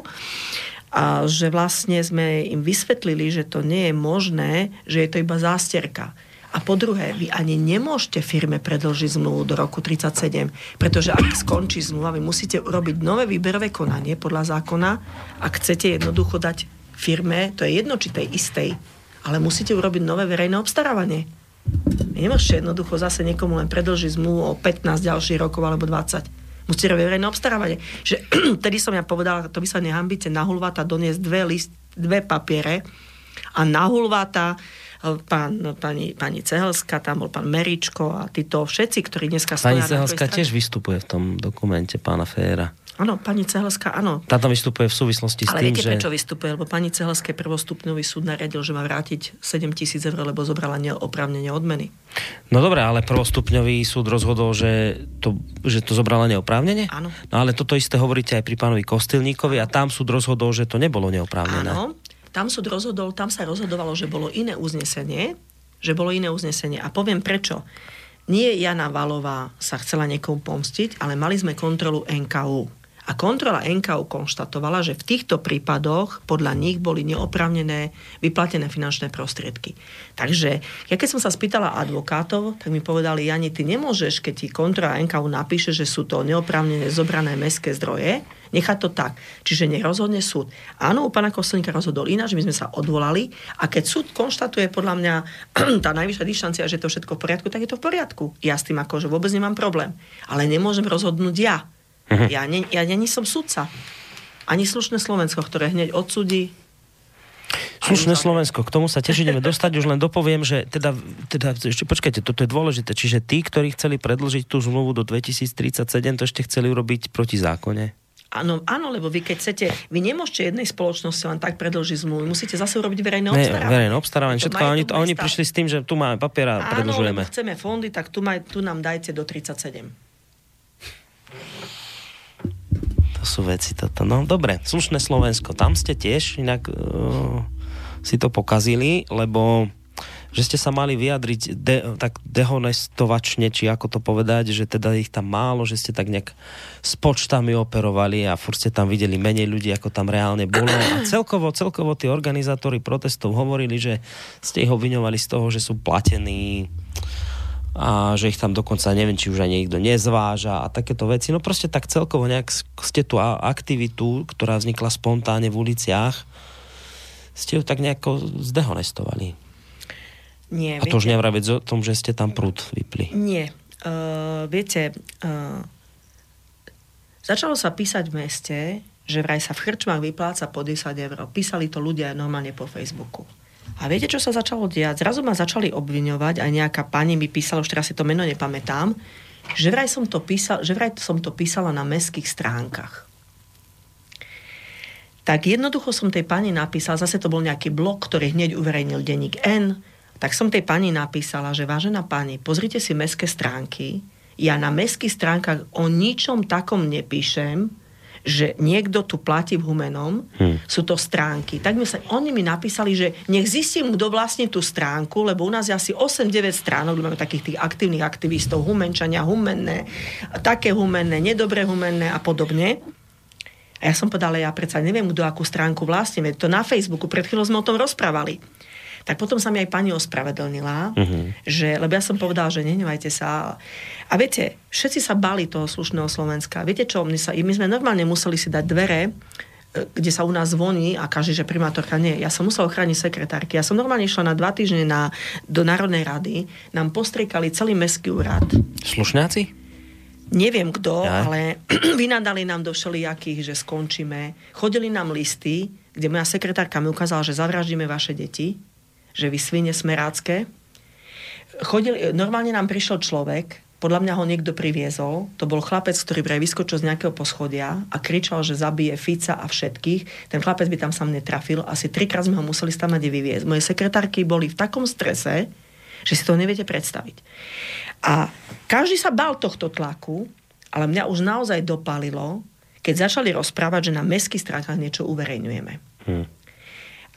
a že vlastne sme im vysvetlili, že to nie je možné, že je to iba zásterka. A po druhé, vy ani nemôžete firme predĺžiť zmluvu do roku tridsaťsedem, pretože ak skončí zmluva, vy musíte urobiť nové výberové konanie podľa zákona, ak chcete jednoducho dať firme, to je jedno, či tej istej, ale musíte urobiť nové verejné obstarávanie. Vy nemôžete jednoducho zase niekomu len predĺžiť zmluvu o pätnásť ďalších rokov alebo dvadsať. Musíte robiť verejné obstarávanie. Že, tedy som ja povedala, to by sa nehambíte na Hulváta doniesť dve, list, dve papiere a na Hulváta Pán, pani, pani Cehelská, tam bol pán Meričko a títo všetci, ktorí dneska stoja... Pani Cehelská tiež vystupuje v tom dokumente pána Féra. Áno, pani Cehelská, áno. Tá tam vystupuje v súvislosti s Ale tým, viete, že... prečo vystupuje? Lebo pani Cehelské prvostupňový súd nariadil, že má vrátiť sedem tisíc eur, lebo zobrala neoprávnene odmeny. No dobré, ale prvostupňový súd rozhodol, že to, že to zobrala neoprávnene? Áno. No ale toto isté hovoríte aj pri pánovi Kostelníkovi a tam súd rozhodol, že to nebolo neoprávnené. Áno. Tam súd rozhodol, tam sa rozhodovalo, že bolo iné uznesenie, že bolo iné uznesenie. A poviem prečo. Nie Jana Valová sa chcela niekomu pomstiť, ale mali sme kontrolu en ká ú. A kontrola en ká ú konštatovala, že v týchto prípadoch podľa nich boli neoprávnené vyplatené finančné prostriedky. Takže ja keď som sa spýtala advokátov, tak mi povedali, Jani, ty nemôžeš, keď ti kontrola en ká ú napíše, že sú to neoprávnené zobrané mestské zdroje, nechať to tak. Čiže nech rozhodne súd. Áno, u pána Kostelníka rozhodol ináč, my sme sa odvolali a keď súd konštatuje podľa mňa tá najvyššia dištancia, že je to všetko v poriadku, tak je to v poriadku. Ja s tým akože vôbec nemám problém. Ale nemôžem rozhodnúť ja. Uh-huh. Ja, ne, ja nie som sudca. Ani slušné Slovensko, ktoré hneď odsúdi. Slušné Slovensko, k tomu sa tiež ideme dostať, už len dopoviem, že teda, teda ešte počkajte, toto je dôležité, čiže tí, ktorí chceli predĺžiť tú zmluvu do dvetisíctridsaťsedem, to ešte chceli urobiť proti zákone? Áno, áno, lebo vy keď chcete, vy nemôžete jednej spoločnosti len tak predĺžiť zmluvu, musíte zase urobiť verejné obstarávanie. Verejné obstarávanie, všetko, oni, oni prišli s tým, že tu máme papier a predĺžujeme. Áno, chceme fondy, tak tu, maj, tu nám dajte do tridsaťsedem. To sú veci toto. No dobre, slušné Slovensko, tam ste tiež inak uh, si to pokazili, lebo že ste sa mali vyjadriť de, tak dehonestovačne, či ako to povedať, že teda ich tam málo, že ste tak nejak s počtami operovali a furt ste tam videli menej ľudí, ako tam reálne bolo. A celkovo, celkovo tí organizátori protestov hovorili, že ste ich obviňovali z toho, že sú platení a že ich tam dokonca neviem, či už aj niekto nezváža a takéto veci. No proste tak celkovo nejak ste tú aktivitu, ktorá vznikla spontánne v uliciach, ste ju tak nejako zdehonestovali. Nie, a to viete, už nevraviť o tom, že ste tam prúd vypli. Nie. Uh, viete, uh, začalo sa písať v meste, že vraj sa v krčmách vypláca po desať eur. Písali to ľudia normálne po Facebooku. A viete, čo sa začalo diať? Zrazu ma začali obviňovať, aj nejaká pani mi písala, už teraz si to meno nepamätám, že vraj som to, písal, že vraj som to písala na mestských stránkach. Tak jednoducho som tej pani napísala, zase to bol nejaký blog, ktorý hneď uverejnil denník N, tak som tej pani napísala, že vážená pani, pozrite si mestské stránky, ja na mestských stránkach o ničom takom nepíšem, že niekto tu platí v Humennom, hmm. sú to stránky. Tak mi sa, oni mi napísali, že nech zistím, kto vlastní tú stránku, lebo u nás je asi osem deväť stránok, máme takých tých aktívnych aktivistov, Humenčania, humenné, také humenné, nedobre humenné a podobne. A ja som povedala, ja predsa neviem, kto akú stránku vlastní, to na Facebooku, pred chvíľou sme o tom rozprávali. Tak potom sa mi aj pani ospravedlnila, uh-huh. že, lebo ja som povedala, že nehnevajte sa. A viete, všetci sa báli toho slušného Slovenska. Viete čo, my, sa, my sme normálne museli si dať dvere, kde sa u nás zvoní a kaže, že primátorka nie. Ja som musela ochrániť sekretárky. Ja som normálne išla na dva týždne na, do Národnej rady. Nám postriekali celý mestský úrad. Slušňáci? Neviem kto, ja. Ale vynadali nám do všelijakých, že skončíme. Chodili nám listy, kde moja sekretárka mi ukázala, že zavraždíme vaše deti, že vy svine smerácké. Chodili, normálne nám prišiel človek, podľa mňa ho niekto priviezol, to bol chlapec, ktorý vraj vyskočil z nejakého poschodia a kričal, že zabije Fica a všetkých. Ten chlapec by tam sa mne trafil, asi trikrát sme ho museli stamať vyviezť. Moje sekretárky boli v takom strese, že si to neviete predstaviť. A každý sa bál tohto tlaku, ale mňa už naozaj dopálilo, keď začali rozprávať, že na mestských stránkach niečo uverejňujeme. Hmm.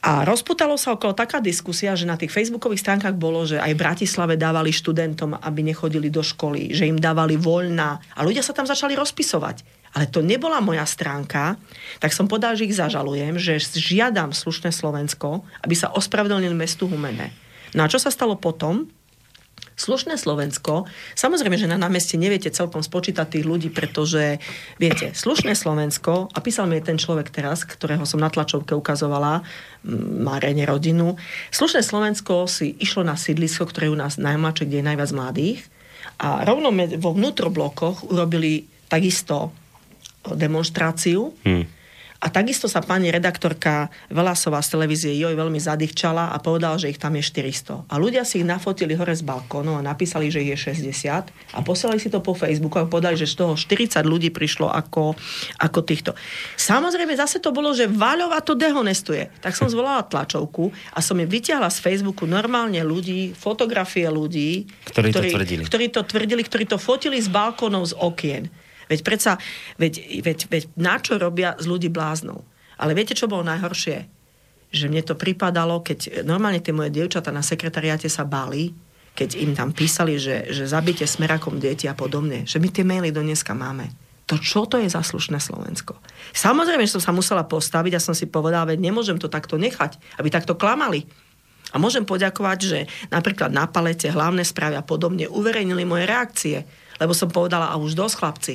A rozputalo sa okolo taká diskusia, že na tých facebookových stránkach bolo, že aj v Bratislave dávali študentom, aby nechodili do školy, že im dávali voľná a ľudia sa tam začali rozpisovať. Ale to nebola moja stránka, tak som povedal, že ich zažalujem, že žiadam Slušné Slovensko, aby sa ospravedlnili mestu Humenné. No a čo sa stalo potom? Slušné Slovensko, samozrejme, že na námestí neviete celkom spočítať tých ľudí, pretože, viete, Slušné Slovensko, a písal mi ten človek teraz, ktorého som na tlačovke ukazovala, má Rene rodinu, Slušné Slovensko si išlo na sídlisko, ktoré je u nás najmladšie, kde je najviac mladých, a rovno vo vnútroblokoch urobili takisto demonstráciu, hmm. A takisto sa pani redaktorka Velasová z televízie Joj veľmi zadýchčala a povedala, že ich tam je štyristo. A ľudia si ich nafotili hore z balkónu a napísali, že ich je šesťdesiat a posielali si to po Facebooku a povedali, že z toho štyridsať ľudí prišlo ako, ako týchto. Samozrejme, zase to bolo, že Vaľová to dehonestuje. Tak som zvolala tlačovku a som im vyťahla z Facebooku normálne ľudí, fotografie ľudí, ktorí, ktorí to tvrdili. ktorí to tvrdili, ktorí to fotili z balkónov, z okien. Veď predsa, veď, veď, veď na čo robia z ľudí bláznov? Ale viete, čo bolo najhoršie? Že mne to pripadalo, keď normálne tie moje dievčatá na sekretariáte sa báli, keď im tam písali, že, že zabite smerakom deti a podobne, že my tie maily do dneska máme. To čo to je za Slušné Slovensko? Samozrejme, že som sa musela postaviť a som si povedala, veď nemôžem to takto nechať, aby takto klamali. A môžem poďakovať, že napríklad na Palete, Hlavné správy a podobne uverejnili moje reakcie, lebo som povedala, a už dosť, chlapci.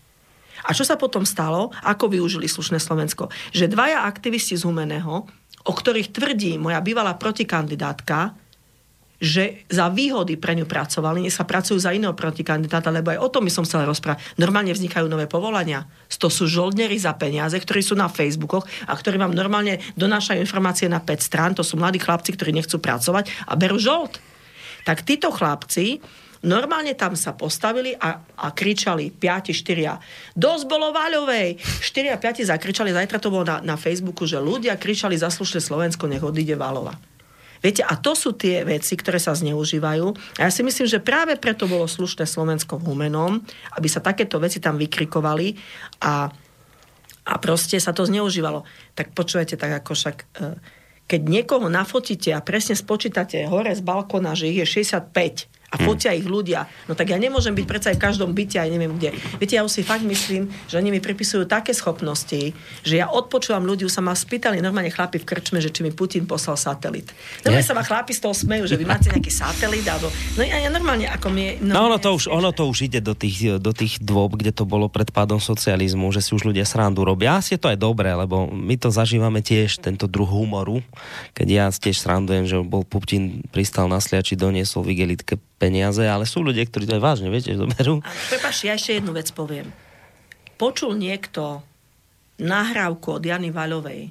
A čo sa potom stalo? Ako využili Slušné Slovensko? Že dvaja aktivisti z Humenného, o ktorých tvrdí moja bývalá protikandidátka, že za výhody pre ňu pracovali, nech sa pracujú za iného protikandidáta, lebo aj o tom by som chcela rozprávať. Normálne vznikajú nové povolania. To sú žoldneri za peniaze, ktorí sú na Facebookoch a ktorí vám normálne donášajú informácie na päť strán. To sú mladí chlapci, ktorí nechcú pracovať a berú žold. Tak títo chlapci normálne tam sa postavili a, a kričali piati, štyria. Dosť bolo Vaľovej! Štyria, piati zakričali, zajtra to bolo na, na Facebooku, že ľudia kričali za Slušné Slovensko, nech odíde Vaľová. Viete, a to sú tie veci, ktoré sa zneužívajú. A ja si myslím, že práve preto bolo Slušné Slovensko v Humennom, aby sa takéto veci tam vykrikovali a, a proste sa to zneužívalo. Tak počujete, tak ako však... Keď niekoho nafotíte a presne spočítate hore z balkóna, že ich je šesťdesiatpäť a fotia ich ľudia, no tak ja nemôžem byť predsa aj v každom byte, aj neviem kde. Viete, ja už si fakt myslím, že oni mi pripisujú také schopnosti, že ja odpočúvam ľudí, už sa ma spýtali normálne chlapi v krčme, že či mi Putin poslal satelit. Normálne sa ma chlapi z toho smejú, že vy máte nejaký satelit, alebo... No ja, ja normálne ako mi... No, no ono, to už, ono to už ide do tých, do tých dôb, kde to bolo pred pádom socializmu, že si už ľudia srandu robia. Asi je to aj dobré, lebo my to zažívame tiež, tento druh humoru, keď ja tiež srandujem, že bol Putin pristal na sliači, doniesol v igelitke peniaze, ale sú ľudia, ktorí to aj vážne, viete, že doberú. Prepáč, ja ešte jednu vec poviem. Počul niekto nahrávku od Jany Vaľovej,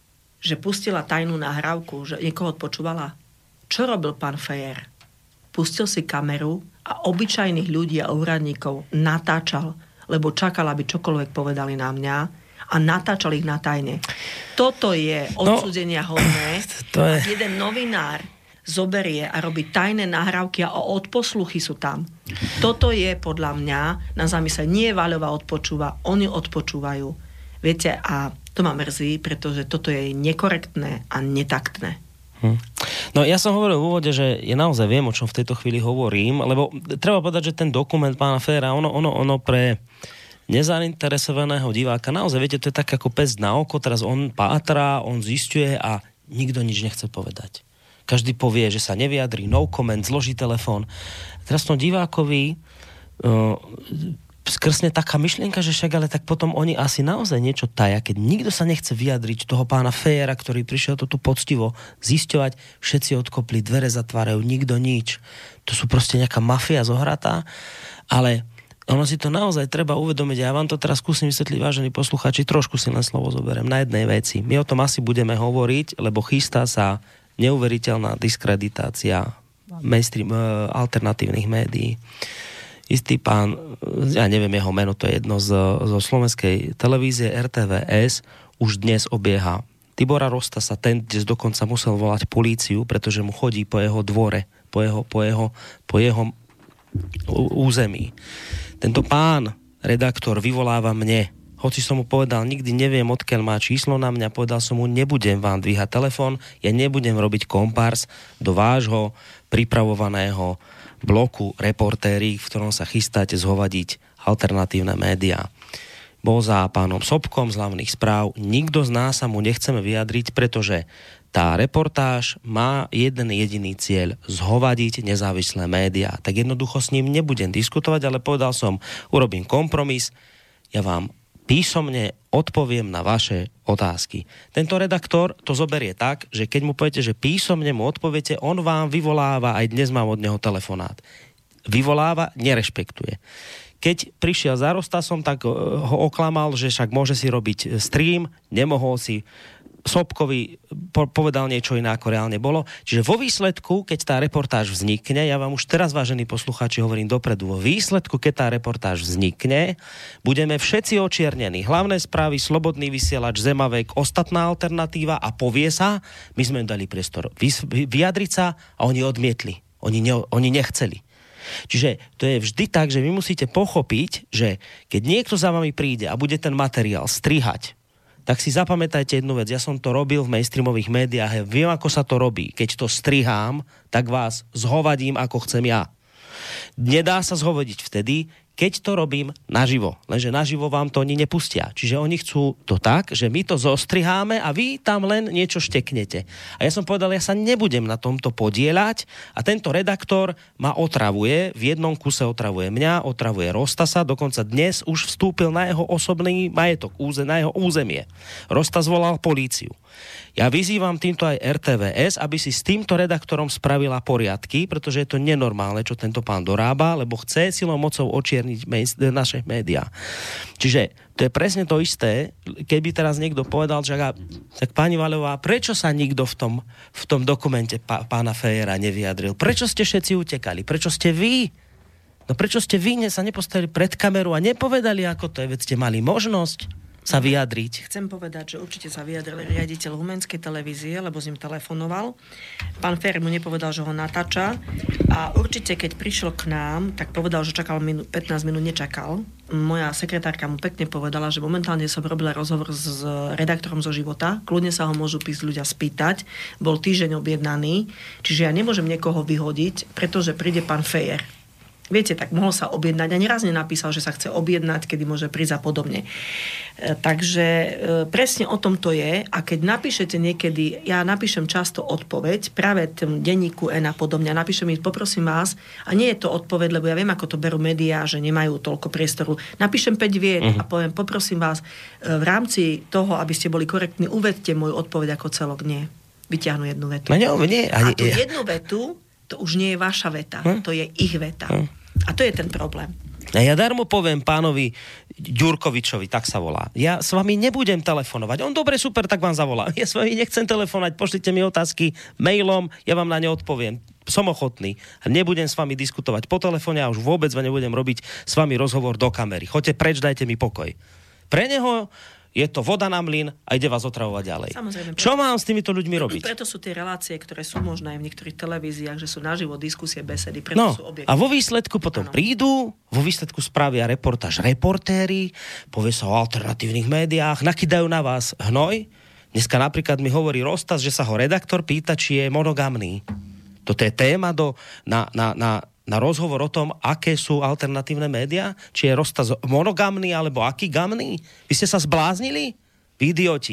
že pustila tajnú nahrávku, že niekoho odpočúvala? Čo robil pán Fejer? Pustil si kameru a obyčajných ľudí a úradníkov natáčal, lebo čakal, aby čokoľvek povedali na mňa a natáčal ich na tajne. Toto je odsúdenia no, hodné. To je... A jeden novinár zoberie a robí tajné nahrávky a odposluchy sú tam. Toto je podľa mňa na zamysle. Nie Vaľová odpočúva, oni odpočúvajú. Viete, a to ma mrzí, pretože toto je nekorektné a netaktné. Hm. No ja som hovoril v úvode, že ja naozaj viem, o čom v tejto chvíli hovorím, lebo treba povedať, že ten dokument pána Fera, ono, ono, ono pre nezainteresovaného diváka, naozaj, viete, to je tak ako pes na oko, teraz on pátra, on zisťuje a nikto nič nechce povedať. Každý povie, že sa nevyjadrí, no comment, zloží telefón. Teraz tom divákovi uh, skrsne taká myšlienka, že však ale tak potom oni asi naozaj niečo taja, keď nikto sa nechce vyjadriť toho pána Fejera, ktorý prišiel to tu poctivo zisťovať, všetci odkopli, dvere zatvárajú, nikto nič. To sú proste nejaká mafia zohratá, ale ono si to naozaj treba uvedomiť. Ja vám to teraz skúsim vysvetliť, vážení poslucháči, trošku si len slovo zoberiem na jednej veci. My o tom asi budeme hovoriť, lebo chystá sa neuveriteľná diskreditácia mainstream, alternatívnych médií. Istý pán, ja neviem jeho meno, to je jedno z, zo slovenskej televízie er té vé es, už dnes obieha Tibora Rostasa, ten dnes dokonca musel volať políciu, pretože mu chodí po jeho dvore, po jeho, po jeho, po jeho území. Tento pán, redaktor, vyvoláva mne hoci som mu povedal, nikdy neviem, odkiaľ má číslo na mňa, povedal som mu, nebudem vám dvíhať telefón, ja nebudem robiť kompárs do vášho pripravovaného bloku reportéri, v ktorom sa chystáte zhovadiť alternatívne médiá. Bol za pánom Sobkom z hlavných správ, nikto z nás sa mu nechceme vyjadriť, pretože tá reportáž má jeden jediný cieľ, zhovadiť nezávislé médiá. Tak jednoducho s ním nebudem diskutovať, ale povedal som, urobím kompromis, ja vám písomne odpoviem na vaše otázky. Tento redaktor to zoberie tak, že keď mu poviete, že písomne mu odpoviete, on vám vyvoláva, aj dnes mám od neho telefonát, vyvoláva, nerešpektuje. Keď prišiel za Rostasom, tak ho oklamal, že však môže si robiť stream, nemohol si, Sobkovi povedal niečo iné, ako reálne bolo. Čiže vo výsledku, keď tá reportáž vznikne, ja vám už teraz, vážení poslucháči, hovorím dopredu, vo výsledku, keď tá reportáž vznikne, budeme všetci očiernení. Hlavné správy, Slobodný vysielač, Zemavek, ostatná alternatíva a povie sa, my sme im dali priestor vyjadriť sa a oni odmietli. Oni, ne, oni nechceli. Čiže to je vždy tak, že vy musíte pochopiť, že keď niekto za vami príde a bude ten materiál strihať, tak si zapamätajte jednu vec. Ja som to robil v mainstreamových médiách. Ja viem, ako sa to robí. Keď to strihám, tak vás zhovadím, ako chcem ja. Nedá sa zhovadiť vtedy, keď to robím naživo. Lenže naživo vám to oni nepustia. Čiže oni chcú to tak, že my to zostriháme a vy tam len niečo šteknete. A ja som povedal, ja sa nebudem na tomto podieľať a tento redaktor ma otravuje, v jednom kuse otravuje mňa, otravuje Rostasa, dokonca dnes už vstúpil na jeho osobný majetok, na jeho územie. Rostas volal políciu. Ja vyzývam týmto aj er té vé es, aby si s týmto redaktorom spravila poriadky, pretože je to nenormálne, čo tento pán dorába, lebo chce silou mocou očierniť naše médiá. Čiže to je presne to isté, keby teraz niekto povedal, že tak pani Vaľová, prečo sa nikto v tom, v tom dokumente pá, pána Fejera nevyjadril? Prečo ste všetci utekali? Prečo ste vy? No prečo ste vy sa nepostavili pred kameru a nepovedali, ako to je? Veď ste mali možnosť sa vyjadriť. Chcem povedať, že určite sa vyjadril riaditeľ Humenskej televízie, lebo s ním telefonoval. Pán Fér mu nepovedal, že ho natáča a určite, keď prišiel k nám, tak povedal, že čakal minu, pätnásť minút, nečakal. Moja sekretárka mu pekne povedala, že momentálne som robila rozhovor s redaktorom Zo života. Kľudne sa ho môžu písť ľudia spýtať. Bol týždeň objednaný, čiže ja nemôžem niekoho vyhodiť, pretože príde pán Fér. Viete, tak mohol sa objednať a neraz nenapísal, že sa chce objednať, kedy môže prísť a podobne. E, takže e, presne o tom to je a keď napíšete niekedy, ja napíšem často odpoveď, práve tým denníku N a podobne, napíšem mi, poprosím vás, a nie je to odpoveď, lebo ja viem, ako to berú médiá, že nemajú toľko priestoru. Napíšem päť viet uh-huh. a poviem, poprosím vás, e, v rámci toho, aby ste boli korektní, uvedte moju odpoveď ako celok. Nie. Vyťahnu jednu vetu. No, nie, ani... A tú jednu vetu, to už nie je vaša veta, hm? to je ich veta. Hm? A to je ten problém. A ja darmo poviem pánovi Ďurkovičovi, tak sa volá. Ja s vami nebudem telefonovať. On dobre, super, tak vám zavolám. Ja s vami nechcem telefonovať, pošlite mi otázky mailom, ja vám na ne odpoviem. Som ochotný. A nebudem s vami diskutovať po telefóne a už vôbec nebudem robiť s vami rozhovor do kamery. Choďte preč, dajte mi pokoj. Pre neho je to voda na mlyn a ide vás otravovať ďalej. Samozrejme, čo mám s týmito ľuďmi robiť? Preto sú tie relácie, ktoré sú možné aj v niektorých televíziách, že sú naživo diskusie, besedy, preto no, sú objektívne. A vo výsledku potom ano. prídu, vo výsledku spravia reportáž reportéri, povie sa o alternatívnych médiách, nakydajú na vás hnoj. Dneska napríklad mi hovorí Rostas, že sa ho redaktor pýta, či je monogamný. Toto je téma do, na, na, na na rozhovor o tom, aké sú alternatívne médiá? Či je Rostas monogamný, alebo aký gamný? Vy ste sa zbláznili? Vy idioti.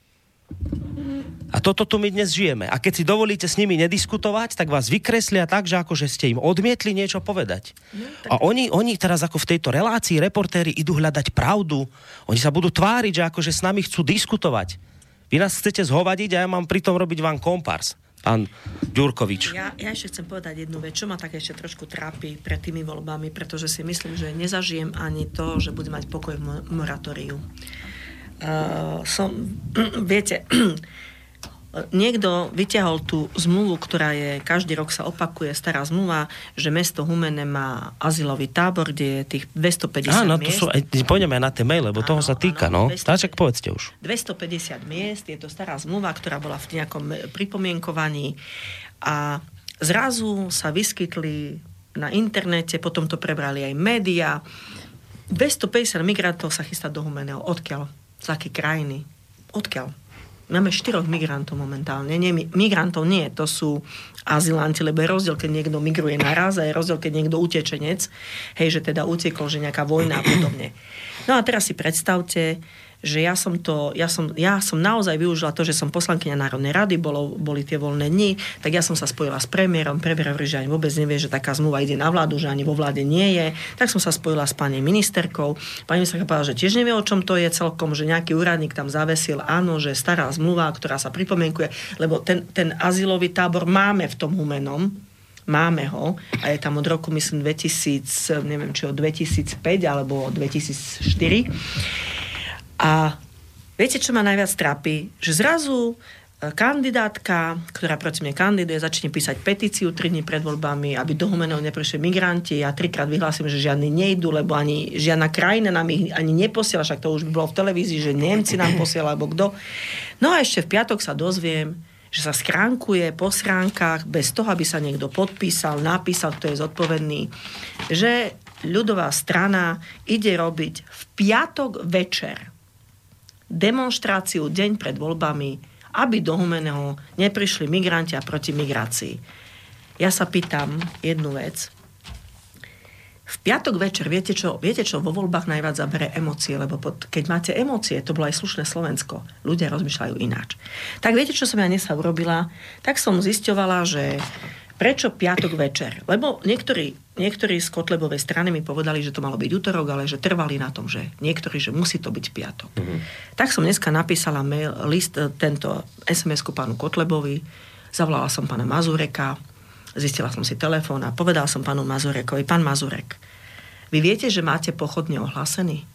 A toto tu my dnes žijeme. A keď si dovolíte s nimi nediskutovať, tak vás vykreslia tak, že akože ste im odmietli niečo povedať. No, a oni, oni teraz ako v tejto relácii reportéri idú hľadať pravdu. Oni sa budú tváriť, že akože s nami chcú diskutovať. Vy nás chcete zhovadiť a ja mám pritom robiť vám kompárs. Pán Ďurkovič. Ja, ja ešte chcem povedať jednu vec, čo ma tak ešte trošku trápi pred tými voľbami, pretože si myslím, že nezažijem ani to, že budem mať pokoj v moratóriu. Uh, som, viete, niekto vyťahol tú zmluvu, ktorá je, každý rok sa opakuje, stará zmluva, že mesto Humene má azylový tábor, kde je tých dvestopäťdesiat áno, miest. Áno, pôjdeme aj na tie maile, lebo áno, toho sa týka, áno, no. Stáček, povedzte už. dvestopäťdesiat miest, je to stará zmluva, ktorá bola v nejakom pripomienkovaní a zrazu sa vyskytli na internete, potom to prebrali aj médiá, dvestopäťdesiat migrantov sa chystá do Humenného. Odkiaľ? Z aké krajiny? Odkiaľ? Máme štyroch migrantov momentálne. Nie, migrantov nie, to sú azylanti, lebo je rozdiel, keď niekto migruje naraz a je rozdiel, keď niekto utečenec, hej, že teda utiekol, že nejaká vojna a podobne. No a teraz si predstavte, že ja som to, ja som, ja som naozaj využila to, že som poslankyňa Národnej rady, bolo, boli tie voľné dni, tak ja som sa spojila s premiérom, premiér hovorí, že ani vôbec nevie, že taká zmluva ide na vládu, že ani vo vláde nie je, tak som sa spojila s pani ministerkou. Pani ministerka povedala, že tiež nevie, o čom to je celkom, že nejaký úradník tam zavesil, áno, že stará zmluva, ktorá sa pripomienkuje, lebo ten, ten azylový tábor máme v tom Humennom, máme ho a je tam od roku, myslím, dvetisíc, neviem, či od dvetisícpäť alebo dvetisícštyri. A viete, čo ma najviac trápi? Že zrazu kandidátka, ktorá proti mne kandiduje, začne písať petíciu tri dni pred voľbami, aby do Humenného neprišli migranti. Ja trikrát vyhlásim, že žiadni nejdu, lebo ani žiadna krajina nám ich ani neposiela, však to už by bolo v televízii, že Nemci nám posiela, alebo kto. No a ešte v piatok sa dozviem, že sa skránkuje po schránkach bez toho, aby sa niekto podpísal, napísal, kto je zodpovedný, že ľudová strana ide robiť v piatok večer demonštráciu deň pred voľbami, aby do Humenného neprišli migranti a proti migrácii. Ja sa pýtam jednu vec. V piatok večer, viete čo, viete čo vo voľbách najviac zabere emócie, lebo pod, keď máte emócie, to bolo aj slušné Slovensko, ľudia rozmýšľajú ináč. Tak viete, čo som ja dnes urobila? Tak som zisťovala, že prečo piatok večer? Lebo niektorí, niektorí z Kotlebovej strany mi povedali, že to malo byť utorok, ale že trvali na tom, že niektorí, že musí to byť piatok. Mm-hmm. Tak som dneska napísala mail, list, tento es em esku pánu Kotlebovi, zavolala som pána Mazureka, zistila som si telefón a povedala som pánu Mazurekovi, pán Mazurek, vy viete, že máte pochod neohlásený?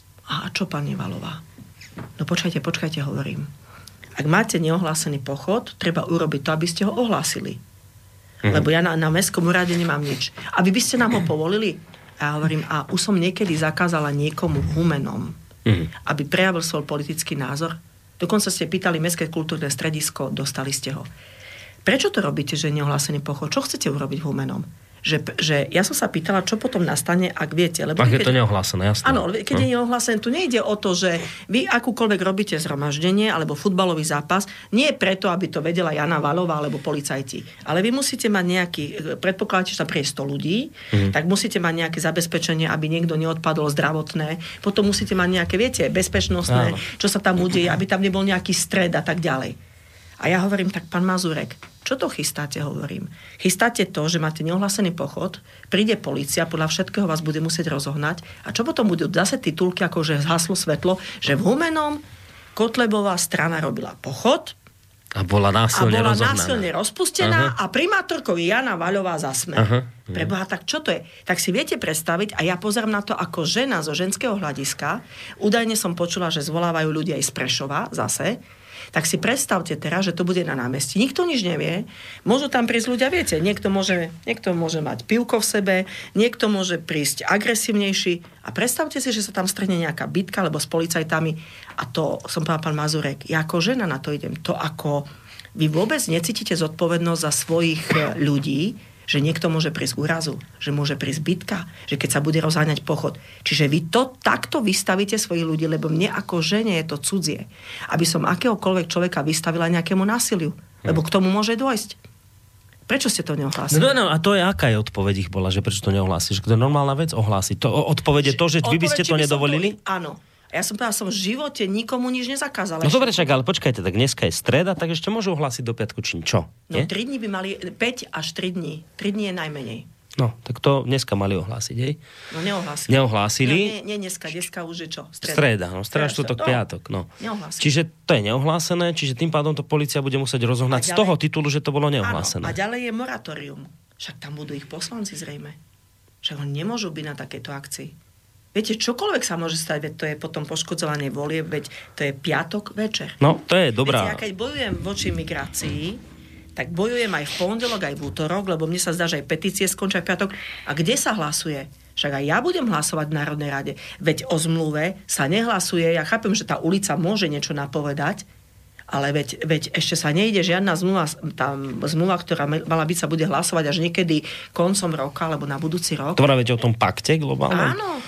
A čo, pani Valová? No počkajte, počkajte, hovorím. Ak máte neohlásený pochod, treba urobiť to, aby ste ho ohlásili. Mm-hmm. Lebo ja na, na mestskom úrade nemám nič. A vy by ste nám ho povolili? A ja hovorím, a už som niekedy zakázala niekomu v Humennom, mm-hmm. aby prejavil svoj politický názor. Dokonca ste pýtali Mestské kultúrne stredisko, dostali ste ho. Prečo to robíte, že je neohlásený pochod? Čo chcete urobiť v Humennom? Že, že ja som sa pýtala, čo potom nastane, ak viete. Lebo ak keď, je to neohlásené, jasné. Áno, keď hm. je neohlásené, tu nejde o to, že vy akúkoľvek robíte zhromaždenie alebo futbalový zápas, nie je preto, aby to vedela Jana Valová alebo policajti. Ale vy musíte mať nejaký, predpokladáte, že sa príde sto ľudí, hm. tak musíte mať nejaké zabezpečenie, aby niekto neodpadol zdravotné. Potom musíte mať nejaké, viete, bezpečnostné, áno. čo sa tam udeje, aby tam nebol nejaký stred a tak ďalej. A ja hovorím, tak pán Mazurek, čo to chystáte, hovorím? Chystáte to, že máte neohlásený pochod, príde polícia, podľa všetkého vás bude musieť rozohnať a čo potom budú zase titulky, ako že zhaslo svetlo, že v Humennom Kotlebová strana robila pochod a bola násilne, a bola rozohnaná. násilne rozpustená uh-huh. a primátorkou Jana Vaľová za Smer. Uh-huh. Uh-huh. Preboha, tak čo to je? Tak si viete predstaviť, a ja pozerám na to ako žena zo ženského hľadiska, údajne som počula, že zvolávajú ľudia aj z Prešova zase, tak si predstavte teraz, že to bude na námestí. Nikto nič nevie. Môžu tam prísť ľudia, viete, niekto môže, niekto môže mať pivko v sebe, niekto môže prísť agresívnejší a predstavte si, že sa tam strhne nejaká bitka, alebo s policajtami a to, som povedal pán Mazurek, ja ako žena na to idem. To ako vy vôbec necítite zodpovednosť za svojich ľudí, že niekto môže prísť k úrazu, že môže prísť bitka, že keď sa bude rozháňať pochod. Čiže vy to takto vystavíte svojich ľudí, lebo mne ako žene je to cudzie. Aby som akéhokoľvek človeka vystavila nejakému násiliu. Lebo k tomu môže dôjsť. Prečo ste to neohlásili? No, no a to je aká je odpoveď ich bola, že prečo to neohlásiš? To je normálna vec ohlásiť. To odpoveď je to, že vy by ste to nedovolili? To, áno. Ja som povedala, som v živote nikomu nič nezakázala. No dobre, však, ale počkajte, tak dneska je streda, tak ešte môžu ohlásiť do piatku, či čo? No tri dní by mali, päť až tri dní. tri dní je najmenej. No, tak to dneska mali ohlásiť, hej? No neohlásili. Neohlásili. No, nie, nie dneska, dneska už je čo? Streda. Streda, no, streda, štvrtok, piatok, no. Neohlásili. Čiže to je neohlásené, čiže tým pádom to polícia bude musieť rozohnať ďalej, z toho titulu, že to bolo neohlásené. Áno, a ďalej je moratórium. Však tam budú ich poslanci zrejme. Však oni nemôžu byť na takejto akcii. Viete, čokoľvek sa môže stať, veď to je potom poškodzovanie volieb, veď to je piatok večer. No, to je dobrá. Viete, ja keď bojujem voči migrácii, tak bojujem aj v pondelok, aj v útorok, lebo mne sa zdá, že aj petície skončia v piatok. A kde sa hlasuje? Však aj ja budem hlasovať v Národnej rade. Veď o zmluve sa nehlasuje. Ja chápem, že tá ulica môže niečo napovedať, ale veď, veď ešte sa nejde žiadna zmluva, tá zmluva, ktorá mala byť, sa bude hlasovať až niekedy koncom roka, alebo na budúci rok. To vravíte o tom pakte globálnom? Áno.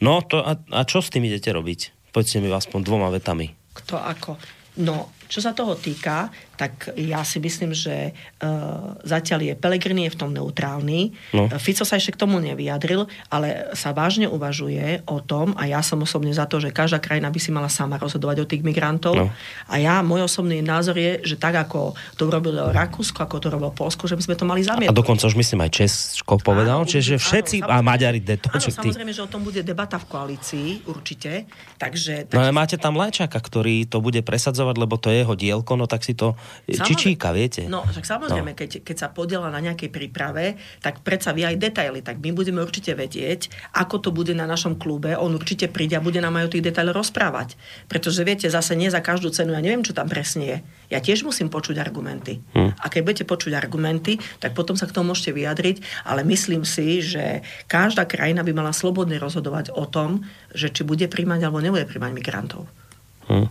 No, to, a, a čo s tým idete robiť? Poďte mi aspoň dvoma vetami. Kto ako? No, čo sa toho týka, tak ja si myslím, že uh, zatiaľ je Pellegrini je v tom neutrálny. No. Fico sa ešte k tomu nevyjadril, ale sa vážne uvažuje o tom, a ja som osobne za to, že každá krajina by si mala sama rozhodovať o tých migrantov. No. A ja, môj osobný názor je, že tak ako to urobilo Rakúsko, ako to robilo Poľsko, že by sme to mali zamietnúť. A dokonca už myslím aj Česko povedal, áno, čiže všetci, áno, a Maďari de to. Áno, samozrejme, že o tom bude debata v koalícii, určite. Takže, takže... No ale máte tam Lajčáka, ktorý to bude presadzovať, lebo to je jeho dielko, no tak si to čičíka, viete. No, tak samozrejme, no. keď, keď sa podiela na nejakej príprave, tak predsa vie aj detaily, tak my budeme určite vedieť, ako to bude na našom klube, on určite príde a bude nám aj o tých detailoch rozprávať. Pretože viete, zase nie za každú cenu, ja neviem, čo tam presne je. Ja tiež musím počuť argumenty. Hm. A keď budete počuť argumenty, tak potom sa k tomu môžete vyjadriť, ale myslím si, že každá krajina by mala slobodne rozhodovať o tom, že či bude príjmať alebo nebude príjmať migrantov. Hm.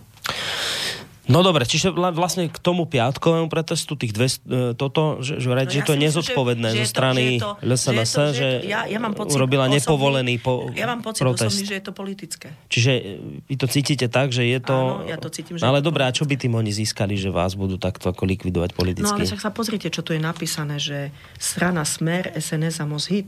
No dobre, čiže vlastne k tomu piatkovému protestu tých dvesto, toto, že, že, no, že ja to je nezodpovedné zo strany el es en es, že, že ja, ja mám pocit, urobila osobný, nepovolený po, ja mám pocit protest. Osobný, že je to politické. Čiže vy to cítite tak, že je to... Áno, ja to cítim, že... No, ale dobré, a čo by tým oni získali, že vás budú takto ako likvidovať politicky? No ale však sa pozrite, čo tu je napísané, že strana Smer, es en es a Moshyt.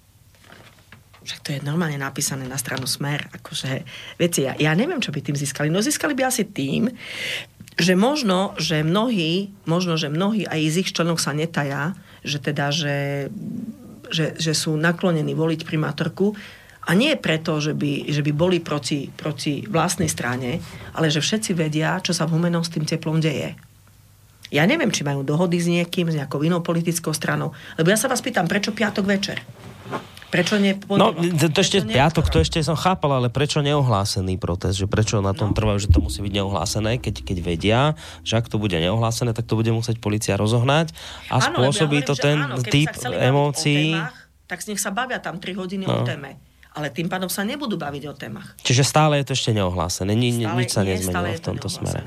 Však to je normálne napísané na stranu Smer. Akože, viete, ja, ja neviem, čo by tým získali. No získali by asi tým, že možno, že mnohí, možno, že mnohí aj z ich členov sa netaja, že teda, že, že, že sú naklonení voliť primátorku. A nie preto, že by, že by boli proti, proti vlastnej strane, ale že všetci vedia, čo sa v Humennom s tým teplom deje. Ja neviem, či majú dohody s niekým, s nejakou inou politickou stranou. Lebo ja sa vás pýtam, prečo piatok večer? Prečo ne... No, to ešte piatok, to ešte som chápal, ale prečo neohlásený protest? Že prečo na tom no. trvajú, že to musí byť neohlásené, keď, keď vedia, že ak to bude neohlásené, tak to bude musieť polícia rozohnať a áno, spôsobí ja to hovorím, ten áno, typ emócií. Tak nech sa bavia tam tri hodiny no. o téme. Ale tým pádom sa nebudú baviť o témach. Čiže stále je to ešte neohlásené. Ni, stále, nič sa nezmenilo v tomto smere.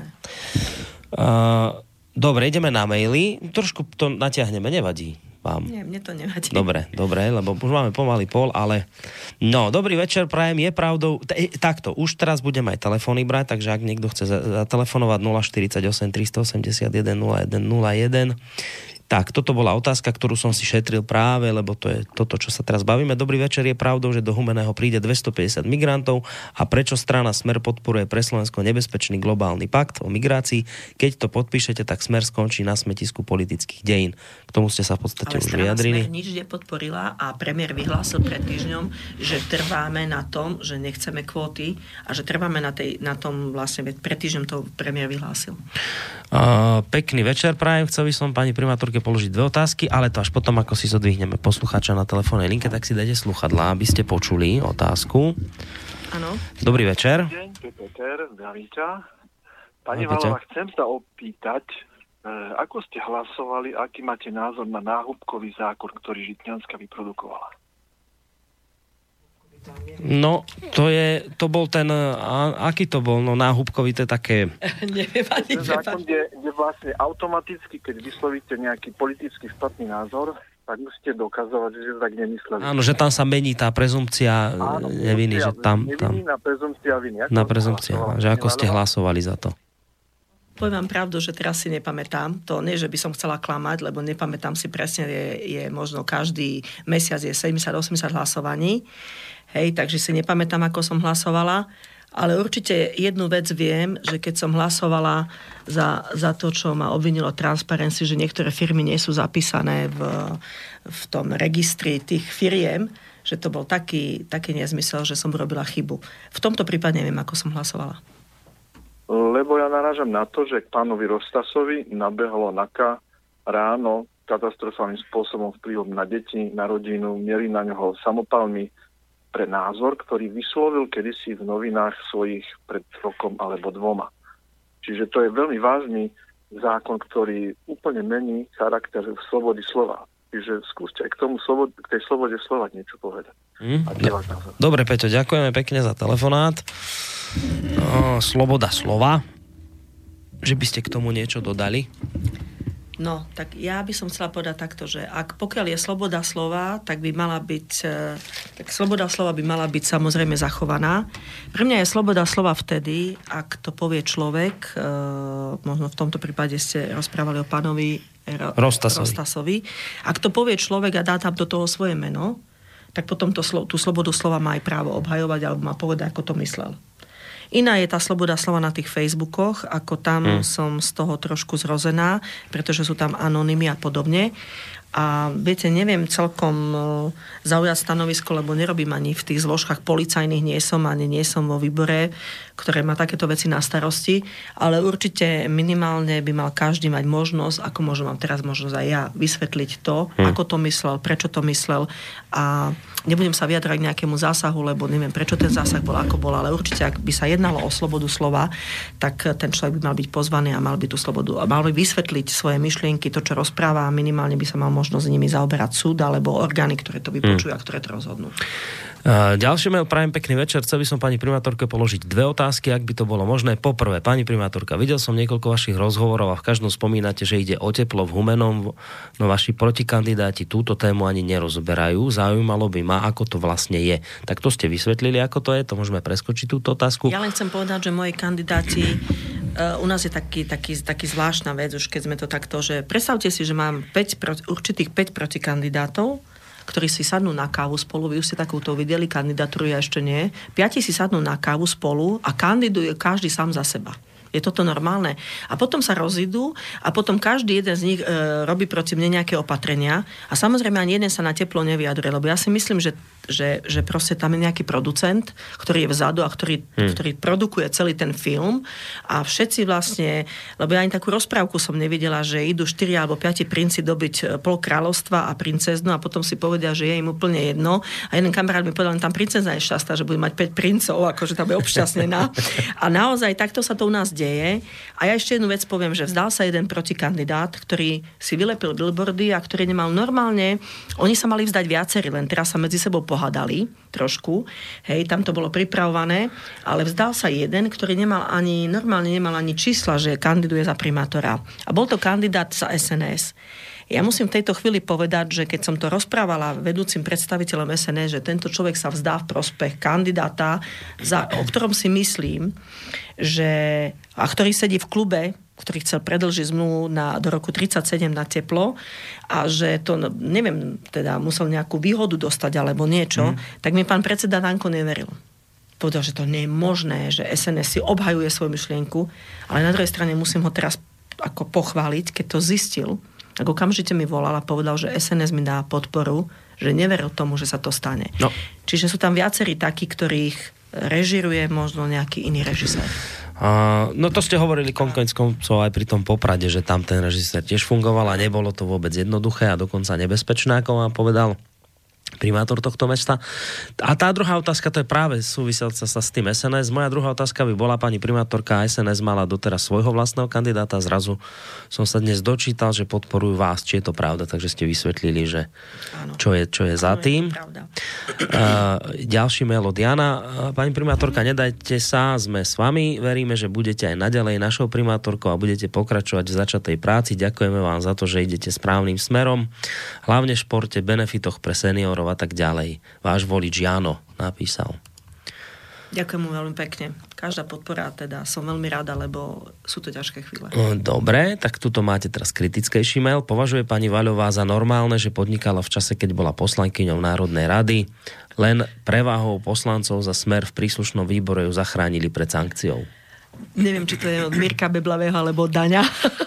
Uh, dobre, ideme na maily. Trošku to natiahneme, nevadí vám. Nie, mne to nevadí. Dobre, dobre, lebo už máme pomaly pol, ale no, dobrý večer, prajem, je pravdou, t- takto, už teraz budem aj telefóny brať, takže ak niekto chce zatelefonovať nula štyridsaťosem tristoosemdesiatjeden nula jeden nula jeden. Tak, toto bola otázka, ktorú som si šetril práve, lebo to je toto, čo sa teraz bavíme. Dobrý večer, je pravdou, že do Humenného príde dvestopäťdesiat migrantov a prečo strana Smer podporuje pre Slovensko nebezpečný globálny pakt o migrácii? Keď to podpíšete, tak Smer skončí na smetisku politických dejín. K tomu ste sa v podstate ale už vyjadrili. Ale strana Smer nič nepodporila a premiér vyhlásil pred týždňom, že trváme na tom, že nechceme kvóty a že trváme na, tej, na tom vlastne, pred týždňom to premiér vyhlásil. Uh, pekný večer, prajem. Chcel by som pani primátorke položiť dve otázky, ale to až potom, ako si zodvihneme poslucháča na telefónnej linke, tak si dajte sluchadlá, aby ste počuli otázku. Áno. Dobrý večer. Deň, Peter, zdravím ťa. Pani Valová, chcem sa opýtať, e, ako ste hlasovali, aký máte názor na náhubkový zákon, ktorý Žitňanská vyprodukovala? No, to je, to bol ten, a, aký to bol, no náhubkový, to je také... Neviem, ani ten zákon, kde, kde vlastne automaticky, keď vyslovíte nejaký politický špatný názor, tak musíte dokazovať, že tak nemysleli. Áno, že tam sa mení tá prezumpcia Áno, neviny, že tam... tam neviny na prezumpcia viny. Ako na prezumpcia, že ako ste hlasovali za to. Poviem vám pravdu, že teraz si nepamätám. To nie, že by som chcela klamať, lebo nepamätám si presne, je, je možno každý mesiac je sedemdesiat osemdesiat hlasovaní. Hej, takže si nepamätám, ako som hlasovala, ale určite jednu vec viem, že keď som hlasovala za, za to, čo ma obvinilo Transparency, že niektoré firmy nie sú zapísané v, v tom registri tých firiem, že to bol taký, taký nezmysel, že som urobila chybu. V tomto prípade neviem, ako som hlasovala. Lebo ja narážam na to, že k pánovi Rostasovi nabehlo NAKA ráno katastrofálnym spôsobom vplyvom na deti, na rodinu, mieli na ňoho samopalmi pre názor, ktorý vyslovil kedysi v novinách svojich pred rokom alebo dvoma. Čiže to je veľmi vážny zákon, ktorý úplne mení charakter slobody slova. Čiže skúste aj k tomu slobod, k tej slobode slova niečo povedať. Mm, do, dobre, Peťo, ďakujeme pekne za telefonát. O, sloboda slova. Že by ste k tomu niečo dodali? No, tak ja by som chcela povedať takto, že ak pokiaľ je sloboda slova, tak by mala byť, tak sloboda slova by mala byť samozrejme zachovaná. Pre mňa je sloboda slova vtedy, ak to povie človek, možno v tomto prípade ste rozprávali o pánovi Rostasovi. Rostasovi. Ak to povie človek a dá tam do toho svoje meno, tak potom to, tú slobodu slova má aj právo obhajovať alebo má povedať, ako to myslel. Iná je tá sloboda slova na tých Facebookoch, ako tam hmm. som z toho trošku zrozená, pretože sú tam anonymy a podobne. A viete, neviem celkom zaujať stanovisko, lebo nerobím ani v tých zložkách policajných, nie som, ani nie som vo výbore, ktoré má takéto veci na starosti, ale určite minimálne by mal každý mať možnosť, ako možno mám teraz možnosť aj ja, vysvetliť to, hmm. ako to myslel, prečo to myslel a nebudem sa vyjadrať k nejakému zásahu, lebo neviem, prečo ten zásah bol, ako bol, ale určite, ak by sa jednalo o slobodu slova, tak ten človek by mal byť pozvaný a mal by tú slobodu, mal by vysvetliť svoje myšlienky, to, čo rozpráva a minimálne by sa mal možnosť s nimi zaoberať súd alebo orgány, ktoré to vypočujú hmm. a ktoré to rozhodnú. Ďalšie mail, prajem pekný večer. Chcel by som pani primátorke položiť dve otázky, ak by to bolo možné. Poprvé, pani primátorka, videl som niekoľko vašich rozhovorov a v každom spomínate, že ide o teplo v Humennom, no vaši protikandidáti túto tému ani nerozberajú. Zaujímalo by ma, ako to vlastne je. Tak to ste vysvetlili, ako to je, to môžeme preskočiť túto otázku. Ja len chcem povedať, že moji kandidáti, uh, u nás je taký, taký, taký zvláštna vec, už keď sme to takto, že predstavte si, že mám päť, určitých päť protikandidátov, ktorí si sadnú na kávu spolu, vy už ste takúto videli kandidatúru, ja ešte nie. Piati si sadnú na kávu spolu a kandiduje každý sám za seba. Je toto normálne? A potom sa rozídu a potom každý jeden z nich e, robí proti mne nejaké opatrenia a samozrejme ani jeden sa na teplo nevyjadruje, lebo ja si myslím, že, že, že proste tam je nejaký producent, ktorý je vzadu a ktorý, hmm. ktorý produkuje celý ten film a všetci vlastne, lebo ja ani takú rozprávku som nevidela, že idú štyri alebo piati princi dobiť pol kráľovstva a princeznu a potom si povedia, že je im úplne jedno a jeden kamarát mi povedal, tam princezna je šťastná, že bude mať päť princov, akože tam je obšťastnená a naozaj takto sa to u nás deje. A ja ešte jednu vec poviem, že vzdal sa jeden protikandidát, ktorý si vylepil billboardy a ktorý nemal normálne, oni sa mali vzdať viacerí, len teraz sa medzi sebou pohádali trošku, hej, tam to bolo pripravované, ale vzdal sa jeden, ktorý nemal ani, normálne nemal ani čísla, že kandiduje za primátora. A bol to kandidát za es en es. Ja musím v tejto chvíli povedať, že keď som to rozprávala vedúcim predstaviteľom es en es, že tento človek sa vzdá v prospech kandidáta, za, o ktorom si myslím, že, a ktorý sedí v klube, ktorý chcel predĺžiť zmluvu na, do roku tridsaťsedem na teplo a že to, neviem, teda musel nejakú výhodu dostať alebo niečo, mm. tak mi pán predseda Danko neveril. Povedal, že to nie je možné, že es en es si obhajuje svoju myšlienku, ale na druhej strane musím ho teraz ako pochváliť, keď to zistil. Tak okamžite mi volal a povedal, že es en es mi dá podporu, že neveril tomu, že sa to stane. No. Čiže sú tam viacerí takí, ktorých režiruje možno nejaký iný režisér. Uh, no to ste hovorili konec koncov aj pri tom Poprade, že tam ten režisér tiež fungoval a nebolo to vôbec jednoduché a dokonca nebezpečné, ako vám povedal primátor tohto mesta. A tá druhá otázka, to je práve súvisiaca sa s tým es en es. Moja druhá otázka by bola, pani primátorka, es en es mala doteraz svojho vlastného kandidáta, zrazu som sa dnes dočítal, že podporujú vás, či je to pravda, takže ste vysvetlili, že čo je, čo je za tým. Uh, ďalší mail od Jana. Pani primátorka, nedajte sa, sme s vami, veríme, že budete aj naďalej našou primátorkou a budete pokračovať v začatej práci. Ďakujeme vám za to, že idete správnym smerom, hlavne v športe, benefitoch pre seniorov a tak ďalej. Váš volič Jano napísal. Ďakujem mu veľmi pekne. Každá podpora teda som veľmi rada, lebo sú to ťažké chvíle. Dobre, tak tuto máte teraz kritickejší mail. Považuje pani Vaľová za normálne, že podnikala v čase, keď bola poslankyňou Národnej rady. Len prevahou poslancov za Smer v príslušnom výbore ju zachránili pred sankciou. Neviem, či to je od Mirka Beblavého alebo Daňa.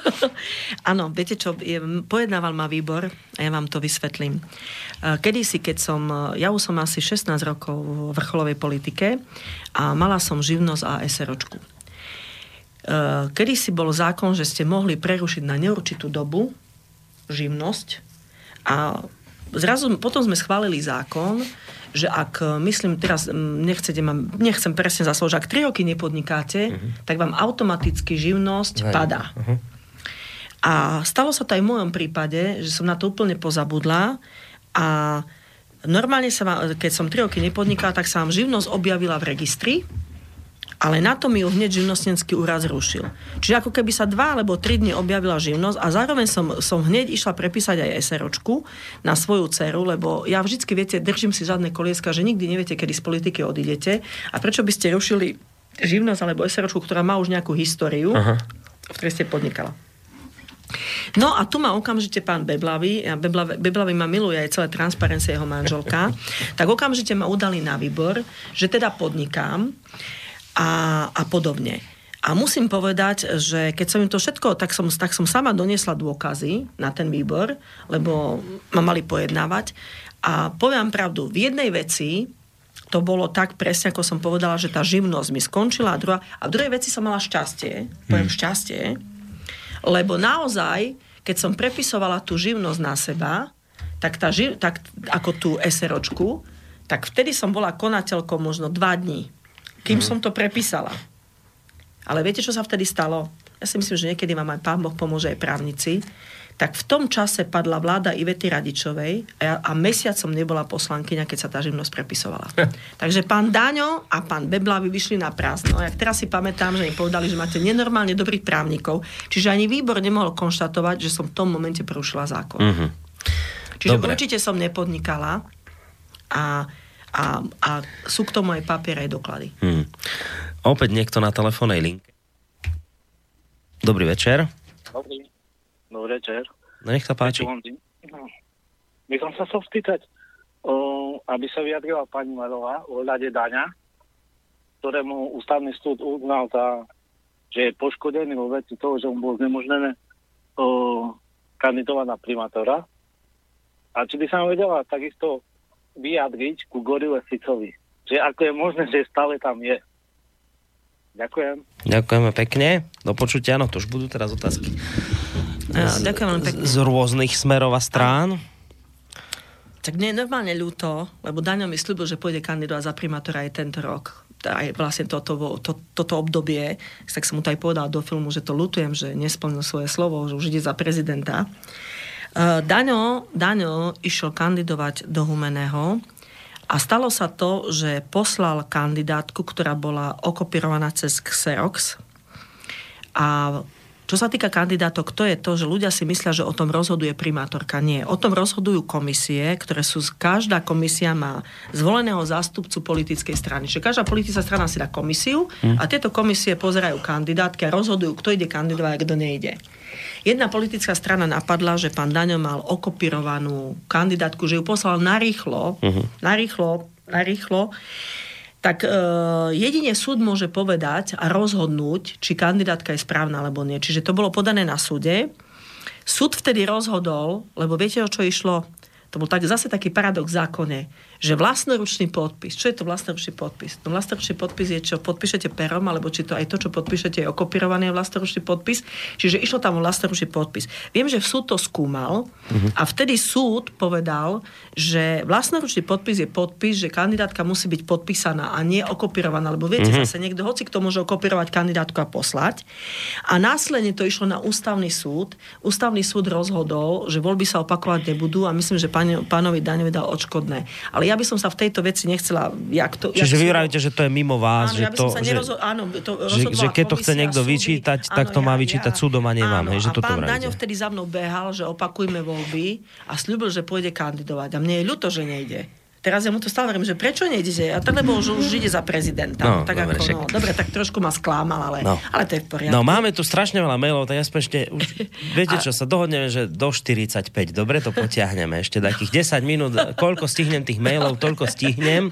Áno, viete čo, je, pojednával ma výbor a ja vám to vysvetlím. Kedysi, keď som, ja už som asi šestnásť rokov v vrcholovej politike a mala som živnosť a SROčku. Kedysi bol zákon, že ste mohli prerušiť na neurčitú dobu živnosť a zrazu potom sme schválili zákon, že ak, myslím, teraz nechcete ma, nechcem presne zasložiť, ak tri roky nepodnikáte, uh-huh. tak vám automaticky živnosť Hej. padá. Uh-huh. A stalo sa to aj v mojom prípade, že som na to úplne pozabudla a normálne sa vám, keď som tri roky nepodnikala, tak sa vám živnosť objavila v registri Ale na to mi ju hneď živnostenský úrad zrušil. Čiže ako keby sa dva alebo tri dni objavila živnosť a zároveň som, som hneď išla prepísať aj SROčku na svoju dceru, lebo ja vždycky, viete, držím si zadné kolieska, že nikdy neviete, kedy z politiky odídete a prečo by ste rušili živnosť alebo SROčku, ktorá má už nejakú históriu, Aha. v ktorej ste podnikala. No a tu ma okamžite pán Beblavý, a Beblavý, Beblavý ma miluje aj celé Transparencie jeho manželka, tak okamžite ma udali na výbor, že teda podnikám a, a podobne. A musím povedať, že keď som im to všetko, tak som, tak som sama doniesla dôkazy na ten výbor, lebo ma mali pojednávať. A poviem pravdu, v jednej veci to bolo tak presne, ako som povedala, že tá živnosť mi skončila a, druhá, a v druhej veci som mala šťastie, poviem hmm. šťastie, lebo naozaj, keď som prepisovala tú živnosť na seba, tak, tá živ, tak ako tú SROčku, tak vtedy som bola konateľkou možno dva dní, kým mm. som to prepísala. Ale viete, čo sa vtedy stalo? Ja si myslím, že niekedy vám aj Pán Boh pomôže aj právnici. Tak v tom čase padla vláda Ivety Radičovej a, ja, a mesiac som nebola poslankyňa, keď sa tá živnosť prepisovala. Takže pán Daňo a pán Beblavý vyšli na prázdno. Ja teraz si pamätám, že im povedali, že máte nenormálne dobrých právnikov, čiže ani výbor nemohol konštatovať, že som v tom momente porušila zákon. Mm-hmm. Čiže Dobre. určite som nepodnikala a, a, a sú k tomu aj papier, aj doklady. Mm. Opäť niekto na telefónnej linke. Dobrý večer. Dobrý. Dobrý večer. No nech sa páči. By som sa chcel spýtať, o, aby sa vyjadrila pani Marová o hľade Daňa, ktorému ústavný súd uznal, tá, že je poškodený vo veci toho, že mu bolo znemožnené o, kandidovať na primátora. A či by sa mu vedela takisto vyjadriť ku Gorile Ficovi. Že ako je možné, že stále tam je. Ďakujem. Ďakujeme pekne. Do počutia, no to už budú teraz otázky. Ja, ďakujem veľmi pekne. Z rôznych smerov a strán. Tak mne je normálne ľúto, lebo Daňo mi sľúbil, že pôjde kandidovať za primátora aj tento rok. Aj vlastne toto, to, toto obdobie, tak som mu to aj povedala do filmu, že to ľutujem, že nesplnil svoje slovo, že už ide za prezidenta. Daňo, Daňo išiel kandidovať do Humenného a stalo sa to, že poslal kandidátku, ktorá bola okopírovaná cez Xerox. A čo sa týka kandidátok, to je to, že ľudia si myslia, že o tom rozhoduje primátorka. Nie. O tom rozhodujú komisie, ktoré sú, každá komisia má zvoleného zástupcu politickej strany. Čiže každá politická strana si dá komisiu a tieto komisie pozerajú kandidátky a rozhodujú, kto ide kandidovať a kto nejde. Jedna politická strana napadla, že pán Daňo mal okopírovanú kandidátku, že ju poslal narýchlo, uh-huh. narýchlo, narýchlo, tak e, jedine súd môže povedať a rozhodnúť, či kandidátka je správna alebo nie. Čiže to bolo podané na súde. Súd vtedy rozhodol, lebo viete, o čo išlo? To bol tak, zase taký paradox v zákone, že vlastnoručný podpis. Čo je to vlastnoručný podpis? No vlastnoručný podpis je, čo podpíšete perom, alebo či to aj to, čo podpíšete, je okopírovaný vlastnoručný podpis. Čiže išlo tam o vlastnoručný podpis. Viem, že súd to skúmal uh-huh. a vtedy súd povedal, že vlastnoručný podpis je podpis, že kandidátka musí byť podpísaná a nie okopírovaná, lebo viete, uh-huh. zase niekto, hoci kto môže okopírovať kandidátku a poslať. A následne to išlo na ústavný súd. Ústavný súd rozhodol, že voľby sa opakovať nebudú a myslím, že pán, pánovi Daňovi dal odškodné. Ale ja by som sa v tejto veci nechcela... Jak to, Čiže jak vy vravíte, že to je mimo vás, áno, že ja to... Že, nerozo- áno, to že, že keď to chce niekto súdy, vyčítať, áno, tak to má vyčítať ja, súdom a nemám. Áno, hej, že a pán Daňo vtedy za mnou behal, že opakujme voľby a sľúbil, že pôjde kandidovať. A mne je ľúto, že nejde. Teraz ja mu to stále hovorím, že prečo nejdete? A tak, lebo už, už ide za prezidenta. No, tak dobre, ako, no, dobre, tak trošku ma sklámal, ale, no. ale to je v poriadku. No, máme tu strašne veľa mailov, tak aspoň ešte, už, viete čo, sa dohodneme, že do štyridsaťpäť, dobre, to potiahneme. Ešte takých desať minút, koľko stihnem tých mailov, toľko stihnem.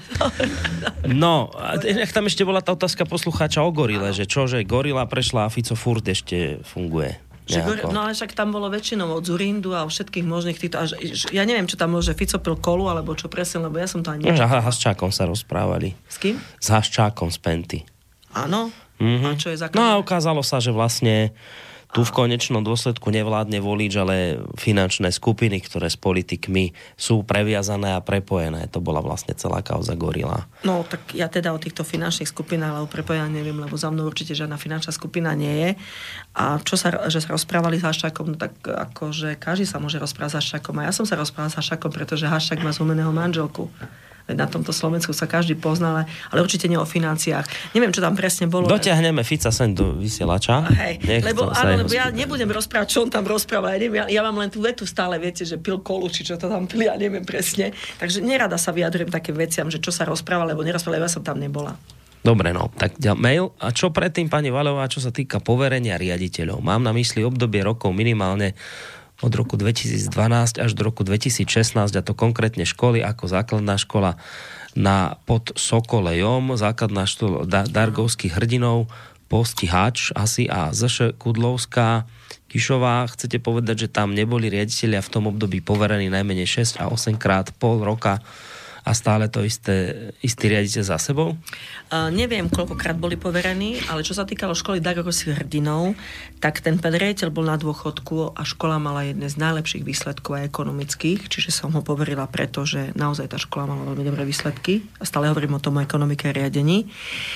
No, a nech tam ešte bola tá otázka poslucháča o Gorile, že čo, že Gorila prešla a Fico furt ešte funguje. Že, no ale však tam bolo väčšinou od Zurindu a od všetkých možných týchto... Až, ja neviem, čo tam bolo, že Fico pil kolu, alebo čo presne, lebo ja som to ani... No, a Haščákom sa rozprávali. S kým? S Haščákom z Penty. Áno? Mm-hmm. A čo je za... No a ukázalo sa, že vlastne tu v konečnom dôsledku nevládne volič, ale finančné skupiny, ktoré s politikmi sú previazané a prepojené. To bola vlastne celá kauza Gorila. No, tak ja teda o týchto finančných skupinách alebo prepojená neviem, lebo za mnou určite žiadna finančná skupina nie je. A čo sa, že sa rozprávali s Haščákom, no tak akože každý sa môže rozprávať s Haščákom. A ja som sa rozprával s Haščákom, pretože Haščák má zúmeného manželku. Na tomto Slovensku sa každý pozná, ale, ale určite nie o financiách. Neviem, čo tam presne bolo. Dotiahneme Fica sem do vysielača. Hej, lebo, áno, lebo ja nebudem rozprávať, čo on tam rozpráva. Ja, neviem, ja, ja mám len tú vetu stále, viete, že pil kolu, či čo to tam pil, ja neviem presne. Takže nerada sa vyjadrujem takým veciam, že čo sa rozpráva, lebo nerozpráva, lebo ja som tam nebola. Dobre, no, tak mail. A čo predtým, pani Vaľová, čo sa týka poverenia riaditeľov? Mám na mysli obdobie rokov minimálne od roku dvetisícdvanásť až do roku dvetisícšestnásť, a to konkrétne školy ako základná škola na pod Sokolejom, základná škola Dargovských hrdinov, Postihač asi a Zš Kudlovská, Kišová. Chcete povedať, že tam neboli riaditelia v tom období poverení najmenej šesť a osem krát pol roka a stále to isté, istý riaditeľ za sebou? Uh, neviem, koľkokrát boli poverení, ale čo sa týkalo školy Dargovských hrdinov, tak ten pán riaditeľ bol na dôchodku a škola mala jedné z najlepších výsledkov aj ekonomických, čiže som ho poverila preto, že naozaj tá škola mala veľmi dobré výsledky a stále hovorím o tom o ekonomike a riadení.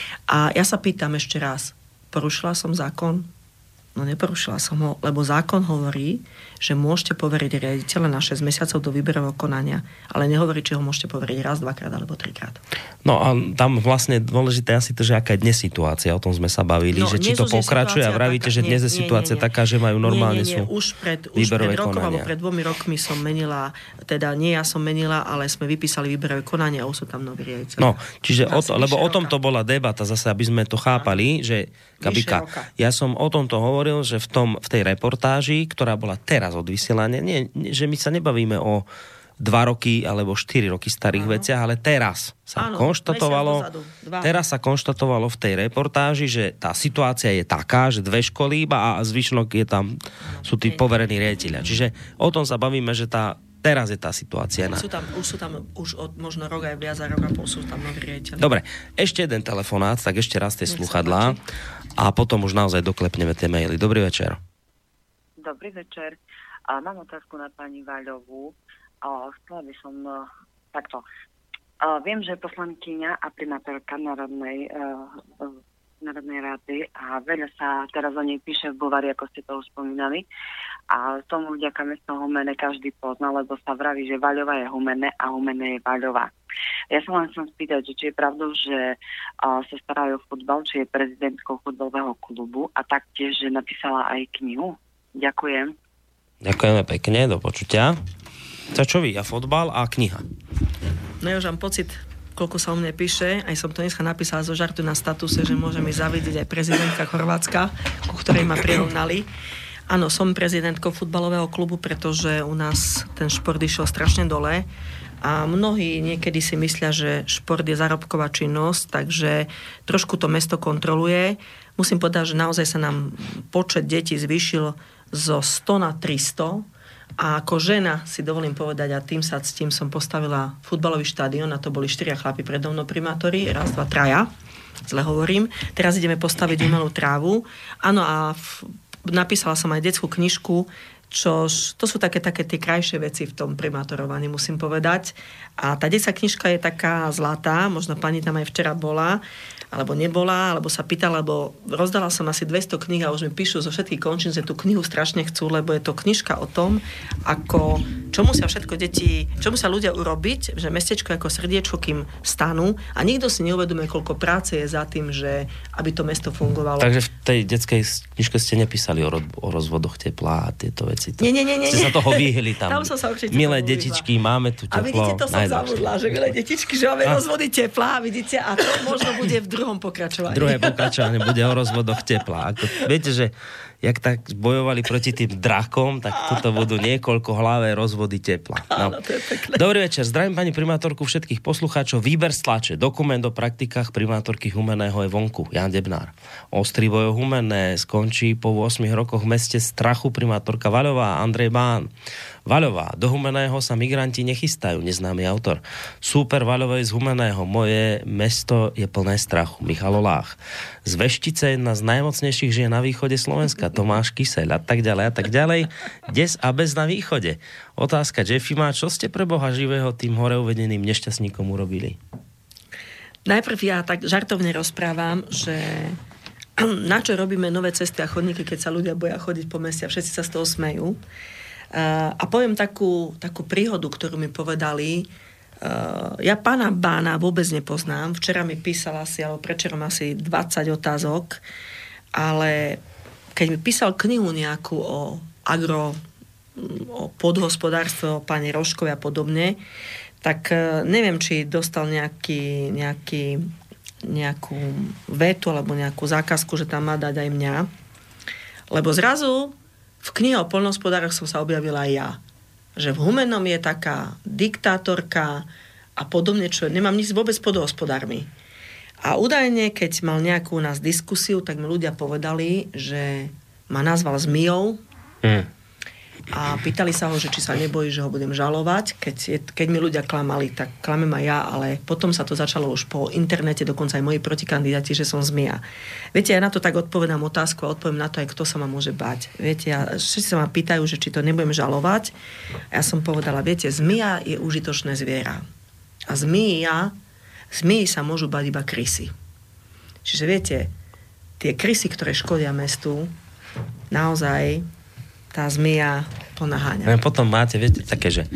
A ja sa pýtam ešte raz, porušila som zákon? No neporušila som ho, lebo zákon hovorí, že môžete poveriť riaditeľa na šesť mesiacov do výberového konania, ale nehovorí, či ho môžete poveriť raz, dvakrát alebo trikrát. No a tam vlastne dôležité asi to, že aká je dnes situácia, o tom sme sa bavili, no, že či to pokračuje a vravíte, taká, že dnes nie, je situácia nie, nie, taká, že majú normálne nie, nie, nie. sú už pred, už pred rokom alebo pred dvomi rokmi som menila, teda nie ja som menila, ale sme vypísali výberové konanie a už sú tam noví riaditeľi. No, čiže o to, lebo o tom to bola debata zase, aby sme to chápali, že Gabika, ja som o tomto hovoril, že v, tom, v tej reportáži, ktorá bola teraz od vysielania, nie, že my sa nebavíme o dva roky alebo štyri roky starých Áno. veciach, ale teraz sa Áno, konštatovalo, teraz sa konštatovalo v tej reportáži, že tá situácia je taká, že dve školy iba a zvyšnok je tam, sú tí poverení riaditeľia. Čiže o tom sa bavíme, že tá teraz je tá situácia. Sú tam, už sú tam už od možno rok aj viac a rok a pol sú tam noví riaditeľi. Dobre, ešte jeden telefonát, tak ešte raz tie slúchadlá a potom už naozaj doklepneme tie maily. Dobrý večer. Dobrý večer. A mám otázku na pani Vaľovú. A chcela by som uh, takto. A viem, že poslankyňa a primátorka Národnej, uh, uh, Národnej rady a veľa sa teraz o nej píše v bulvári, ako ste to už spomínali. A tomu vďaka mestno Humene každý pozná, lebo sa vraví, že Vaľová je Humene a Humene je Vaľová. Ja sa len chcem spýtať, že či je pravdou, že uh, sa starajú o futbal, či je prezidentkou futbalového klubu a taktiež, že napísala aj knihu. Ďakujem. Ďakujeme pekne, do počutia. To čo vy? A futbal a kniha. No ja už mám pocit, koľko sa o mne píše, aj som to dneska napísala zo žartu na statuse, že môže mi zavidieť aj prezidentka Chorvátska, ku ktorej ma prirovnali. Áno, som prezidentkou futbalového klubu, pretože u nás ten šport išiel strašne dole a mnohí niekedy si myslia, že šport je zárobková činnosť, takže trošku to mesto kontroluje. Musím povedať, že naozaj sa nám počet detí zvýšil zo sto na tristo a ako žena si dovolím povedať, a tým sa s tým som postavila futbalový štadión a to boli štyria chlapi predo mnou primátori, raz, dva, traja, zle hovorím. Teraz ideme postaviť umelú trávu. Áno a v napísala som aj detskú knižku, čo to sú také, také tie krajšie veci v tom primátorovaní, musím povedať. A tá detská knižka je taká zlatá, možno pani tam aj včera bola, alebo nebola, alebo sa pýtala, lebo rozdala som asi dvesto kníh a už mi píšu zo všetkých končín, že tú knihu strašne chcú, lebo je to knižka o tom, ako, čo musia všetko deti, čo musia ľudia urobiť, že mestečko ako srdiečko, kým stanú a nikto si neuvedomuje, koľko práce je za tým, že aby to mesto fungovalo. Takže v tej detskej knižke ste nepísali o, ro- o rozvodoch tepla a tieto veci. To, nie, nie, nie, nie. Ste sa toho vyhli tam. Tam som sa určite milé detičky, máme tu teplo. A vidíte, to som zabudla, že milé detičky, že máme rozvody tepla, vidíte, a to možno bude v druhom pokračovaní. Druhé pokračovanie bude o rozvodoch tepla. Ako, viete, že jak tak bojovali proti tým drakom, tak toto budú niekoľko hlavé rozvody tepla. No. Áno, to je pekné. Dobrý večer, zdravím pani primátorku, všetkých poslucháčov. Výber z tlače, dokument o praktikách primátorky Humenného je vonku. Jan Debnár. Ostrý boj o Humenné skončí po ôsmich rokoch v meste strachu primátorka Vaľová, Andrej Bán. Vaľová, do Humenného sa migranti nechystajú, neznámy autor. Súper Vaľovej z Humenného, moje mesto je plné strachu. Michal Olách. Z Veštice, jedna z najmocnejších žien na východe Slovenska, Tomáš Kyseľ a tak ďalej a tak ďalej. Des a bez na východe. Otázka Jeffy má, čo ste pre Boha živého tým hore uvedeným nešťastníkom urobili? Najprv ja tak žartovne rozprávam, že na čo robíme nové cesty a chodníky, keď sa ľudia boja chodiť po meste a všetci sa z toho smejú. A poviem takú, takú príhodu, ktorú mi povedali Uh, ja pána Bána vôbec nepoznám. Včera mi písal asi, alebo prečerom asi dvadsať otázok, ale keď mi písal knihu nejakú o agro, o podhospodárstve, o pani Rožkovej a podobne, tak uh, neviem, či dostal nejaký, nejaký, nejakú vetu alebo nejakú zákazku, že tam má dať aj mňa. Lebo zrazu v knihe o poľnohospodároch som sa objavila aj ja. Že v Humennom je taká diktátorka a podobne, čo nemám nič vôbec s podhospodármi. A údajne, keď mal nejakú u nás diskusiu, tak mi ľudia povedali, že ma nazval zmijou mm. a pýtali sa ho, že či sa nebojí, že ho budem žalovať. Keď, je, keď mi ľudia klamali, tak klamem aj ja, ale potom sa to začalo už po internete, dokonca aj moji protikandidáti, že som zmija. Viete, ja na to tak odpovedám otázku a odpoviem na to aj, kto sa ma môže bať. Viete, ja, všetci sa ma pýtajú, že či to nebudem žalovať. A ja som povedala, viete, zmija je užitočné zviera. A zmija, zmiji sa môžu bať iba krysy. Čiže viete, tie krysy, ktoré škodia mestu, naozaj tá zmija ponaháňa. Potom máte, viete, také, že,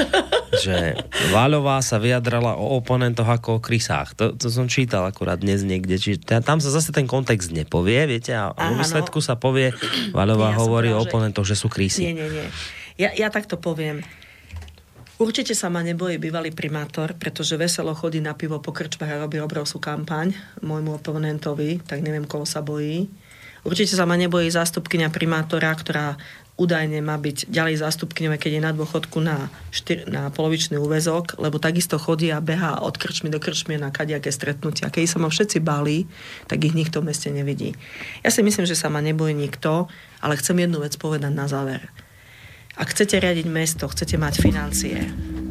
že Váľová sa vyjadrala o oponentoch ako o krysách. To, to som čítal akurát dnes niekde. Čiže tam sa zase ten kontext nepovie, viete, a vo výsledku sa povie, Váľová ja hovorí o oponentoch, že sú krysy. Nie, nie, nie. Ja, ja takto poviem. Určite sa ma nebojí bývalý primátor, pretože veselo chodí na pivo po krčbách a robí obrovskú kampaň môjmu oponentovi, tak neviem, koho sa bojí. Určite sa ma nebojí zástupkyňa primátora, ktorá údajne má byť ďalej zástupkyňou, keď je na dôchodku na, štyr, na polovičný úväzok, lebo takisto chodí a behá od krčmy do krčmy na kadiaké stretnutia. Keď sa ma všetci báli, tak ich nikto v meste nevidí. Ja si myslím, že sa ma nebojí nikto, ale chcem jednu vec povedať na záver. Ak chcete riadiť mesto, chcete mať financie,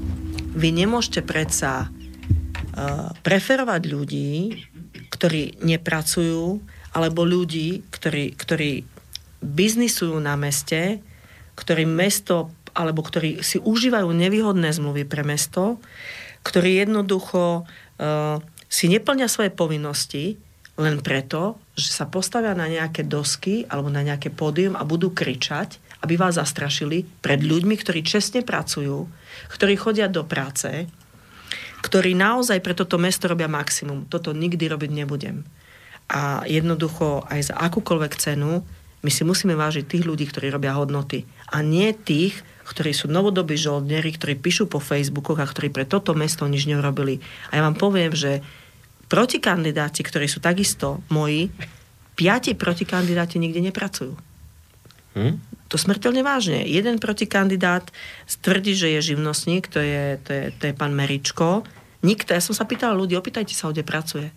vy nemôžete predsa uh, preferovať ľudí, ktorí nepracujú, alebo ľudí, ktorí, ktorí biznisujú na meste, ktorí mesto, alebo ktorí si užívajú nevýhodné zmluvy pre mesto, ktorí jednoducho uh, si neplnia svoje povinnosti len preto, že sa postavia na nejaké dosky alebo na nejaké pódium a budú kričať, aby vás zastrašili pred ľuďmi, ktorí čestne pracujú, ktorí chodia do práce, ktorí naozaj pre toto mesto robia maximum. Toto nikdy robiť nebudem. A jednoducho aj za akúkoľvek cenu my si musíme vážiť tých ľudí, ktorí robia hodnoty. A nie tých, ktorí sú novodobí žoldneri, ktorí píšu po Facebookoch a ktorí pre toto mesto nič neurobili. A ja vám poviem, že protikandidáti, ktorí sú takisto moji, piati protikandidáti nikde nepracujú. Hm? To smrteľne vážne. Jeden protikandidát tvrdí, že je živnostník, to je, to je, to je pán Meričko. Nikto, ja som sa pýtala ľudí, opýtajte sa, kde pracuje.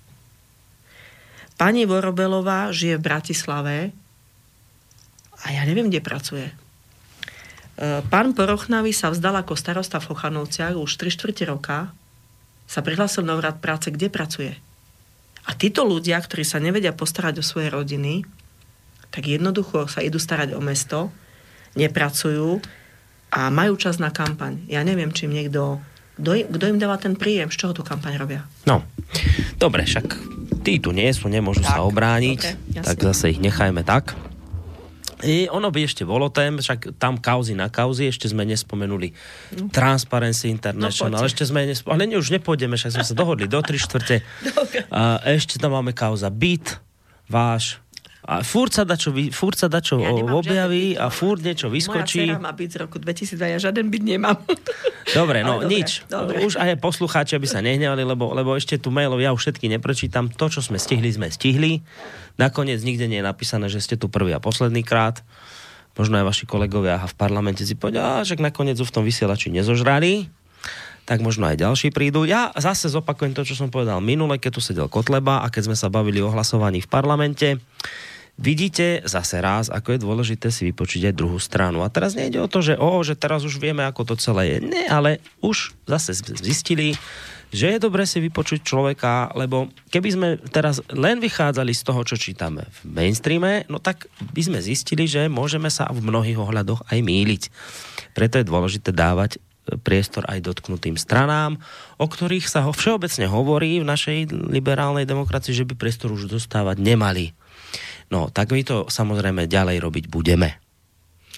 Pani Vorobelová žije v Bratislave a ja neviem, kde pracuje. Pán Porochnavi sa vzdal ako starosta v Chochanovciach už tri štvrte roka, sa prihlásil na úrad práce, kde pracuje. A títo ľudia, ktorí sa nevedia postarať o svoje rodiny, tak jednoducho sa idú starať o mesto, nepracujú a majú čas na kampaň. Ja neviem, či im niekto, kto im dáva ten príjem, z čoho tú kampaň robia. No, dobre, však tí tu nie sú, nemôžu tak sa obrániť, okay, tak zase ich nechajme tak. I ono by ešte bolo tém, však tam kauzy na kauzy, ešte sme nespomenuli no. Transparency International, no, ešte sme nespomenuli, ale ne, už nepôjdeme, však sme sa dohodli do tri štvrte. A ešte tam máme kauza Byt, váš. A furt sa dačo, furt sa dačo ja objaví a furt niečo vyskočí. Moja dcera má byť z roku dvetisícdva, ja žiaden byt nemám. Dobre, no dobre, nič. Dobre. Už aj poslucháči, aby sa nehnevali, lebo, lebo ešte tu mailov ja už všetky neprečítam. To, čo sme stihli, sme stihli. Nakoniec nikde nie je napísané, že ste tu prvý a posledný krát. Možno aj vaši kolegovia v parlamente si povedia, že nakoniec v tom vysielači nezožrali. Tak možno aj ďalší prídu. Ja zase zopakujem to, čo som povedal minule, keď tu sedel Kotleba a keď sme sa bavili o hlasovaní v parlamente. Vidíte zase raz, ako je dôležité si vypočuť aj druhú stranu. A teraz nejde o to, že, o, že teraz už vieme, ako to celé je. Nie, ale už zase zistili, že je dobre si vypočuť človeka, lebo keby sme teraz len vychádzali z toho, čo čítame v mainstreame, no tak by sme zistili, že môžeme sa v mnohých ohľadoch aj mýliť. Preto je dôležité dávať priestor aj dotknutým stranám, o ktorých sa ho všeobecne hovorí v našej liberálnej demokracii, že by priestor už dostávať nemali. No, tak my to samozrejme ďalej robiť budeme.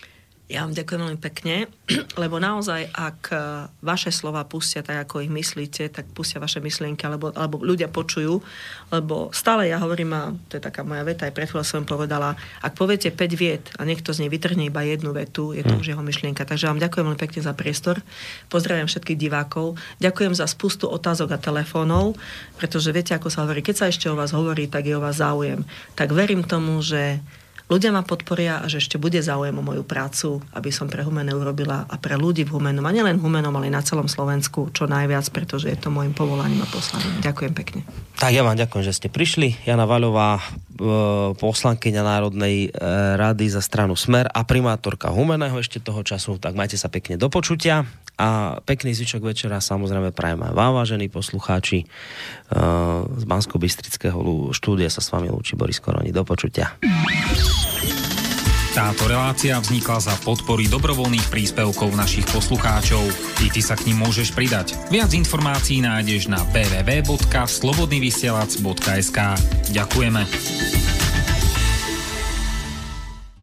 Ja vám ďakujem veľmi pekne, lebo naozaj, ak vaše slova pustia tak, ako ich myslíte, tak pustia vaše myšlienky, alebo, alebo ľudia počujú, lebo stále ja hovorím, a to je taká moja veta, aj pred chvíľou som povedala, ak poviete päť viet a niekto z nej vytrhne iba jednu vetu, je to hmm. už jeho myšlienka. Takže vám ďakujem veľmi pekne za priestor, pozdravujem všetkých divákov, ďakujem za spustu otázok a telefónov, pretože viete, ako sa hovorí, keď sa ešte o vás hovorí, tak je o vás záujem. Tak verím tomu, že ľudia ma podporia a že ešte bude záujem o moju prácu, aby som pre Humenné urobila a pre ľudí v Humennom, a nielen v Humennom, ale na celom Slovensku čo najviac, pretože je to môjim povolaním a poslaním. Ďakujem pekne. Tak ja vám ďakujem, že ste prišli. Jana Vaľová, poslankyňa Národnej rady za stranu Smer a primátorka Humenného ešte toho času. Tak majte sa pekne do počutia a pekný zvyšok večera samozrejme prajem aj vám, vážení poslucháči. Z Banskobystrického štúdia sa s vami lúči Boris Koroni. Do počutia. Táto relácia vznikla za podpory dobrovoľných príspevkov našich poslucháčov. I ty sa k nim môžeš pridať. Viac informácií nájdeš na w w w bodka slobodnyvysielac bodka es ka. Ďakujeme.